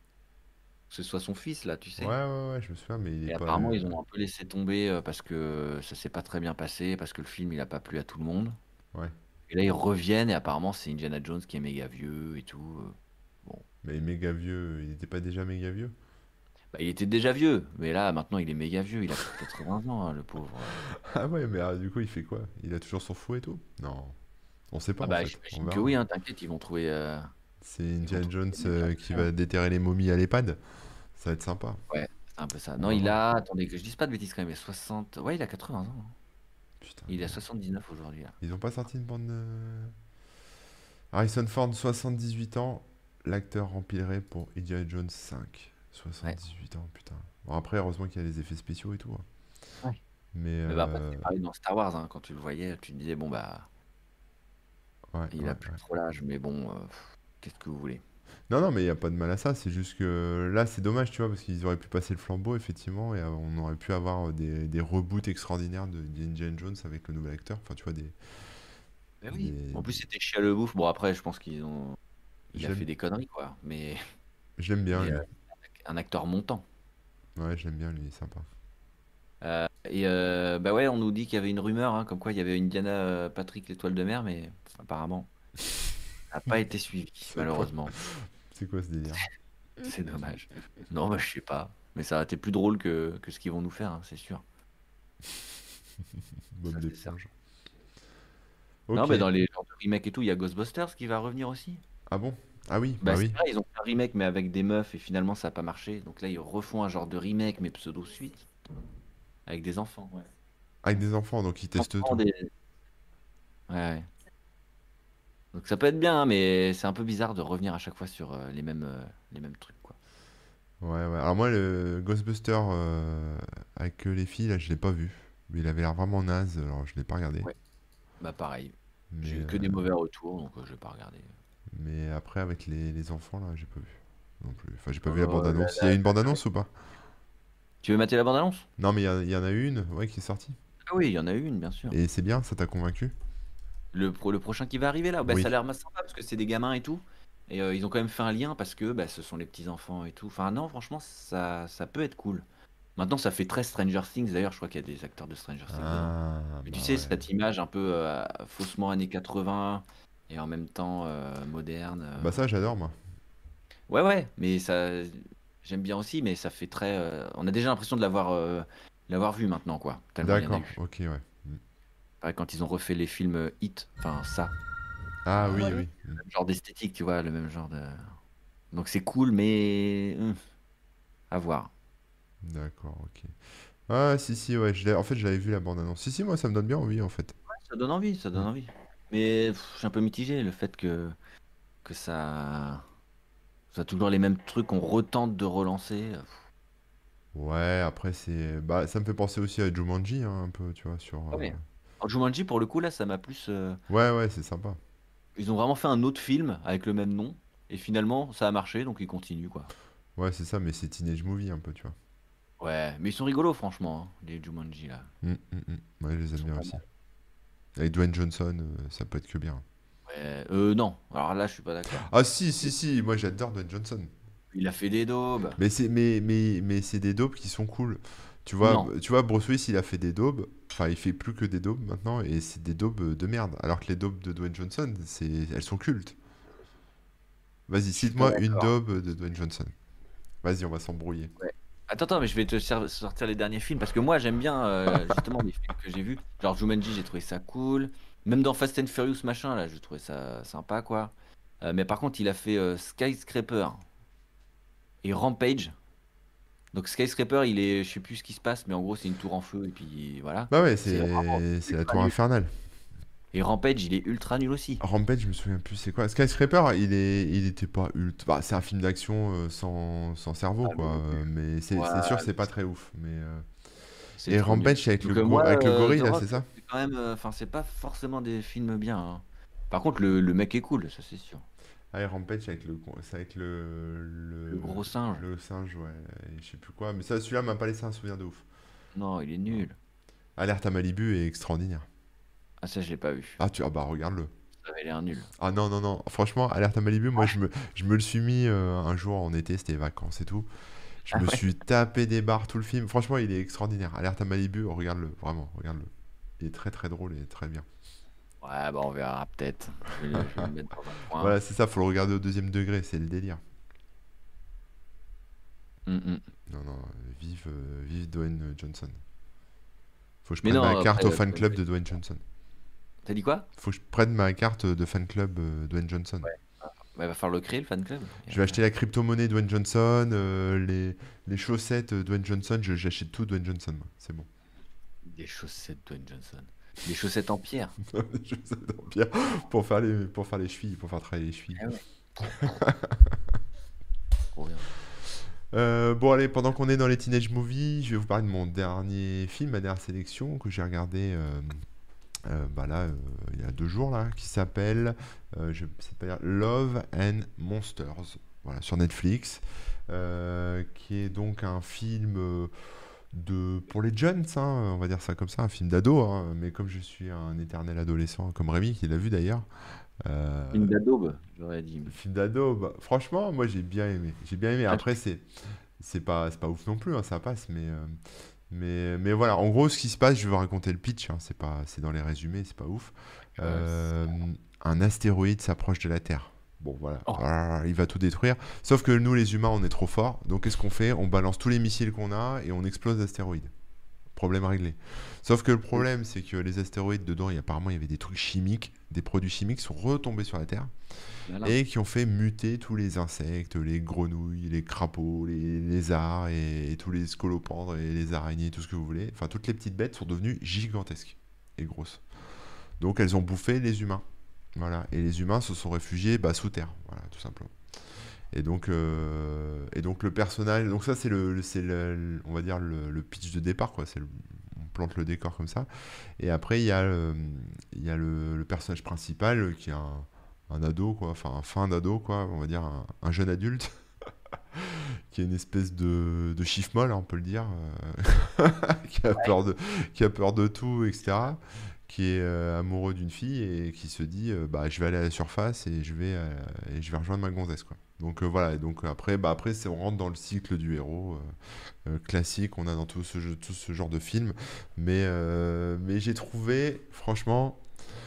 [SPEAKER 2] Que ce soit son fils, là, tu
[SPEAKER 1] Ouais,
[SPEAKER 2] sais.
[SPEAKER 1] ouais, ouais, je me souviens, mais il est
[SPEAKER 2] Et
[SPEAKER 1] pas.
[SPEAKER 2] apparemment,
[SPEAKER 1] euh,
[SPEAKER 2] ils ont un peu laissé tomber euh, parce que ça s'est pas très bien passé, parce que le film, il a pas plu à tout le monde.
[SPEAKER 1] Ouais.
[SPEAKER 2] Et là, ils reviennent et apparemment, c'est Indiana Jones qui est méga vieux et tout. euh. Bon,
[SPEAKER 1] Mais méga vieux, il était pas déjà méga vieux?
[SPEAKER 2] bah, il était déjà vieux, mais là, maintenant, il est méga vieux. Il a plus de quatre-vingts ans, hein, le pauvre. euh.
[SPEAKER 1] Ah ouais, mais ah, du coup, il fait quoi? Il a toujours son fou et tout? Non. On sait pas
[SPEAKER 2] Ah
[SPEAKER 1] en
[SPEAKER 2] bah,
[SPEAKER 1] fait, on
[SPEAKER 2] j'imagine que
[SPEAKER 1] verra.
[SPEAKER 2] oui, hein, t'inquiète, ils vont trouver, euh,
[SPEAKER 1] C'est
[SPEAKER 2] ils vont
[SPEAKER 1] Indiana
[SPEAKER 2] trouver
[SPEAKER 1] Jones
[SPEAKER 2] des
[SPEAKER 1] euh, qui
[SPEAKER 2] solutions.
[SPEAKER 1] va déterrer les momies à l'EHPAD. Ça va être sympa.
[SPEAKER 2] Ouais, c'est un peu ça.
[SPEAKER 1] On
[SPEAKER 2] Non,
[SPEAKER 1] va
[SPEAKER 2] il
[SPEAKER 1] voir.
[SPEAKER 2] a, attendez, que je dise pas de bêtises quand même, il a soixante, ouais, il a quatre-vingts ans, hein.
[SPEAKER 1] Putain,
[SPEAKER 2] Il a
[SPEAKER 1] merde.
[SPEAKER 2] soixante-dix-neuf aujourd'hui, là.
[SPEAKER 1] Ils ont pas sorti une bande de... Harrison Ford, soixante-dix-huit ans. L'acteur remplirait pour Indiana Jones cinq.
[SPEAKER 2] Ouais.
[SPEAKER 1] soixante-dix-huit ans, putain. Bon, après, heureusement qu'il y a les effets spéciaux et tout, hein.
[SPEAKER 2] Ouais.
[SPEAKER 1] Mais
[SPEAKER 2] Mais bah, après,
[SPEAKER 1] euh,
[SPEAKER 2] c'était pareil dans Star Wars, hein, quand tu le voyais, tu te disais, bon, bah,
[SPEAKER 1] ouais,
[SPEAKER 2] il
[SPEAKER 1] ouais,
[SPEAKER 2] a plus
[SPEAKER 1] ouais.
[SPEAKER 2] trop l'âge, mais bon, euh, pff, qu'est-ce que vous voulez?
[SPEAKER 1] Non, non, mais il n'y a pas de mal à ça. C'est juste que là, c'est dommage, tu vois, parce qu'ils auraient pu passer le flambeau, effectivement, et euh, on aurait pu avoir des, des reboots extraordinaires de d'Indiana Jones avec le nouvel acteur. Enfin, tu vois, des,
[SPEAKER 2] Ben oui.
[SPEAKER 1] des,
[SPEAKER 2] En plus,
[SPEAKER 1] des-
[SPEAKER 2] c'était Shia LaBeouf. Bon, après, je pense qu'ils ont, il
[SPEAKER 1] Je
[SPEAKER 2] a fait
[SPEAKER 1] l'aime,
[SPEAKER 2] des conneries, quoi. Mais,
[SPEAKER 1] je l'aime bien,
[SPEAKER 2] mais
[SPEAKER 1] lui.
[SPEAKER 2] euh, un acteur montant.
[SPEAKER 1] Ouais, je l'aime bien, lui, il est sympa.
[SPEAKER 2] Euh, et euh, bah ouais, on nous dit qu'il y avait une rumeur, hein, comme quoi il y avait Indiana euh, Patrick l'étoile de mer, mais apparemment, ça n'a pas été suivi,
[SPEAKER 1] C'est quoi?
[SPEAKER 2] malheureusement.
[SPEAKER 1] C'est quoi ce délire?
[SPEAKER 2] C'est dommage. Non, bah je sais pas. Mais ça a été plus drôle que, que ce qu'ils vont nous faire, hein, c'est sûr.
[SPEAKER 1] Bob
[SPEAKER 2] Ça, c'est certain.
[SPEAKER 1] l'éponge.
[SPEAKER 2] Non,
[SPEAKER 1] Ok.
[SPEAKER 2] mais dans les genres de remake et tout, il y a Ghostbusters qui va revenir aussi.
[SPEAKER 1] Ah bon? Ah oui, bah
[SPEAKER 2] Bah c'est
[SPEAKER 1] oui.
[SPEAKER 2] vrai, ils ont fait un remake mais avec des meufs et finalement ça n'a pas marché. Donc là, ils refont un genre de remake mais pseudo-suite avec des enfants. Ouais.
[SPEAKER 1] Avec des enfants, donc ils testent
[SPEAKER 2] Enfants,
[SPEAKER 1] tout.
[SPEAKER 2] des... Ouais, ouais. Donc ça peut être bien, hein, mais c'est un peu bizarre de revenir à chaque fois sur euh, les mêmes, euh, les mêmes trucs, quoi.
[SPEAKER 1] Ouais, ouais. Alors moi, le Ghostbuster euh, avec euh, les filles, là, je l'ai pas vu. Mais il avait l'air vraiment naze, alors je l'ai pas regardé.
[SPEAKER 2] Ouais. Bah pareil.
[SPEAKER 1] Mais,
[SPEAKER 2] J'ai eu que
[SPEAKER 1] euh,
[SPEAKER 2] des mauvais retours, donc euh, je vais pas regarder.
[SPEAKER 1] mais après, avec les, les enfants, là, j'ai pas vu. Non plus. Enfin, j'ai pas vu la
[SPEAKER 2] Euh, là,
[SPEAKER 1] bande-annonce. Il y a
[SPEAKER 2] là,
[SPEAKER 1] une bande-annonce ou pas?
[SPEAKER 2] tu veux mater la bande-annonce?
[SPEAKER 1] Non, mais il y, a- il y en a une, ouais, qui est sortie.
[SPEAKER 2] Ah oui, il y en a eu une, bien sûr.
[SPEAKER 1] Et c'est bien, ça t'a convaincu?
[SPEAKER 2] Le, pro- le prochain qui va arriver là, bah, ça a
[SPEAKER 1] Oui.
[SPEAKER 2] l'air sympa parce que c'est des gamins et tout. Et euh, ils ont quand même fait un lien parce que bah, ce sont les petits-enfants et tout. Enfin, non, franchement, ça, ça peut être cool. Maintenant, ça fait très Stranger Things. D'ailleurs, je crois qu'il y a des acteurs de Stranger Things dedans.
[SPEAKER 1] Ah,
[SPEAKER 2] Mais tu
[SPEAKER 1] bah
[SPEAKER 2] sais,
[SPEAKER 1] ouais.
[SPEAKER 2] cette image un peu euh, faussement années quatre-vingts et en même temps euh, moderne.
[SPEAKER 1] Bah
[SPEAKER 2] euh.
[SPEAKER 1] ça, j'adore, moi.
[SPEAKER 2] Ouais, ouais, mais ça, j'aime bien aussi, mais ça fait très. euh, On a déjà l'impression de l'avoir euh, l'avoir vu maintenant, quoi. Tellement il y en a
[SPEAKER 1] D'accord,
[SPEAKER 2] eu.
[SPEAKER 1] ok, ouais. Mm.
[SPEAKER 2] Pareil, quand ils ont refait les films euh, Hit, enfin ça.
[SPEAKER 1] Ah oui,
[SPEAKER 2] Euh,
[SPEAKER 1] oui. Mm.
[SPEAKER 2] Même genre d'esthétique, tu vois, le même genre de. Donc c'est cool, mais hum, à voir.
[SPEAKER 1] D'accord, ok. Ah, si, si, ouais. je l'ai- En fait, j'avais vu la bande-annonce. Si, si, moi, ça me donne bien envie, en fait.
[SPEAKER 2] Ça donne envie, ça donne
[SPEAKER 1] Mm.
[SPEAKER 2] envie. Mais pff, je suis un peu mitigé, le fait que, que ça. Ça toujours les mêmes trucs qu'on retente de relancer. euh, pff.
[SPEAKER 1] Ouais, après, c'est. Bah, ça me fait penser aussi à Jumanji, hein, un peu, tu vois, sur.
[SPEAKER 2] Ah
[SPEAKER 1] euh,
[SPEAKER 2] ouais. Alors, Jumanji, pour le coup, là, ça m'a plus. euh,
[SPEAKER 1] Ouais, ouais, c'est sympa.
[SPEAKER 2] Ils ont vraiment fait un autre film avec le même nom. Et finalement, ça a marché, donc ils continuent, quoi.
[SPEAKER 1] Ouais, c'est ça, mais c'est Teenage Movie, un peu, tu vois.
[SPEAKER 2] Ouais, mais ils sont rigolos, franchement, hein, les Jumanji, là.
[SPEAKER 1] Mm, mm, mm. Ouais, je les
[SPEAKER 2] Ils
[SPEAKER 1] aime
[SPEAKER 2] sont
[SPEAKER 1] bien
[SPEAKER 2] pas
[SPEAKER 1] aussi.
[SPEAKER 2] mal.
[SPEAKER 1] Avec Dwayne Johnson, euh, ça peut être que bien.
[SPEAKER 2] Ouais, euh, non. Alors là, je suis pas d'accord.
[SPEAKER 1] Ah, si, si, si, moi j'adore Dwayne Johnson.
[SPEAKER 2] Il a fait des daubes.
[SPEAKER 1] Mais c'est mais, mais, mais c'est des daubes qui sont cool. Tu vois,
[SPEAKER 2] Non.
[SPEAKER 1] tu vois, Bruce Willis, il a fait des daubes. Enfin, il fait plus que des daubes maintenant, et c'est des daubes de merde. Alors que les daubes de Dwayne Johnson, c'est, elles sont cultes. Vas-y,
[SPEAKER 2] Je suis pas
[SPEAKER 1] cite-moi une
[SPEAKER 2] d'accord.
[SPEAKER 1] daube de Dwayne Johnson. Vas-y, on va s'embrouiller.
[SPEAKER 2] Ouais. Attends, attends, mais je vais te ser- sortir les derniers films parce que moi j'aime bien euh, justement les films que j'ai vus. Genre Jumanji, j'ai trouvé ça cool. Même dans Fast and Furious machin là, je trouvais ça sympa quoi. Euh, mais par contre, il a fait euh, Skyscraper et Rampage. Donc Skyscraper, il est, je sais plus ce qui se passe, mais en gros c'est une tour en feu et puis voilà.
[SPEAKER 1] Bah ouais,
[SPEAKER 2] C'est vraiment
[SPEAKER 1] c'est c'est la
[SPEAKER 2] ultra
[SPEAKER 1] tour
[SPEAKER 2] nul.
[SPEAKER 1] infernale.
[SPEAKER 2] Et Rampage, il est ultra nul aussi.
[SPEAKER 1] Rampage, je me souviens plus, c'est quoi? Skyscraper, il est, il était pas ultra. Bah, c'est un film d'action euh, sans, sans cerveau,
[SPEAKER 2] Ah,
[SPEAKER 1] quoi.
[SPEAKER 2] lui non
[SPEAKER 1] euh,
[SPEAKER 2] plus.
[SPEAKER 1] Mais c'est
[SPEAKER 2] Ouais,
[SPEAKER 1] c'est sûr, c'est
[SPEAKER 2] lui,
[SPEAKER 1] pas très ouf. Mais euh,
[SPEAKER 2] c'est
[SPEAKER 1] et
[SPEAKER 2] trop nul.
[SPEAKER 1] Rampage, c'est avec le
[SPEAKER 2] Donc euh,
[SPEAKER 1] go...
[SPEAKER 2] moi,
[SPEAKER 1] avec le
[SPEAKER 2] euh,
[SPEAKER 1] gorille,
[SPEAKER 2] The
[SPEAKER 1] là,
[SPEAKER 2] Rock,
[SPEAKER 1] c'est ça?
[SPEAKER 2] c'est quand même, euh, enfin c'est pas forcément des films bien, hein. Par contre, le, le mec est cool, ça c'est sûr.
[SPEAKER 1] Ah, et Rampage avec le, c'est avec le,
[SPEAKER 2] Le
[SPEAKER 1] le,
[SPEAKER 2] gros singe.
[SPEAKER 1] le singe, ouais, et je sais plus quoi. Mais ça, celui-là m'a pas laissé un souvenir de ouf.
[SPEAKER 2] Non, il est
[SPEAKER 1] Non.
[SPEAKER 2] nul.
[SPEAKER 1] Alerte à Malibu est extraordinaire.
[SPEAKER 2] Ah, ça, je l'ai pas vu.
[SPEAKER 1] Ah, tu, ah bah regarde-le.
[SPEAKER 2] Ça avait l'air nul.
[SPEAKER 1] Ah non, non, non. Franchement, Alerte à Malibu, moi, je me, je me le suis mis euh, un jour en été, c'était les vacances et tout. Je
[SPEAKER 2] Ah
[SPEAKER 1] me
[SPEAKER 2] ouais?
[SPEAKER 1] suis tapé des barres tout le film. Franchement, il est extraordinaire. Alerte à Malibu, regarde-le, vraiment, regarde-le. Il est très très drôle et très bien.
[SPEAKER 2] Ouais, bah on verra peut-être. Je vais, je vais me mettre dans un coin.
[SPEAKER 1] Voilà, c'est ça, faut le regarder au deuxième degré, c'est le délire.
[SPEAKER 2] Hum, hum.
[SPEAKER 1] Non, non, euh, vive, euh, vive Dwayne Johnson. Faut que je
[SPEAKER 2] Mais
[SPEAKER 1] prenne ma
[SPEAKER 2] non,
[SPEAKER 1] carte
[SPEAKER 2] après,
[SPEAKER 1] au
[SPEAKER 2] euh,
[SPEAKER 1] fan club de Dwayne Johnson.
[SPEAKER 2] t'as dit quoi?
[SPEAKER 1] Faut que je prenne ma carte de fan club euh, Dwayne Johnson.
[SPEAKER 2] Ouais. Bah, il va falloir le créer, le fan club. Et
[SPEAKER 1] Je vais
[SPEAKER 2] après.
[SPEAKER 1] acheter la crypto-monnaie Dwayne Johnson, euh, les, les chaussettes euh, Dwayne Johnson, je- j'achète tout Dwayne Johnson, moi. C'est bon.
[SPEAKER 2] Des chaussettes Dwayne Johnson. Des chaussettes en pierre.
[SPEAKER 1] Des chaussettes en pierre pour faire les, pour faire les chevilles, pour faire travailler les chevilles.
[SPEAKER 2] Ah ouais. Trop bien.
[SPEAKER 1] Euh, bon, allez, pendant qu'on est dans les teenage movies, je vais vous parler de mon dernier film, ma dernière sélection que j'ai regardé euh, euh, bah là, euh, il y a deux jours, là, qui s'appelle euh, je sais pas dire, Love and Monsters, voilà, sur Netflix, euh, qui est donc un film euh, de, pour les jeunes, hein, on va dire ça comme ça, un film d'ado, hein, mais comme je suis un éternel adolescent, comme Rémi qui l'a vu d'ailleurs, euh,
[SPEAKER 2] Une dadaube, j'aurais dit.
[SPEAKER 1] le film d'ado, bah, franchement, moi j'ai bien aimé. J'ai bien aimé.
[SPEAKER 2] Ah,
[SPEAKER 1] Après, c'est c'est pas, c'est pas ouf non plus, hein, ça passe, mais, euh, mais, mais voilà, en gros, ce qui se passe, je vais vous raconter le pitch, hein, c'est pas, c'est dans les résumés, c'est pas ouf.
[SPEAKER 2] euh,
[SPEAKER 1] Euh, un astéroïde s'approche de la Terre. Bon, voilà,
[SPEAKER 2] oh,
[SPEAKER 1] ah, il va tout détruire. Sauf que nous, les humains, on est trop forts. Donc, qu'est-ce qu'on fait? On balance tous les missiles qu'on a et on explose l'astéroïde. Problème réglé. Sauf que le problème, c'est que les astéroïdes, dedans, il y a- apparemment, il y avait des trucs chimiques, des produits chimiques sont retombés sur la Terre
[SPEAKER 2] malin.
[SPEAKER 1] et qui ont fait muter tous les insectes, les grenouilles, les crapauds, les lézards et, et tous les scolopendres et les araignées, tout ce que vous voulez. Enfin, toutes les petites bêtes sont devenues gigantesques et grosses. Donc, elles ont bouffé les humains. Voilà. Et les humains se sont réfugiés bah, sous terre. Voilà, tout simplement. Et donc, euh, et donc le personnage, donc ça c'est le, c'est le- on va dire le, le pitch de départ quoi. C'est le- on plante le décor comme ça. Et après il y a, le, il y a le, le personnage principal euh, qui est un, un ado quoi, enfin un fin d'ado quoi, on va dire un, un jeune adulte qui est une espèce de, de chiffre molle, hein, on peut le dire, euh, qui a peur de, qui a peur de tout, et cetera. Qui est euh, amoureux d'une fille et qui se dit euh, bah je vais aller à la surface et je vais euh, et je vais rejoindre ma gonzesse quoi. Donc euh, voilà, et donc après bah après c'est on rentre dans le cycle du héros euh, euh, classique, on a dans tout ce jeu- tout ce genre de film, mais euh, mais j'ai trouvé franchement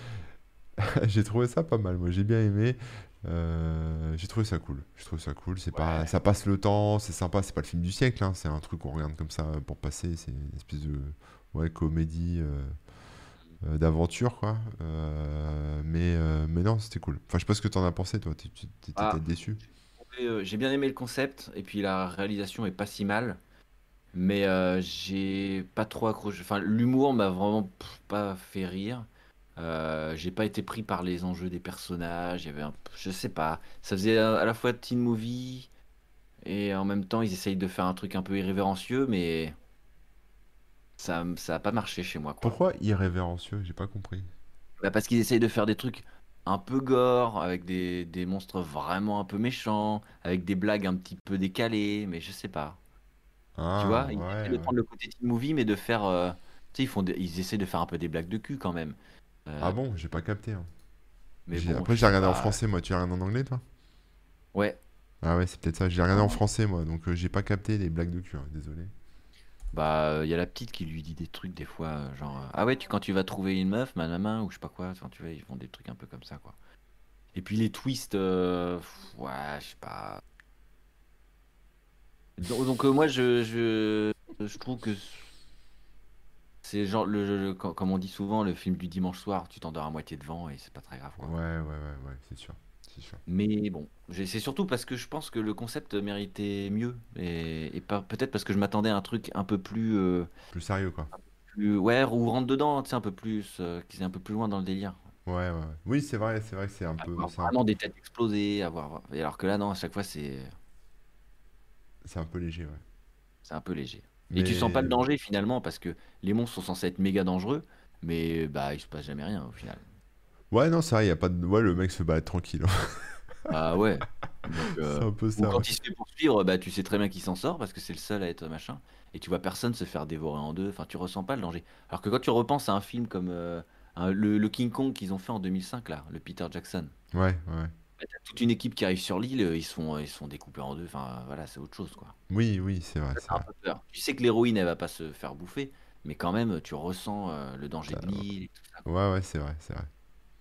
[SPEAKER 1] j'ai trouvé ça pas mal. Moi j'ai bien aimé. Euh, j'ai trouvé ça cool. J'ai trouvé ça cool. C'est pas,
[SPEAKER 2] Ouais.
[SPEAKER 1] ça passe le temps, c'est sympa. C'est pas le film du siècle, hein, c'est un truc qu'on regarde comme ça pour passer. C'est une espèce de ouais, comédie euh, euh, d'aventure, quoi. Euh, mais, euh, mais non, c'était cool. Enfin, je sais pas ce que t'en as pensé, toi. Tu tu- t'étais
[SPEAKER 2] Ah,
[SPEAKER 1] peut-être déçu.
[SPEAKER 2] j'ai euh, j'ai bien aimé le concept et puis la réalisation est pas si mal. Mais euh, j'ai pas trop accroché. Enfin, l'humour m'a vraiment pff, pas fait rire. Euh, j'ai pas été pris par les enjeux des personnages. Il y avait un... Je sais pas. Ça faisait à à la fois teen movie Et en même temps, ils essayent de faire un truc un peu irrévérencieux, mais ça, ça a pas marché chez moi, quoi.
[SPEAKER 1] Pourquoi irrévérencieux? J'ai pas compris.
[SPEAKER 2] Bah, parce qu'ils essayent de faire des trucs un peu gore, avec des, des monstres vraiment un peu méchants, avec des blagues un petit peu décalées, mais je sais pas. Tu
[SPEAKER 1] Ah,
[SPEAKER 2] vois, ils essaient
[SPEAKER 1] ouais,
[SPEAKER 2] de
[SPEAKER 1] ouais.
[SPEAKER 2] prendre le côté teen movie, mais de faire. euh, Tu sais, ils font des- ils essaient de faire un peu des blagues de cul quand même.
[SPEAKER 1] Ah
[SPEAKER 2] Euh,
[SPEAKER 1] bon, j'ai pas capté, hein.
[SPEAKER 2] mais
[SPEAKER 1] J'ai-
[SPEAKER 2] bon,
[SPEAKER 1] Après,
[SPEAKER 2] je
[SPEAKER 1] j'ai
[SPEAKER 2] sais
[SPEAKER 1] regardé en
[SPEAKER 2] pas.
[SPEAKER 1] français, moi. Tu as regardé en anglais, toi?
[SPEAKER 2] Ouais.
[SPEAKER 1] Ah ouais, c'est peut-être ça. J'ai regardé en
[SPEAKER 2] Non.
[SPEAKER 1] français, moi, donc euh, j'ai pas capté les blagues de cul, hein, désolé.
[SPEAKER 2] Bah, il y a la petite qui lui dit des trucs des fois, euh, genre, euh, ah ouais, tu, quand tu vas trouver une meuf, manama, ou je sais pas quoi, enfin, tu vois, ils font des trucs un peu comme ça, quoi. Et puis les twists, euh, pff, ouais, je sais pas. Donc, donc, euh, moi, je, je, je trouve que c'est genre, le, le- co- comme on dit souvent, le film du dimanche soir, tu t'endors à moitié devant et c'est pas très grave,
[SPEAKER 1] Ouais,
[SPEAKER 2] quoi.
[SPEAKER 1] ouais, ouais, ouais, c'est sûr. C'est sûr.
[SPEAKER 2] Mais bon, j'ai- c'est surtout parce que je pense que le concept méritait mieux et, et pas peut-être parce que je m'attendais à un truc un peu plus, euh,
[SPEAKER 1] Plus sérieux, quoi.
[SPEAKER 2] plus ouais, ou rentre dedans, tu sais, un peu plus, euh, qu'ils aient un peu plus loin dans le délire.
[SPEAKER 1] Ouais, ouais, ouais. Oui, c'est vrai, c'est vrai que c'est un peu,
[SPEAKER 2] Avoir
[SPEAKER 1] c'est un,
[SPEAKER 2] vraiment des têtes explosées, avoir. Et alors que là, non, à chaque fois, c'est
[SPEAKER 1] c'est un peu léger, ouais.
[SPEAKER 2] c'est un peu léger. Et tu sens pas le
[SPEAKER 1] Mais
[SPEAKER 2] danger finalement parce que les monstres sont censés être méga dangereux, mais bah il se passe jamais rien au final.
[SPEAKER 1] ouais, non, c'est vrai, y a pas de, ouais, le mec se balade tranquille.
[SPEAKER 2] Bah ouais. Donc euh,
[SPEAKER 1] C'est un peu
[SPEAKER 2] ou
[SPEAKER 1] ça, ouais.
[SPEAKER 2] quand il se fait poursuivre, bah tu sais très bien qu'il s'en sort parce que c'est le seul à être machin. Et tu vois personne se faire dévorer en deux. Enfin, tu ressens pas le danger. Alors que quand tu repenses à un film comme euh, un- le, le King Kong qu'ils ont fait en deux mille cinq là, le Peter Jackson.
[SPEAKER 1] Ouais, ouais.
[SPEAKER 2] Bah, t'as toute une équipe qui arrive sur l'île, euh, ils sont ils sont découpés en deux. Enfin voilà, c'est autre chose quoi.
[SPEAKER 1] Oui, oui, c'est vrai,
[SPEAKER 2] Ça,
[SPEAKER 1] c'est
[SPEAKER 2] t'as un
[SPEAKER 1] vrai.
[SPEAKER 2] peu peur. Tu sais que l'héroïne, elle va pas se faire bouffer, mais quand même, tu ressens euh, le danger de
[SPEAKER 1] T'as-
[SPEAKER 2] l'île et tout ça, quoi.
[SPEAKER 1] Ouais, ouais, c'est vrai, c'est vrai.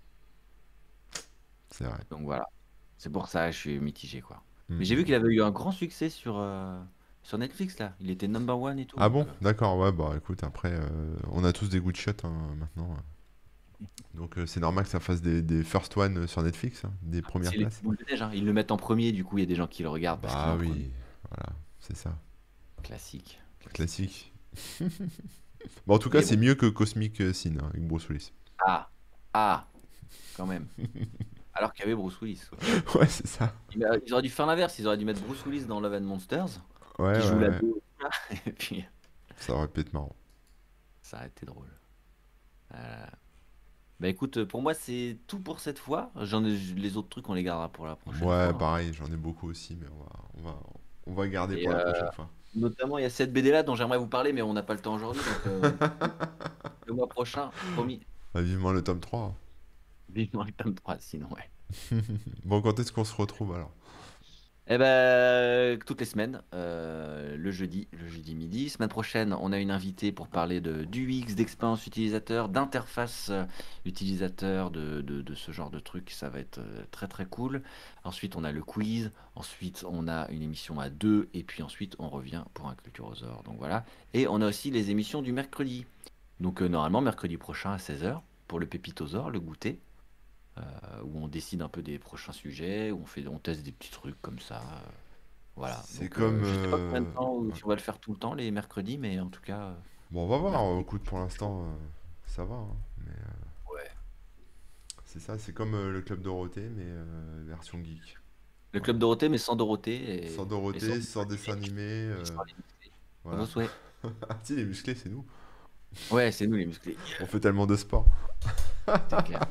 [SPEAKER 1] C'est vrai.
[SPEAKER 2] Donc voilà. C'est pour ça que je suis mitigé, quoi.
[SPEAKER 1] Mm,
[SPEAKER 2] Mais j'ai vu
[SPEAKER 1] mm.
[SPEAKER 2] qu'il avait eu un grand succès sur, euh, sur Netflix, là. Il était number one et tout,
[SPEAKER 1] Ah
[SPEAKER 2] donc...
[SPEAKER 1] bon?
[SPEAKER 2] euh,
[SPEAKER 1] D'accord, ouais, bah écoute, après, euh, on a tous des goûts de shot hein, maintenant. Donc euh, c'est normal que ça fasse des, des first one euh, sur Netflix, hein, des premières
[SPEAKER 2] C'est l'effet
[SPEAKER 1] places.
[SPEAKER 2] boule de neige, hein. Ils le mettent en premier, du coup, il y a des gens qui le regardent parce qu'il est
[SPEAKER 1] Bah
[SPEAKER 2] en premier.
[SPEAKER 1] oui, voilà, c'est ça.
[SPEAKER 2] Classique. Classique,
[SPEAKER 1] Classique.
[SPEAKER 2] classique.
[SPEAKER 1] Bon, en tout cas,
[SPEAKER 2] Mais
[SPEAKER 1] c'est
[SPEAKER 2] bon.
[SPEAKER 1] mieux que Cosmic euh, Sin hein, avec Bruce Willis.
[SPEAKER 2] Ah! Ah! Quand même. Alors qu'il y avait Bruce Willis, quoi.
[SPEAKER 1] Ouais, c'est ça.
[SPEAKER 2] Il a- Ils auraient dû faire l'inverse. Ils auraient dû mettre Bruce Willis dans Love and Monsters,
[SPEAKER 1] Ouais,
[SPEAKER 2] qui
[SPEAKER 1] ouais,
[SPEAKER 2] joue la
[SPEAKER 1] ouais.
[SPEAKER 2] go, et puis
[SPEAKER 1] Ça aurait pu être marrant.
[SPEAKER 2] ça a été drôle. Euh, Bah écoute, pour moi c'est tout pour cette fois. J'en ai les autres trucs on les gardera pour la prochaine
[SPEAKER 1] Ouais,
[SPEAKER 2] fois.
[SPEAKER 1] pareil, j'en ai beaucoup aussi, mais on va, on va, on va garder
[SPEAKER 2] Et
[SPEAKER 1] pour la
[SPEAKER 2] euh,
[SPEAKER 1] prochaine fois.
[SPEAKER 2] notamment il y a cette B D là dont j'aimerais vous parler mais on n'a pas le temps aujourd'hui donc euh, le mois prochain, promis.
[SPEAKER 1] Bah, vivement le tome trois.
[SPEAKER 2] Vivement le tome trois sinon ouais.
[SPEAKER 1] Bon, quand est-ce qu'on se retrouve alors?
[SPEAKER 2] Eh ben toutes les semaines, euh, le jeudi, le jeudi midi. Semaine prochaine, on a une invitée pour parler de d'U X, d'expérience utilisateur, d'interface euh, utilisateur, de, de, de ce genre de trucs. Ça va être euh, très très cool. Ensuite, on a le quiz. Ensuite, on a une émission à deux. Et puis ensuite, on revient pour un Culturosaure. Donc voilà. Et on a aussi les émissions du mercredi. Donc euh, normalement, mercredi prochain à seize heures pour le Pépitosaure, le goûter, euh, où on décide un peu des prochains sujets, où on fait, on teste des petits trucs comme ça. euh, Voilà.
[SPEAKER 1] C'est
[SPEAKER 2] Donc
[SPEAKER 1] comme...
[SPEAKER 2] euh, je sais pas combien de
[SPEAKER 1] euh,
[SPEAKER 2] temps, ou
[SPEAKER 1] ouais.
[SPEAKER 2] si on va le faire tout le temps les mercredis, mais en tout cas, euh,
[SPEAKER 1] Bon, on va voir.
[SPEAKER 2] mercredi
[SPEAKER 1] Écoute,
[SPEAKER 2] prochain,
[SPEAKER 1] pour
[SPEAKER 2] je suis chaud.
[SPEAKER 1] l'instant, euh, ça va, hein. Mais euh,
[SPEAKER 2] Ouais.
[SPEAKER 1] c'est ça, c'est comme euh, le Club Dorothée, mais euh, version geek.
[SPEAKER 2] Le
[SPEAKER 1] Voilà.
[SPEAKER 2] Club Dorothée, mais sans Dorothée
[SPEAKER 1] Sans
[SPEAKER 2] et, et sans
[SPEAKER 1] Dorothée,
[SPEAKER 2] dessin
[SPEAKER 1] sans dessin
[SPEAKER 2] animé,
[SPEAKER 1] animé.
[SPEAKER 2] et
[SPEAKER 1] euh,
[SPEAKER 2] sans les musclés. À vos
[SPEAKER 1] voilà.
[SPEAKER 2] souhaits.
[SPEAKER 1] Ah, si, les musclés, c'est nous.
[SPEAKER 2] Ouais, c'est nous les musclés.
[SPEAKER 1] On
[SPEAKER 2] Yeah.
[SPEAKER 1] fait tellement de sport.
[SPEAKER 2] C'est clair.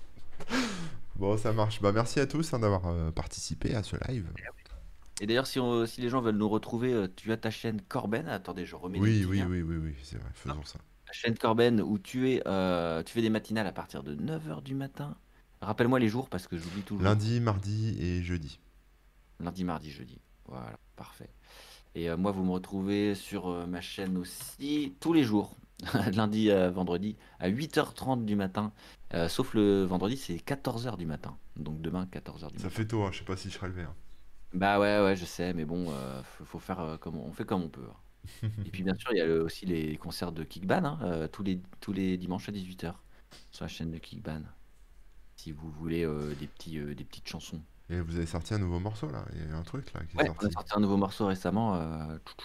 [SPEAKER 1] Bon, ça marche. Bah, merci à tous hein, d'avoir euh, participé à ce live.
[SPEAKER 2] Et d'ailleurs, si, on- si les gens veulent nous retrouver, euh, tu as ta chaîne Corben. Attendez, je remets les
[SPEAKER 1] Oui,
[SPEAKER 2] petits
[SPEAKER 1] oui,
[SPEAKER 2] liens.
[SPEAKER 1] oui, oui, oui, c'est vrai,
[SPEAKER 2] Hop.
[SPEAKER 1] faisons ça.
[SPEAKER 2] La chaîne Corben où tu es, euh, tu fais des matinales à partir de neuf heures du matin. Rappelle-moi les jours parce que j'oublie toujours.
[SPEAKER 1] Lundi, mardi et jeudi.
[SPEAKER 2] Lundi, mardi, jeudi. Voilà, parfait. Et euh, moi, vous me retrouvez sur euh, ma chaîne aussi tous les jours, lundi à vendredi, à huit heures trente du matin. Euh, sauf le vendredi, c'est quatorze heures du matin. Donc demain, quatorze heures du
[SPEAKER 1] Ça
[SPEAKER 2] matin.
[SPEAKER 1] fait tôt, hein, je sais pas si je serai levé. Hein.
[SPEAKER 2] Bah ouais, ouais, je sais, mais bon, euh, faut, faut faire euh, comme on, on fait comme on peut, hein. Et puis bien sûr, il y a le- aussi les concerts de Kickban, hein, euh, tous les, tous les dimanches à dix-huit heures sur la chaîne de Kickban. Si vous voulez euh, des petits, euh, des petites chansons.
[SPEAKER 1] Et vous avez sorti un nouveau morceau là, il y a un truc là qui est
[SPEAKER 2] Ouais, on a
[SPEAKER 1] sorti.
[SPEAKER 2] sorti un nouveau morceau récemment. euh,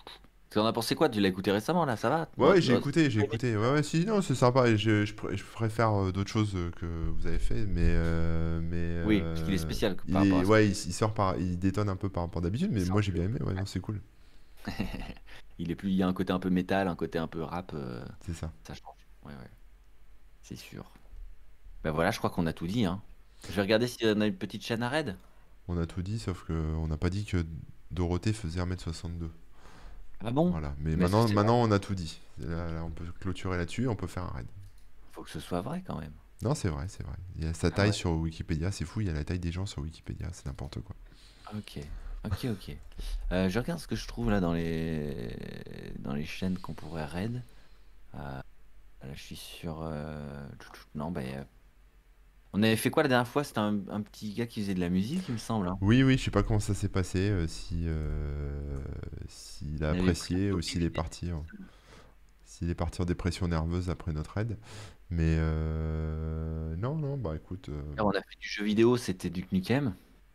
[SPEAKER 2] Tu en as pensé quoi? Tu l'as écouté récemment là, ça va?
[SPEAKER 1] Ouais,
[SPEAKER 2] Moi,
[SPEAKER 1] ouais,
[SPEAKER 2] tu
[SPEAKER 1] j'ai
[SPEAKER 2] vois,
[SPEAKER 1] écouté, j'ai écouté. Ouais, ouais, si, non, c'est sympa. Et je, je, pr- je préfère euh, d'autres choses euh, que vous avez fait, mais, euh, mais
[SPEAKER 2] oui, parce qu'il est
[SPEAKER 1] euh,
[SPEAKER 2] spécial
[SPEAKER 1] il
[SPEAKER 2] par rapport
[SPEAKER 1] est,
[SPEAKER 2] à ce que
[SPEAKER 1] ouais, il, il sort par, il détonne un peu par rapport d'habitude, mais
[SPEAKER 2] c'est un
[SPEAKER 1] moi j'ai
[SPEAKER 2] peu.
[SPEAKER 1] bien aimé. Ouais, non, c'est cool.
[SPEAKER 2] Il est plus, il y a un côté un peu métal, un côté un peu rap, euh,
[SPEAKER 1] C'est ça.
[SPEAKER 2] ça change. Ouais, ouais, c'est sûr. Ben voilà, je crois qu'on a tout dit, hein. Je vais regarder si on a une petite chaîne à raid.
[SPEAKER 1] On a tout dit, sauf que on n'a pas dit que Dorothée faisait un mètre soixante-deux.
[SPEAKER 2] Ah bon?
[SPEAKER 1] Voilà. Mais
[SPEAKER 2] Mais ça,
[SPEAKER 1] maintenant,
[SPEAKER 2] c'est vrai.
[SPEAKER 1] maintenant, on a tout dit. Là, là, on peut clôturer là-dessus, on peut faire un raid.
[SPEAKER 2] Faut que ce soit vrai quand même.
[SPEAKER 1] Non, c'est vrai, c'est vrai. Il y a sa
[SPEAKER 2] Ah
[SPEAKER 1] taille
[SPEAKER 2] ouais.
[SPEAKER 1] sur Wikipédia, c'est fou. Il y a la taille des gens sur Wikipédia, c'est n'importe quoi.
[SPEAKER 2] Ok. Ok, ok. Euh, je regarde ce que je trouve là dans les dans les chaînes qu'on pourrait raid. Euh, là, je suis sur. euh, Non, ben. euh, On avait fait quoi la dernière fois? C'était un, un petit gars qui faisait de la musique, il me semble, hein.
[SPEAKER 1] Oui, oui, je sais pas comment ça s'est passé, euh, si euh, s'il a
[SPEAKER 2] On avait pris un
[SPEAKER 1] apprécié ou
[SPEAKER 2] topic
[SPEAKER 1] s'il est parti en, s'il est parti en dépression nerveuse après notre aide. Mais euh, non, non, bah écoute, euh,
[SPEAKER 2] Alors, on a fait du jeu vidéo, c'était du Knukem.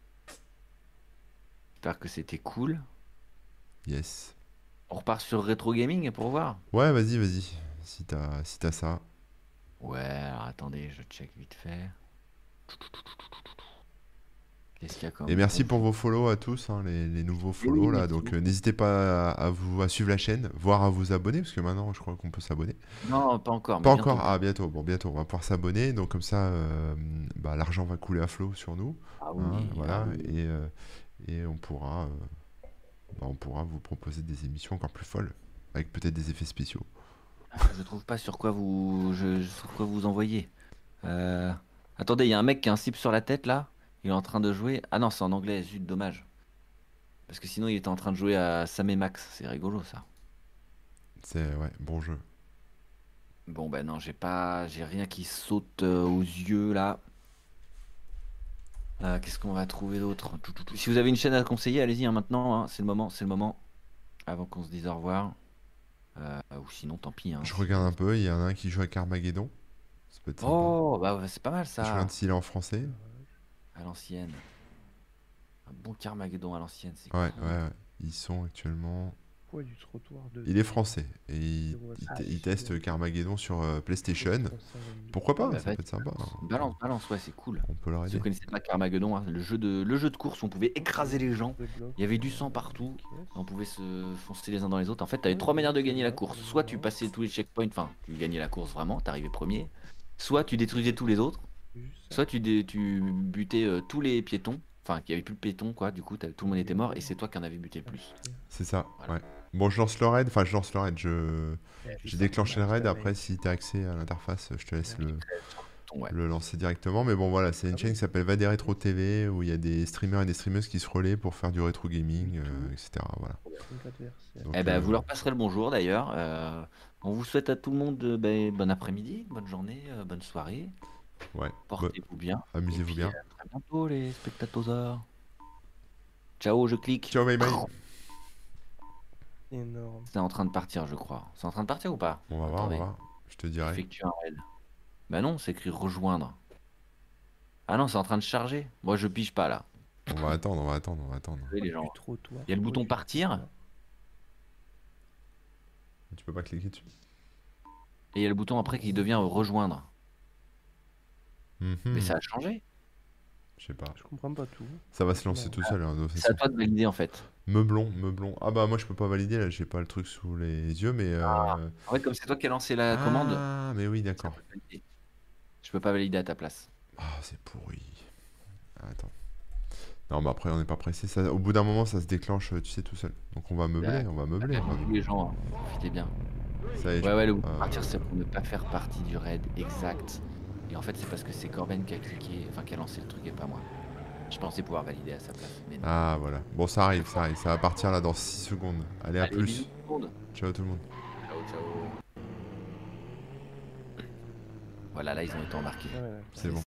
[SPEAKER 2] J'espère que c'était cool.
[SPEAKER 1] yes.
[SPEAKER 2] On repart sur rétro gaming pour voir.
[SPEAKER 1] Ouais, vas-y, vas-y. Si t'as, si t'as ça.
[SPEAKER 2] Ouais, alors attendez, je check vite fait. Qu'est-ce qu'il y a
[SPEAKER 1] Et
[SPEAKER 2] comme
[SPEAKER 1] merci
[SPEAKER 2] gros
[SPEAKER 1] pour
[SPEAKER 2] jeu?
[SPEAKER 1] vos follow à tous, hein, les, les nouveaux
[SPEAKER 2] Eh oui,
[SPEAKER 1] follow là.
[SPEAKER 2] merci
[SPEAKER 1] Donc euh,
[SPEAKER 2] beaucoup.
[SPEAKER 1] n'hésitez pas à, à vous à suivre la chaîne, voire à vous abonner, parce que maintenant je crois qu'on peut s'abonner.
[SPEAKER 2] Non, pas encore,
[SPEAKER 1] Pas
[SPEAKER 2] mais
[SPEAKER 1] encore,
[SPEAKER 2] bientôt.
[SPEAKER 1] ah bientôt, bon bientôt, on va pouvoir s'abonner, donc comme ça, euh, bah, l'argent va couler à flot sur nous,
[SPEAKER 2] Ah
[SPEAKER 1] hein,
[SPEAKER 2] oui, ah
[SPEAKER 1] voilà,
[SPEAKER 2] oui.
[SPEAKER 1] et, euh, et on pourra, euh, bah, on pourra vous proposer des émissions encore plus folles, avec peut-être des effets spéciaux.
[SPEAKER 2] Ah, je trouve pas sur quoi vous, je, je- sur quoi vous envoyez. Euh, Attendez, il y a un mec qui a un slip sur la tête là. Il est en train de jouer. Ah non, c'est en anglais, zut, dommage. Parce que sinon, il était en train de jouer à Sam et Max. C'est rigolo ça.
[SPEAKER 1] C'est, ouais, bon jeu.
[SPEAKER 2] Bon, ben non, j'ai pas, j'ai rien qui saute euh, aux yeux là. Euh, qu'est-ce qu'on va trouver d'autre? Tout, tout, tout. Si vous avez une chaîne à conseiller, allez-y hein, maintenant, hein, c'est le moment, c'est le moment. Avant qu'on se dise au revoir. Euh, ou sinon, tant pis. Hein,
[SPEAKER 1] Je
[SPEAKER 2] si
[SPEAKER 1] regarde
[SPEAKER 2] vous-
[SPEAKER 1] un peu, il y en a un qui joue à Carmageddon, ça peut être sympa.
[SPEAKER 2] Oh, bah ouais, c'est pas mal
[SPEAKER 1] Je regarde
[SPEAKER 2] ça.
[SPEAKER 1] s'il est en français.
[SPEAKER 2] À l'ancienne. Un bon Carmageddon à l'ancienne, c'est
[SPEAKER 1] Ouais, ouais,
[SPEAKER 2] cool.
[SPEAKER 1] ouais. Ils sont actuellement.
[SPEAKER 3] Pourquoi du trottoir de
[SPEAKER 1] Il est français et il,
[SPEAKER 3] zéro à
[SPEAKER 1] il
[SPEAKER 3] cent
[SPEAKER 1] te- il
[SPEAKER 3] sur
[SPEAKER 1] teste Carmageddon sur euh, PlayStation.
[SPEAKER 3] trente-cinq vingt-deux.
[SPEAKER 1] Pourquoi pas?
[SPEAKER 2] Bah,
[SPEAKER 1] Ça
[SPEAKER 2] vas-y,
[SPEAKER 1] peut être sympa, hein.
[SPEAKER 2] balance, balance, ouais, c'est cool.
[SPEAKER 1] On peut leur
[SPEAKER 2] Si vous
[SPEAKER 1] aider.
[SPEAKER 2] connaissez pas Carmageddon, hein, le jeu de, le jeu de course, on pouvait écraser les gens.
[SPEAKER 3] Des blocs,
[SPEAKER 2] Il y avait du
[SPEAKER 3] euh,
[SPEAKER 2] sang partout.
[SPEAKER 3] des caisses.
[SPEAKER 2] On pouvait se foncer les uns dans les autres. En fait, tu avais
[SPEAKER 3] Ouais,
[SPEAKER 2] trois
[SPEAKER 3] ouais,
[SPEAKER 2] manières de
[SPEAKER 3] c'est
[SPEAKER 2] gagner la
[SPEAKER 3] là,
[SPEAKER 2] course.
[SPEAKER 3] c'est
[SPEAKER 2] Soit tu
[SPEAKER 3] là.
[SPEAKER 2] passais tous les checkpoints, enfin, tu gagnais la course vraiment, t'arrivais premier. Soit tu détruisais tous les autres.
[SPEAKER 3] C'est juste ça.
[SPEAKER 2] Soit tu, dé- tu butais euh, tous les piétons. Enfin, qu'il n'y avait plus de piétons, quoi. Du coup, t'avais- tout le monde était mort et c'est toi qui en avais buté le plus.
[SPEAKER 1] C'est ça,
[SPEAKER 2] Voilà.
[SPEAKER 1] ouais. Bon, je lance le raid, enfin je lance le raid, je...
[SPEAKER 3] Ouais,
[SPEAKER 1] j'ai
[SPEAKER 3] c'est
[SPEAKER 1] déclenché le
[SPEAKER 3] ça,
[SPEAKER 1] raid,
[SPEAKER 3] c'est
[SPEAKER 1] après
[SPEAKER 3] vrai.
[SPEAKER 1] si t'as accès à l'interface, je te laisse
[SPEAKER 3] Ouais.
[SPEAKER 1] le,
[SPEAKER 2] Ton, ouais.
[SPEAKER 1] le lancer directement. Mais bon voilà, c'est une
[SPEAKER 3] Ah
[SPEAKER 1] chaîne
[SPEAKER 3] oui.
[SPEAKER 1] qui s'appelle Va des Rétro T V, où il y a des streamers et des streameuses qui se relaient pour faire du rétro gaming,
[SPEAKER 3] Du
[SPEAKER 1] euh,
[SPEAKER 3] tout.
[SPEAKER 1] et cetera. Voilà.
[SPEAKER 3] trente-quatre verset.
[SPEAKER 1] Donc,
[SPEAKER 2] Eh ben, vous
[SPEAKER 1] euh,
[SPEAKER 2] leur passerez le bonjour d'ailleurs. Euh, on vous souhaite à tout le monde euh, ben, bon après-midi, bonne journée, euh, bonne soirée.
[SPEAKER 1] ouais, bah,
[SPEAKER 2] Portez-vous bien. Et
[SPEAKER 1] amusez-vous
[SPEAKER 2] puis,
[SPEAKER 1] bien.
[SPEAKER 2] euh, à très bientôt, les spectateurs. Ciao, je clique.
[SPEAKER 1] Ciao, bye bye.
[SPEAKER 3] Énorme.
[SPEAKER 2] C'est en train de partir, je crois. C'est en train de partir ou pas?
[SPEAKER 1] On va voir, on
[SPEAKER 2] Attendez.
[SPEAKER 1] va voir. Je te dirai.
[SPEAKER 2] Effectue un raid. Bah non, c'est écrit rejoindre. Ah non, c'est en train de charger. Moi, je pige pas là.
[SPEAKER 1] On va attendre, on va attendre, on va attendre.
[SPEAKER 2] Vous voyez, les gens.
[SPEAKER 3] Du trottoir.
[SPEAKER 2] Il y a le
[SPEAKER 3] Oh,
[SPEAKER 2] bouton
[SPEAKER 3] du
[SPEAKER 2] partir
[SPEAKER 3] trottoir.
[SPEAKER 1] Tu peux pas cliquer dessus.
[SPEAKER 2] et il y a le bouton après qui devient euh, rejoindre.
[SPEAKER 1] Mhm.
[SPEAKER 2] Mais ça a changé.
[SPEAKER 1] Je sais pas.
[SPEAKER 3] Je comprends pas tout.
[SPEAKER 1] Ça va se lancer
[SPEAKER 3] Non.
[SPEAKER 1] tout seul, hein, de toute
[SPEAKER 2] C'est à
[SPEAKER 1] façon.
[SPEAKER 2] toi de valider en fait.
[SPEAKER 1] Meublon, meublon. Ah bah moi je peux pas valider là, j'ai pas le truc sous les yeux, mais. euh,
[SPEAKER 2] En fait, comme c'est toi qui as lancé la commande,
[SPEAKER 1] Ah, mais oui,
[SPEAKER 2] ça
[SPEAKER 1] d'accord.
[SPEAKER 2] peut valider. Je peux pas valider à ta place.
[SPEAKER 1] Ah, c'est pourri. Attends. Non, mais après, on n'est pas pressé. Ça, au bout d'un moment, ça se déclenche, tu sais, tout seul. Donc, on va meubler, on va meubler.
[SPEAKER 2] Bienvenue
[SPEAKER 1] enfin,
[SPEAKER 2] tous les gens, hein. Profitez bien.
[SPEAKER 1] ça y est, je-
[SPEAKER 2] Ouais, ouais, le bouton
[SPEAKER 1] euh,
[SPEAKER 2] partir, c'est pour ne pas faire partie du raid exact. Et en fait, c'est parce que c'est Corben qui a cliqué, enfin qui a lancé le truc et pas moi. Je pensais pouvoir valider à sa place. Mais non.
[SPEAKER 1] Ah, voilà. Bon, ça arrive, ça arrive. Ça va partir là dans six secondes. Allez, à
[SPEAKER 2] Allez,
[SPEAKER 1] plus.
[SPEAKER 2] bisous tout le monde.
[SPEAKER 1] Ciao tout le monde.
[SPEAKER 2] Ciao, ciao. Voilà, là, ils ont été embarqués.
[SPEAKER 3] Ouais, ouais.
[SPEAKER 1] C'est
[SPEAKER 2] Allez,
[SPEAKER 1] bon.